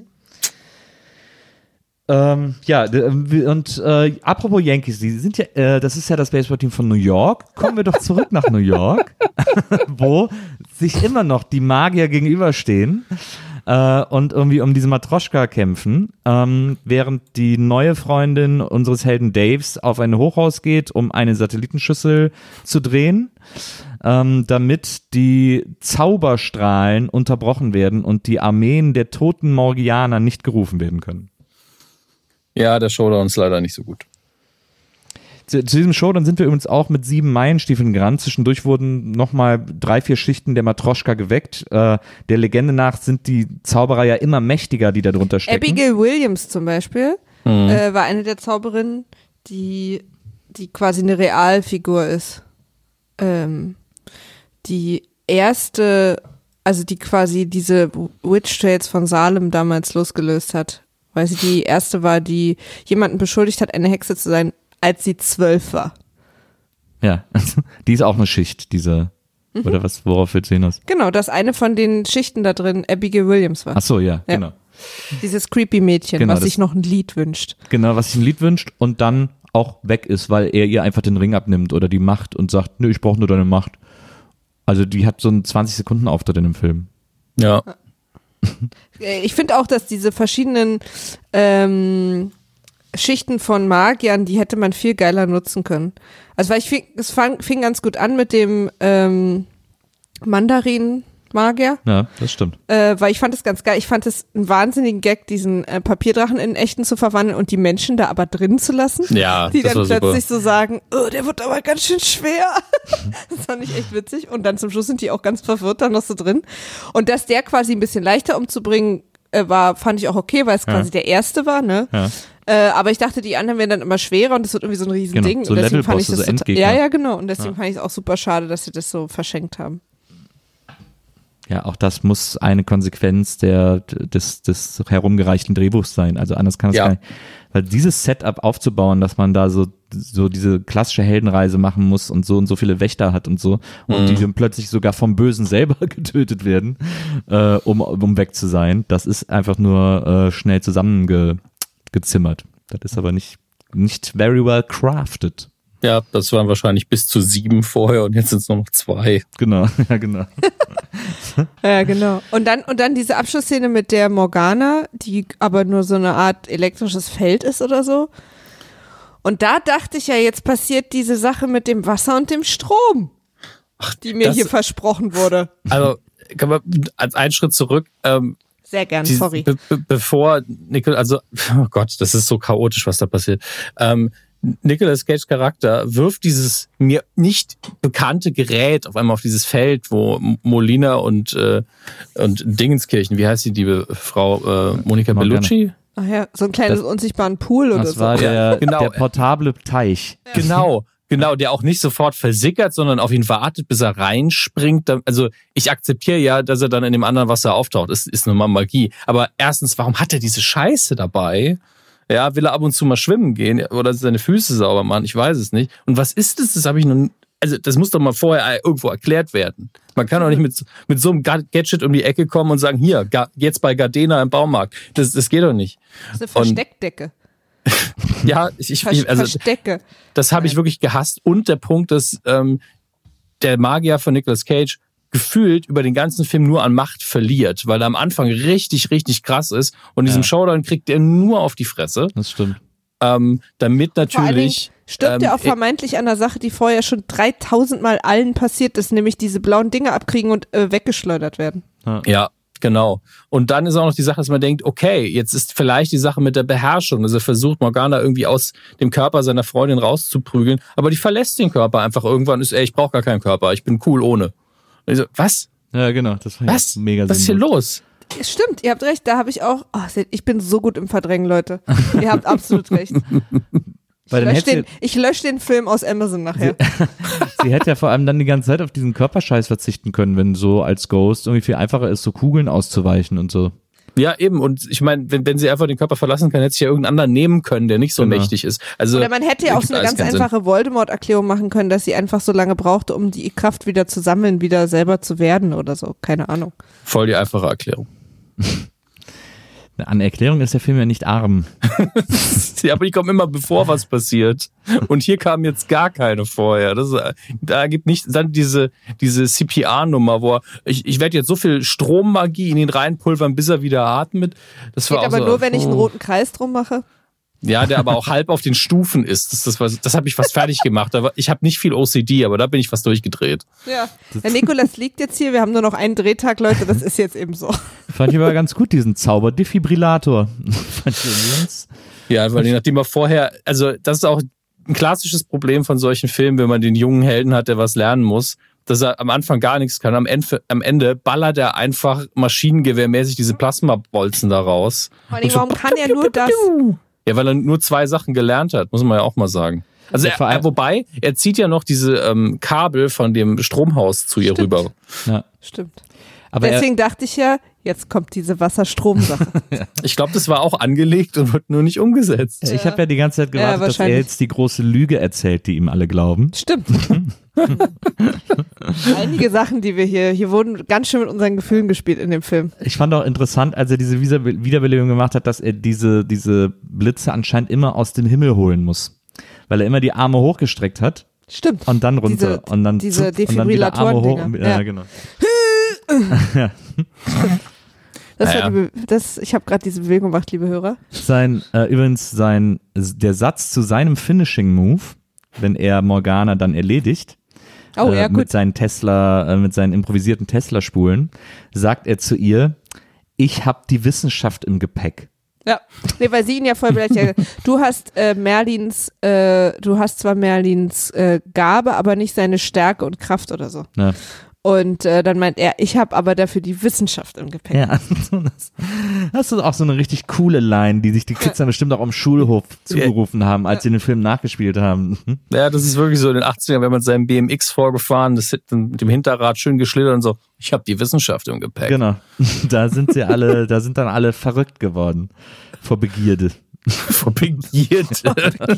Apropos Yankees, die sind ja, das ist ja das Baseballteam von New York. Kommen wir doch zurück nach New York, wo sich immer noch die Magier gegenüberstehen und irgendwie um diese Matroschka kämpfen, während die neue Freundin unseres Helden Daves auf ein Hochhaus geht, um eine Satellitenschüssel zu drehen, damit die Zauberstrahlen unterbrochen werden und die Armeen der toten Morgianer nicht gerufen werden können. Ja, der Showdown ist leider nicht so gut. Zu diesem Showdown sind wir übrigens auch mit 7 Meilenstiefeln gerannt. Zwischendurch wurden nochmal 3-4 Schichten der Matroschka geweckt. Der Legende nach sind die Zauberer ja immer mächtiger, die da drunter stecken. Abigail Williams zum Beispiel war eine der Zauberinnen, die quasi eine Realfigur ist. Die erste, also die quasi diese Witch Tales von Salem damals losgelöst hat. Weil sie die erste war, die jemanden beschuldigt hat, eine Hexe zu sein, als sie 12 war. Ja, die ist auch eine Schicht, diese, oder was, worauf willst du hinaus? Genau, dass eine von den Schichten da drin Abigail Williams war. Ach so, ja, genau. Dieses creepy Mädchen, Genau, was sich noch ein Lied wünscht. Genau, was sich ein Lied wünscht und dann auch weg ist, weil er ihr einfach den Ring abnimmt oder die Macht und sagt, nö, ich brauche nur deine Macht. Also die hat so einen 20-Sekunden-Auftritt in dem Film. Ja. Ich finde auch, dass diese verschiedenen Schichten von Magiern, die hätte man viel geiler nutzen können. Also weil es fing ganz gut an mit dem Mandarin-Magier. Ja, das stimmt. Weil ich fand es ganz geil. Ich fand es einen wahnsinnigen Gag, diesen Papierdrachen in echten zu verwandeln und die Menschen da aber drin zu lassen. Ja, die das dann war plötzlich super. so sagen, oh, der wird aber ganz schön schwer. Das fand ich echt witzig. Und dann zum Schluss sind die auch ganz verwirrt dann noch so drin. Und dass der quasi ein bisschen leichter umzubringen war, fand ich auch okay, weil es quasi der erste war, ne? Ja. Aber ich dachte, die anderen werden dann immer schwerer und das wird irgendwie so ein Riesending. Genau, so und deswegen fand ich Levelbosse, das so Endgegner. ja, genau. Und deswegen fand ich es auch super schade, dass sie das so verschenkt haben. Ja, auch das muss eine Konsequenz des herumgereichten Drehbuchs sein. Also anders kann es gar nicht. Weil dieses Setup aufzubauen, dass man da so diese klassische Heldenreise machen muss und so viele Wächter hat und so und die dann plötzlich sogar vom Bösen selber getötet werden, um weg zu sein, das ist einfach nur schnell zusammengezimmert. Das ist aber nicht very well crafted. Ja, das waren wahrscheinlich bis zu 7 vorher und jetzt sind es nur noch 2. Genau, ja genau. Ja, genau. Und dann diese Abschlussszene mit der Morgana, die aber nur so eine Art elektrisches Feld ist oder so. Und da dachte ich ja, jetzt passiert diese Sache mit dem Wasser und dem Strom, die mir hier versprochen wurde. Also, kann man als einen Schritt zurück. Sehr gern, sorry. Bevor oh Gott, das ist so chaotisch, was da passiert. Nicolas Cage Charakter wirft dieses mir nicht bekannte Gerät auf einmal auf dieses Feld, wo Molina und Dingenskirchen, wie heißt die liebe Frau, Monica Bellucci? Ach ja, so ein kleines unsichtbaren Pool oder so. Das war der portable Teich. Genau, der auch nicht sofort versickert, sondern auf ihn wartet, bis er reinspringt. Also ich akzeptiere ja, dass er dann in dem anderen Wasser auftaucht. Das ist nun mal Magie. Aber erstens, warum hat er diese Scheiße dabei? Ja, will er ab und zu mal schwimmen gehen oder seine Füße sauber machen? Ich weiß es nicht. Und was ist das? Das habe ich noch. Also das muss doch mal vorher irgendwo erklärt werden. Man kann doch nicht mit so einem Gadget um die Ecke kommen und sagen, hier, jetzt bei Gardena im Baumarkt. Das geht doch nicht. Das ist eine Versteckdecke. Ja, Verstecke. Das habe ich wirklich gehasst. Und der Punkt, dass der Magier von Nicolas Cage gefühlt über den ganzen Film nur an Macht verliert, weil er am Anfang richtig, richtig krass ist und in diesem Showdown kriegt er nur auf die Fresse. Das stimmt. Damit natürlich... Stirbt er auch vermeintlich an einer Sache, die vorher schon 3000 Mal allen passiert ist, nämlich diese blauen Dinge abkriegen und weggeschleudert werden. Ja, genau. Und dann ist auch noch die Sache, dass man denkt, okay, jetzt ist vielleicht die Sache mit der Beherrschung, dass er versucht, Morgana irgendwie aus dem Körper seiner Freundin rauszuprügeln, aber die verlässt den Körper einfach irgendwann und ist, ich brauche gar keinen Körper, ich bin cool ohne. Und ich so, was? Ja, genau. Das war was? Mega sinnlos. Was ist hier los? Stimmt, ihr habt recht, da habe ich auch, ich bin so gut im Verdrängen, Leute. Ihr habt absolut recht. Ich lösche den Film aus Amazon nachher. Sie hätte ja vor allem dann die ganze Zeit auf diesen Körperscheiß verzichten können, wenn so als Ghost irgendwie viel einfacher ist, so Kugeln auszuweichen und so. Ja, eben. Und ich meine, wenn sie einfach den Körper verlassen kann, hätte sich ja irgendeinen anderen nehmen können, der nicht so mächtig ist. Also, oder man hätte ja auch so eine ganz einfache Voldemort-Erklärung machen können, dass sie einfach so lange brauchte, um die Kraft wieder zu sammeln, wieder selber zu werden oder so. Keine Ahnung. Voll die einfache Erklärung. An Erklärung ist der Film ja nicht arm. Ja, aber die kommen immer bevor was passiert. Und hier kam jetzt gar keine vorher. Da gibt nicht dann diese CPR-Nummer, wo ich werde jetzt so viel Strommagie in ihn reinpulvern, bis er wieder atmet. Das geht aber nur, wenn ich einen roten Kreis drum mache. Ja, der aber auch halb auf den Stufen ist. Das habe ich fast fertig gemacht. Ich habe nicht viel OCD, aber da bin ich fast durchgedreht. Ja, der Nikolas liegt jetzt hier. Wir haben nur noch einen Drehtag, Leute. Das ist jetzt eben so. Fand ich aber ganz gut, diesen Zauberdefibrillator. Ja, weil nachdem er vorher, also das ist auch ein klassisches Problem von solchen Filmen, wenn man den jungen Helden hat, der was lernen muss, dass er am Anfang gar nichts kann. Am Ende ballert er einfach maschinengewehrmäßig diese Plasmabolzen da raus. Warum kann er nur das? Ja, weil er nur 2 Sachen gelernt hat, muss man ja auch mal sagen. Also wobei, er zieht ja noch diese Kabel von dem Stromhaus zu ihr rüber. Ja, stimmt. Aber deswegen dachte ich ja, jetzt kommt diese Wasserstrom-Sache. Ich glaube, das war auch angelegt und wird nur nicht umgesetzt. Ich habe ja die ganze Zeit gewartet, dass er jetzt die große Lüge erzählt, die ihm alle glauben. Stimmt. Einige Sachen, die wir hier wurden ganz schön mit unseren Gefühlen gespielt in dem Film. Ich fand auch interessant, als er diese Wiederbelebung gemacht hat, dass er diese Blitze anscheinend immer aus dem Himmel holen muss. Weil er immer die Arme hochgestreckt hat. Stimmt. Und dann runter. Diese Defibrillatoren-Dinger. Ja, genau. Ja. Ich habe gerade diese Bewegung gemacht, liebe Hörer. Der Satz zu seinem Finishing-Move, wenn er Morgana dann erledigt, mit seinen improvisierten Tesla-Spulen, sagt er zu ihr, ich habe die Wissenschaft im Gepäck. Ja, nee, weil sie ihn ja voll beleidigt hat. Du hast zwar Merlins Gabe, aber nicht seine Stärke und Kraft oder so. Ja. Und dann meint er, ich habe aber dafür die Wissenschaft im Gepäck. Ja, das ist auch so eine richtig coole Line, die sich die Kids dann bestimmt auch am Schulhof zugerufen haben, als sie den Film nachgespielt haben. Ja, das ist wirklich so in den 80ern, wenn man seinem BMX vorgefahren, das mit dem Hinterrad schön geschlittert und so, ich habe die Wissenschaft im Gepäck. Genau, da sind dann alle verrückt geworden vor Begierde. Vor Begierde.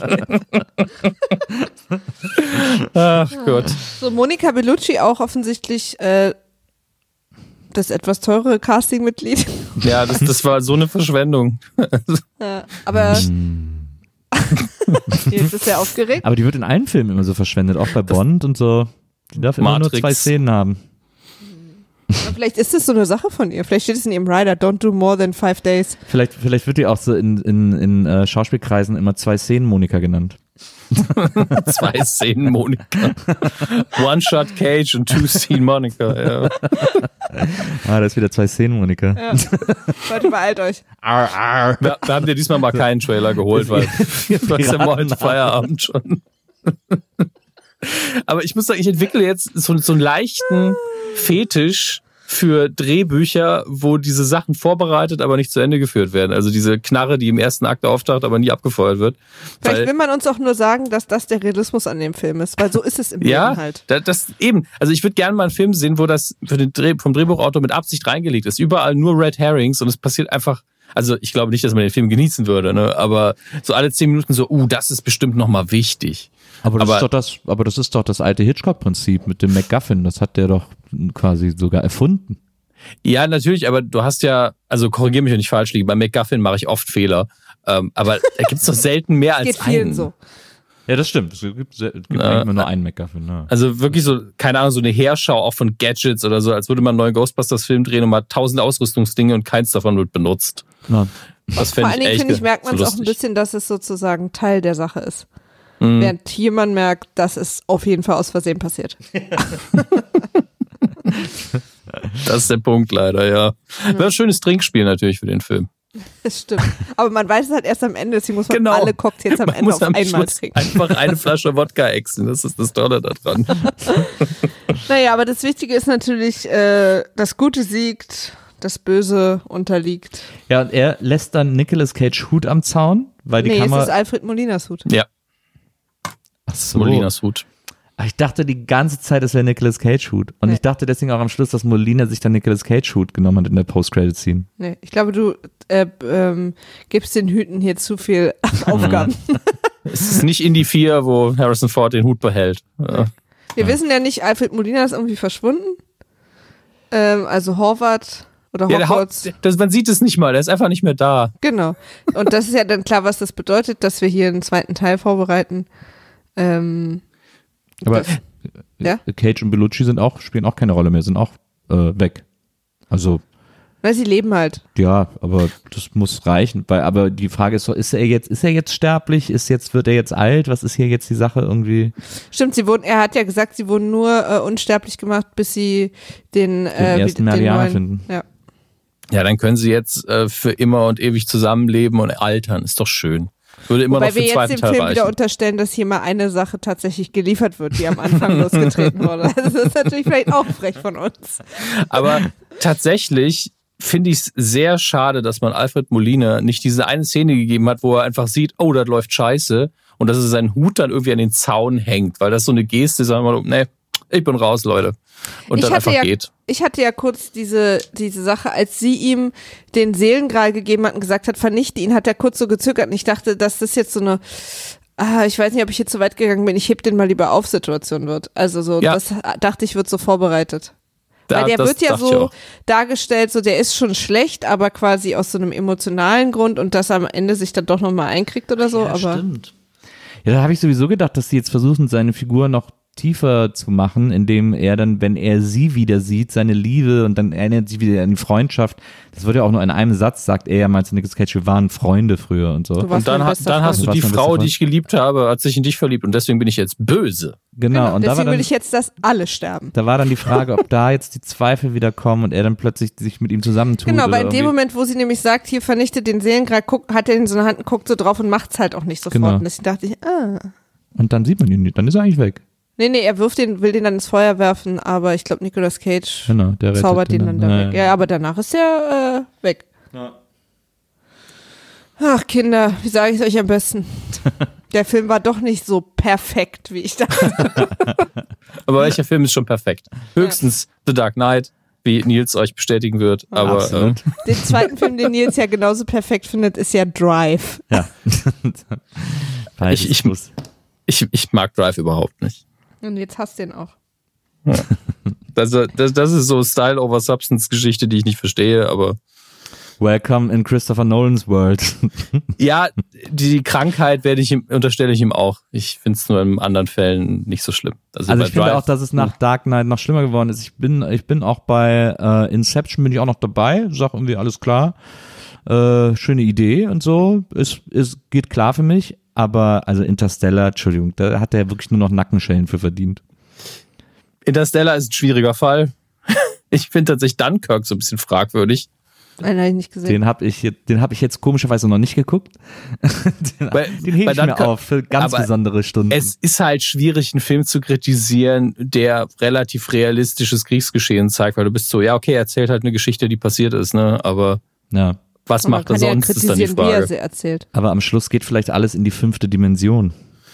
Ach Gott. So, Monica Bellucci auch offensichtlich das etwas teurere Casting-Mitglied. Ja, das war so eine Verschwendung. Ja, aber jetzt ist er aufgeregt. Aber die wird in allen Filmen immer so verschwendet, auch bei Bond und so. Die darf immer nur 2 Szenen haben. Aber vielleicht ist es so eine Sache von ihr. Vielleicht steht es in ihrem Rider, don't do more than 5 days. Vielleicht wird die auch so in Schauspielkreisen immer 2 Szenen Monika genannt. 2 Szenen Monika. One Shot Cage und 2 Scene Monika. Ja. Da ist wieder 2 Szenen Monika. Ja. Leute, beeilt euch. Wir haben dir diesmal mal keinen Trailer geholt, weil du hast ja heute Feierabend schon. Aber ich muss sagen, ich entwickle jetzt so einen leichten Fetisch für Drehbücher, wo diese Sachen vorbereitet, aber nicht zu Ende geführt werden. Also diese Knarre, die im ersten Akt auftaucht, aber nie abgefeuert wird. Vielleicht will man uns auch nur sagen, dass das der Realismus an dem Film ist, weil so ist es im Leben halt. Das eben. Also ich würde gerne mal einen Film sehen, wo das vom Drehbuchautor mit Absicht reingelegt ist. Überall nur Red Herrings und es passiert einfach. Also ich glaube nicht, dass man den Film genießen würde, ne? Aber so alle 10 Minuten so, das ist bestimmt nochmal wichtig. Aber das ist doch das alte Hitchcock-Prinzip mit dem MacGuffin. Das hat der doch quasi sogar erfunden. Ja, natürlich, aber du hast ja, also korrigiere mich, wenn ich falsch liege, bei MacGuffin mache ich oft Fehler. Aber da gibt's doch selten mehr als Geht vielen einen. so. Ja, das stimmt. Es gibt eigentlich immer nur einen MacGuffin. Ne? Also wirklich so, keine Ahnung, so eine Heerschau auch von Gadgets oder so, als würde man einen neuen Ghostbusters-Film drehen und mal 1000 Ausrüstungsdinge und keins davon wird benutzt. Ja. Das Vor allen Dingen, finde ich, merkt man es so auch ein lustig. bisschen, dass es sozusagen Teil der Sache ist. Während hier man merkt, dass es auf jeden Fall aus Versehen passiert. Das ist der Punkt leider, ja. Wäre ein schönes Trinkspiel natürlich für den Film. Das stimmt. Aber man weiß es halt erst am Ende, deswegen muss man Genau. alle Cocktails am Man Ende muss auf am einmal Schluss trinken. einfach eine Flasche Wodka exen, das ist das Tolle daran. Naja, aber das Wichtige ist natürlich, das Gute siegt, das Böse unterliegt. Ja, und er lässt dann Nicolas Cage Hut am Zaun, weil die Nee, es Kamera... ist Alfred Molinas Hut. Ja, Ach so. Molinas Hut. Ach, ich dachte die ganze Zeit, es wäre Nicolas Cage Hut. Und Nee. ich dachte deswegen auch am Schluss, dass Molina sich dann Nicolas Cage Hut genommen hat in der Post-Credit-Scene. Nee, ich glaube, du gibst den Hüten hier zu viel Aufgaben. Es ist nicht Indy 4, wo Harrison Ford den Hut behält. Ja. Wir wissen ja nicht, Alfred Molina ist irgendwie verschwunden. Also Horvath oder Ja, Hogwarts. man sieht es nicht mal, der ist einfach nicht mehr da. Genau. Und das ist ja dann klar, was das bedeutet, dass wir hier einen zweiten Teil vorbereiten. Aber Ja? Cage und Bellucci spielen auch keine Rolle mehr, sind auch weg. Also, Weil sie leben halt. ja, aber das muss reichen. Aber die Frage ist doch, ist er jetzt sterblich? Wird er jetzt alt? Was ist hier jetzt die Sache irgendwie? Stimmt, er hat ja gesagt, sie wurden nur unsterblich gemacht, bis sie den ersten Meridianer finden. Ja. Ja, dann können sie jetzt für immer und ewig zusammenleben und altern. Ist doch schön. Würde immer Wobei noch für wir den jetzt zweiten dem Teil Film wieder reichen. unterstellen, dass hier mal eine Sache tatsächlich geliefert wird, die am Anfang losgetreten wurde. Also das ist natürlich vielleicht auch frech von uns. Aber tatsächlich finde ich es sehr schade, dass man Alfred Molina nicht diese eine Szene gegeben hat, wo er einfach sieht, oh, das läuft scheiße und dass er seinen Hut dann irgendwie an den Zaun hängt, weil das so eine Geste ist, sagen wir mal, nee, ich bin raus, Leute. Und dann einfach geht. Ich hatte ja kurz diese Sache, als sie ihm den Seelengral gegeben hat und gesagt hat, vernichte ihn, hat er kurz so gezögert und ich dachte, dass das jetzt so eine, ich weiß nicht, ob ich jetzt so weit gegangen bin, ich heb den mal lieber auf Situation wird. Also so, Ja. das dachte ich, wird so vorbereitet. Weil der Das wird ja dachte ich so auch. dargestellt, so der ist schon schlecht, aber quasi aus so einem emotionalen Grund und dass er am Ende sich dann doch nochmal einkriegt oder so. Ja, aber stimmt. Ja, da habe ich sowieso gedacht, dass sie jetzt versuchen, seine Figur noch tiefer zu machen, indem er dann, wenn er sie wieder sieht, seine Liebe und dann erinnert sich wieder an die Freundschaft. Das wird ja auch nur in einem Satz, sagt er ja mal zu Nicolas Cage, wir waren Freunde früher und so. Du warst Und dann, mein hast bester du Freund. die Du warst mein Frau, bester die ich geliebt habe, hat sich in dich verliebt und deswegen bin ich jetzt böse. Genau, und da war deswegen dann, will ich jetzt, dass alle sterben. da war dann die Frage, ob da jetzt die Zweifel wieder kommen und er dann plötzlich sich mit ihm zusammentut. Genau, oder weil in dem irgendwie. Moment, wo sie nämlich sagt, hier vernichtet den Seelengral, hat er in so eine Hand und guckt so drauf und macht's halt auch nicht sofort. Genau. Und deswegen dachte ich, Und dann sieht man ihn nicht, dann ist er eigentlich weg. Nee, er will den dann ins Feuer werfen, aber ich glaube, Nicolas Cage Genau, der rettet zaubert den dann da Ja, weg. ja. Ja, aber danach ist er weg. Ach, Kinder, wie sage ich es euch am besten? Der Film war doch nicht so perfekt, wie ich dachte. Aber welcher Film ist schon perfekt? Höchstens The Dark Knight, wie Nils euch bestätigen wird. Aber Absolut. Den zweiten Film, den Nils ja genauso perfekt findet, ist ja Drive. Ja. Ich mag Drive überhaupt nicht. Und jetzt hast du den auch. Das ist so Style over Substance Geschichte, die ich nicht verstehe, aber Welcome in Christopher Nolans World. ja, die Krankheit unterstelle ich ihm auch. Ich finde es nur in anderen Fällen nicht so schlimm. Also bei ich finde auch, dass es nach Dark Knight noch schlimmer geworden ist. Ich bin auch bei Inception bin ich auch noch dabei. Sag irgendwie alles klar. Schöne Idee und so. Es geht klar für mich. Aber also Interstellar, Entschuldigung, da hat er wirklich nur noch Nackenschellen für verdient. Interstellar ist ein schwieriger Fall. Ich finde tatsächlich Dunkirk so ein bisschen fragwürdig. Nein, habe ich nicht gesehen. Den hab ich jetzt komischerweise noch nicht geguckt. Den hebe ich mir auf für ganz besondere Stunden. Es ist halt schwierig, einen Film zu kritisieren, der relativ realistisches Kriegsgeschehen zeigt, weil du bist so, ja okay, er erzählt halt eine Geschichte, die passiert ist, ne? Aber ja. was Und man macht er kann ja sonst, ist dann die kritisieren, wie er Frage. sie erzählt. Aber am Schluss geht vielleicht alles in die 5. Dimension.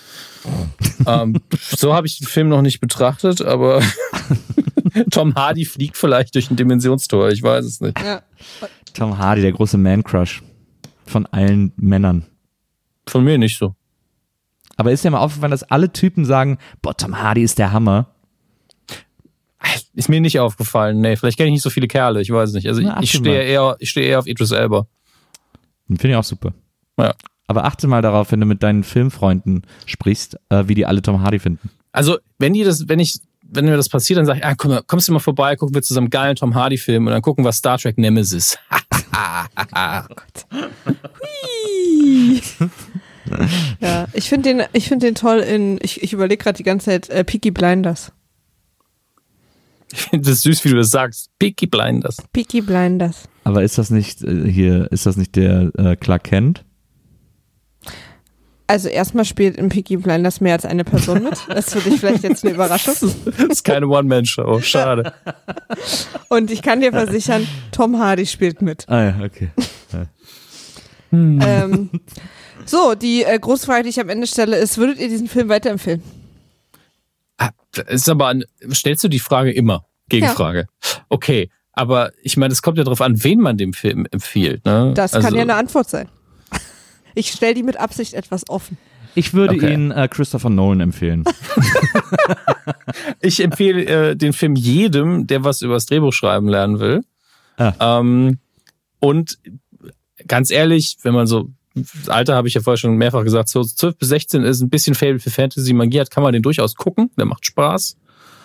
So habe ich den Film noch nicht betrachtet, aber Tom Hardy fliegt vielleicht durch ein Dimensionstor, ich weiß es nicht. Ja. Tom Hardy, der große Man-Crush von allen Männern. Von mir nicht so. Aber ist ja mal aufgefallen, dass alle Typen sagen, boah, Tom Hardy ist der Hammer. Ist mir nicht aufgefallen, nee, vielleicht kenne ich nicht so viele Kerle, ich weiß nicht. Also Na, ich stehe eher auf Idris Elba. Den finde ich auch super. Ja. Aber achte mal darauf, wenn du mit deinen Filmfreunden sprichst, wie die alle Tom Hardy finden. Also, wenn mir das passiert, dann sage ich, kommst du mal vorbei, gucken wir zusammen einen geilen Tom Hardy-Film und dann gucken wir Star Trek Nemesis. Ja, ich finde den toll ich überlege gerade die ganze Zeit, Peaky Blinders. Ich finde es süß, wie du das sagst. Peaky Blinders. Peaky Blinders. Aber ist das nicht der Clark Kent? Also erstmal spielt in Peaky Blinders mehr als eine Person mit. Das ist für dich vielleicht jetzt eine Überraschung. Das ist keine One-Man-Show. Schade. Und ich kann dir versichern, Tom Hardy spielt mit. Ah ja, okay. So, die große Frage, die ich am Ende stelle, ist, würdet ihr diesen Film weiterempfehlen? Ist aber stellst du die Frage immer? Gegenfrage. Ja. Okay, aber ich meine, es kommt ja darauf an, wen man dem Film empfiehlt. Ne? Das kann ja eine Antwort sein. Ich stelle die mit Absicht etwas offen. Ich würde ihn Christopher Nolan empfehlen. Ich empfehle den Film jedem, der was über das Drehbuch schreiben lernen will. Und ganz ehrlich, wenn man so, das Alter habe ich ja vorher schon mehrfach gesagt, so 12 bis 16 ist ein bisschen Faible für Fantasy, Magie hat, kann man den durchaus gucken, der macht Spaß.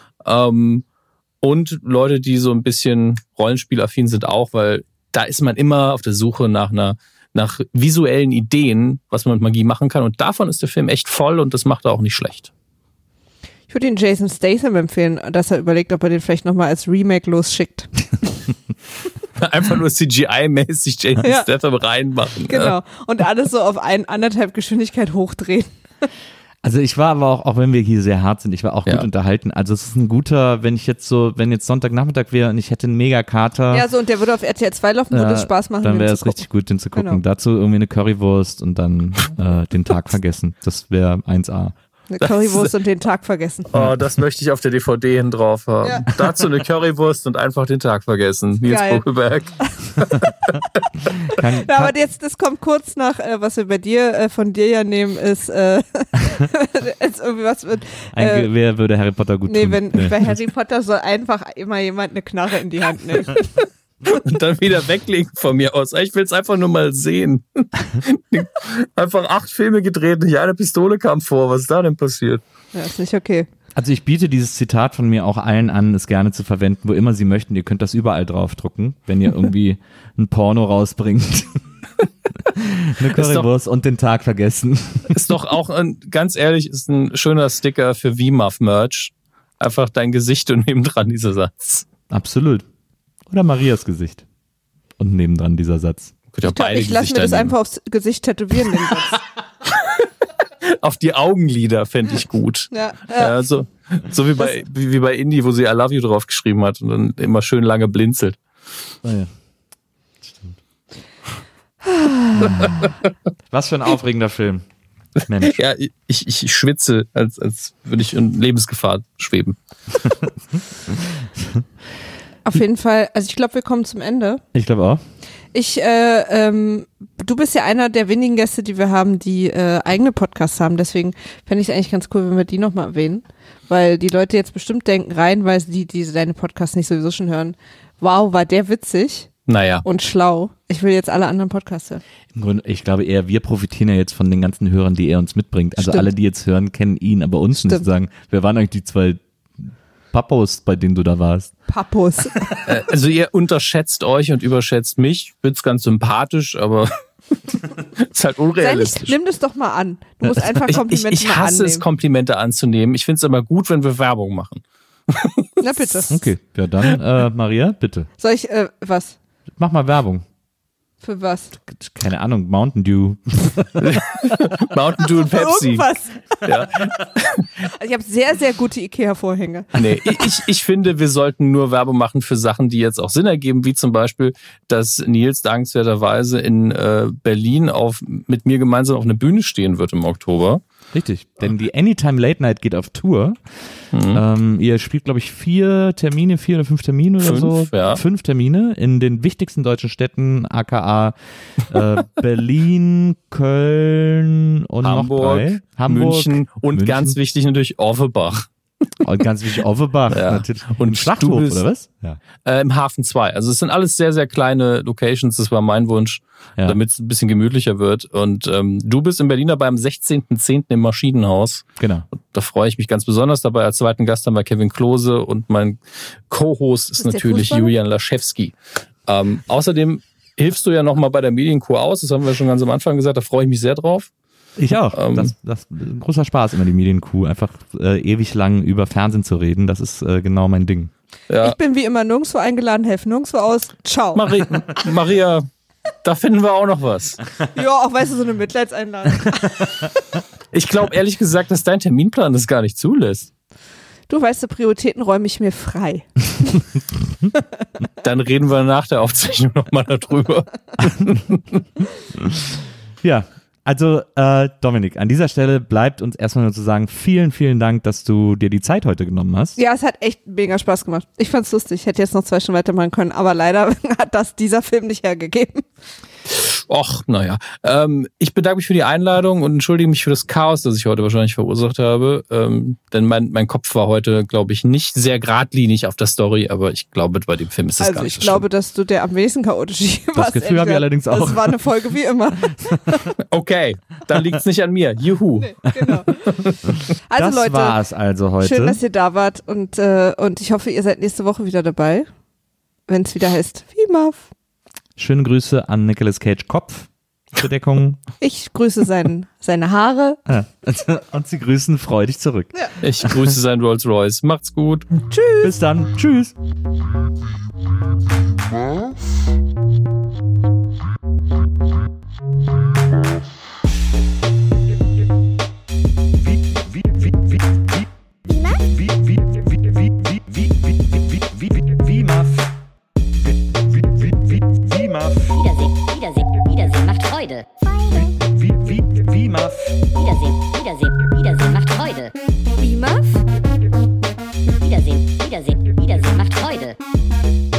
Und Leute, die so ein bisschen rollenspielaffin sind auch, weil da ist man immer auf der Suche nach visuellen Ideen, was man mit Magie machen kann. Und davon ist der Film echt voll und das macht er auch nicht schlecht. Ich würde den Jason Statham empfehlen, dass er überlegt, ob er den vielleicht nochmal als Remake losschickt. Einfach nur CGI-mäßig Jason Statham reinmachen. Genau. Und alles so auf 1,5 Geschwindigkeit hochdrehen. Also ich war aber auch wenn wir hier sehr hart sind, ich war auch gut unterhalten. Also es ist ein guter, wenn jetzt Sonntagnachmittag wäre und ich hätte einen Mega-Kater. Ja, so und der würde auf RTL 2 laufen, würde es Spaß machen. Dann wäre es richtig gut, den zu gucken. Genau. Dazu irgendwie eine Currywurst und dann den Tag vergessen. Das wäre 1A. Eine Currywurst und den Tag vergessen. Oh, das möchte ich auf der DVD hin drauf haben. Ja. Dazu eine Currywurst und einfach den Tag vergessen. Nils Bokelberg. Aber jetzt, das kommt kurz nach, was wir bei dir, von dir ja nehmen, ist irgendwie was mit. Wer würde Harry Potter gut tun? Bei Harry Potter soll einfach immer jemand eine Knarre in die Hand nehmen. Und dann wieder weglegen von mir aus. Ich will es einfach nur mal sehen. Einfach 8 Filme gedreht, nicht eine Pistole kam vor. Was ist da denn passiert? Ja, ist nicht okay. Also ich biete dieses Zitat von mir auch allen an, es gerne zu verwenden, wo immer sie möchten. Ihr könnt das überall draufdrucken, wenn ihr irgendwie ein Porno rausbringt. Eine Currywurst und den Tag vergessen. Ist doch auch, ganz ehrlich, ist ein schöner Sticker für VMAF-Merch. Einfach dein Gesicht und nebendran dieser Satz. Absolut. Oder Marias Gesicht. Und nebendran dieser Satz. Ich lasse mir das einfach aufs Gesicht tätowieren, den Satz. Auf die Augenlider fände ich gut. Ja, so wie bei Indie, wo sie I love you drauf geschrieben hat und dann immer schön lange blinzelt. Oh ja. Stimmt. Was für ein aufregender Film. Mensch. Ja, ich schwitze, als würde ich in Lebensgefahr schweben. Auf jeden Fall, also ich glaube, wir kommen zum Ende. Ich glaube auch. Du bist ja einer der wenigen Gäste, die wir haben, die eigene Podcasts haben. Deswegen fände ich es eigentlich ganz cool, wenn wir die nochmal erwähnen. Weil die Leute jetzt bestimmt denken rein, weil die deine Podcasts nicht sowieso schon hören. Wow, war der witzig. Naja. Und schlau. Ich will jetzt alle anderen Podcasts hören. Im Grunde, ich glaube eher, wir profitieren ja jetzt von den ganzen Hörern, die er uns mitbringt. Also Stimmt. Alle, die jetzt hören, kennen ihn, aber uns nicht sagen, wer waren eigentlich die 2 Pappos, bei denen du da warst? Pappos. Also ihr unterschätzt euch und überschätzt mich. Ich find's ganz sympathisch, aber ist halt unrealistisch. Nimm das doch mal an. Du musst einfach Komplimente mal annehmen. Ich hasse es, Komplimente anzunehmen. Ich find's aber gut, wenn wir Werbung machen. Na bitte. Okay, ja dann, Maria, bitte. Soll ich, was? Mach mal Werbung. Für was? Keine Ahnung, Mountain Dew. Mountain Dew und Pepsi. Irgendwas. Ja. Also ich habe sehr, sehr gute Ikea-Vorhänge. Nee, ich finde, wir sollten nur Werbung machen für Sachen, die jetzt auch Sinn ergeben, wie zum Beispiel, dass Nils dankenswerterweise in Berlin mit mir gemeinsam auf einer Bühne stehen wird im Oktober. Richtig, denn die Anytime Late Night geht auf Tour. Ihr spielt, glaube ich, 4 oder 5 Termine oder so. Ja. 5 Termine in den wichtigsten deutschen Städten, aka Berlin, Köln und Hamburg, noch 3. Hamburg, München und ganz wichtig natürlich Offenbach. Und ganz wichtig, Offenbach. Ja. Natürlich. Und im Schlachthof, du bist- oder was? Ja. Im Hafen 2. Also es sind alles sehr, sehr kleine Locations. Das war mein Wunsch, Ja. damit es ein bisschen gemütlicher wird. Und du bist in Berlin dabei am 16.10. im Maschinenhaus. Genau. Da freue ich mich ganz besonders dabei. Als zweiten Gast haben wir Kevin Klose und mein Co-Host ist der natürlich Fußballer? Julian Laschewski. Außerdem hilfst du ja nochmal bei der Medienkuh aus. Das haben wir schon ganz am Anfang gesagt. Da freue ich mich sehr drauf. Ich auch. Das ein großer Spaß, immer die Medienkuh. Einfach ewig lang über Fernsehen zu reden. Das ist genau mein Ding. Ja. Ich bin wie immer nirgendwo eingeladen, helfe nirgendwo aus. Ciao. Maria, da finden wir auch noch was. Ja, auch weißt du, so eine Mitleidseinladung. Ich glaube ehrlich gesagt, dass dein Terminplan das gar nicht zulässt. Du weißt, Prioritäten räume ich mir frei. Dann reden wir nach der Aufzeichnung nochmal darüber. Ja, also Dominik, an dieser Stelle bleibt uns erstmal nur zu sagen, vielen, vielen Dank, dass du dir die Zeit heute genommen hast. Ja, es hat echt mega Spaß gemacht. Ich fand's lustig. Ich hätte jetzt noch 2 Stunden weitermachen können, aber leider hat das dieser Film nicht hergegeben. Och, naja. Ich bedanke mich für die Einladung und entschuldige mich für das Chaos, das ich heute wahrscheinlich verursacht habe. Denn mein Kopf war heute, glaube ich, nicht sehr geradlinig auf der Story, aber ich glaube, bei dem Film ist das gar Also nicht ich so glaube, dass du der am wenigsten chaotisch warst. Das Gefühl habe ich allerdings auch. Das war eine Folge wie immer. schlimm. Okay, dann liegt es nicht an mir. Juhu. Nee, genau. Also Das Leute, war's also heute. schön, dass ihr da wart und ich hoffe, ihr seid nächste Woche wieder dabei, wenn es wieder heißt VMAF. Schöne Grüße an Nicolas Cage Kopf zur Deckung. Ich grüße seine Haare. Und sie grüßen freudig zurück. Ich grüße sein Rolls Royce. Macht's gut. Bis dann. Tschüss. Wiedersehen macht Freude. Wiedersehen macht Freude. VMAF? Wiedersehen macht Freude.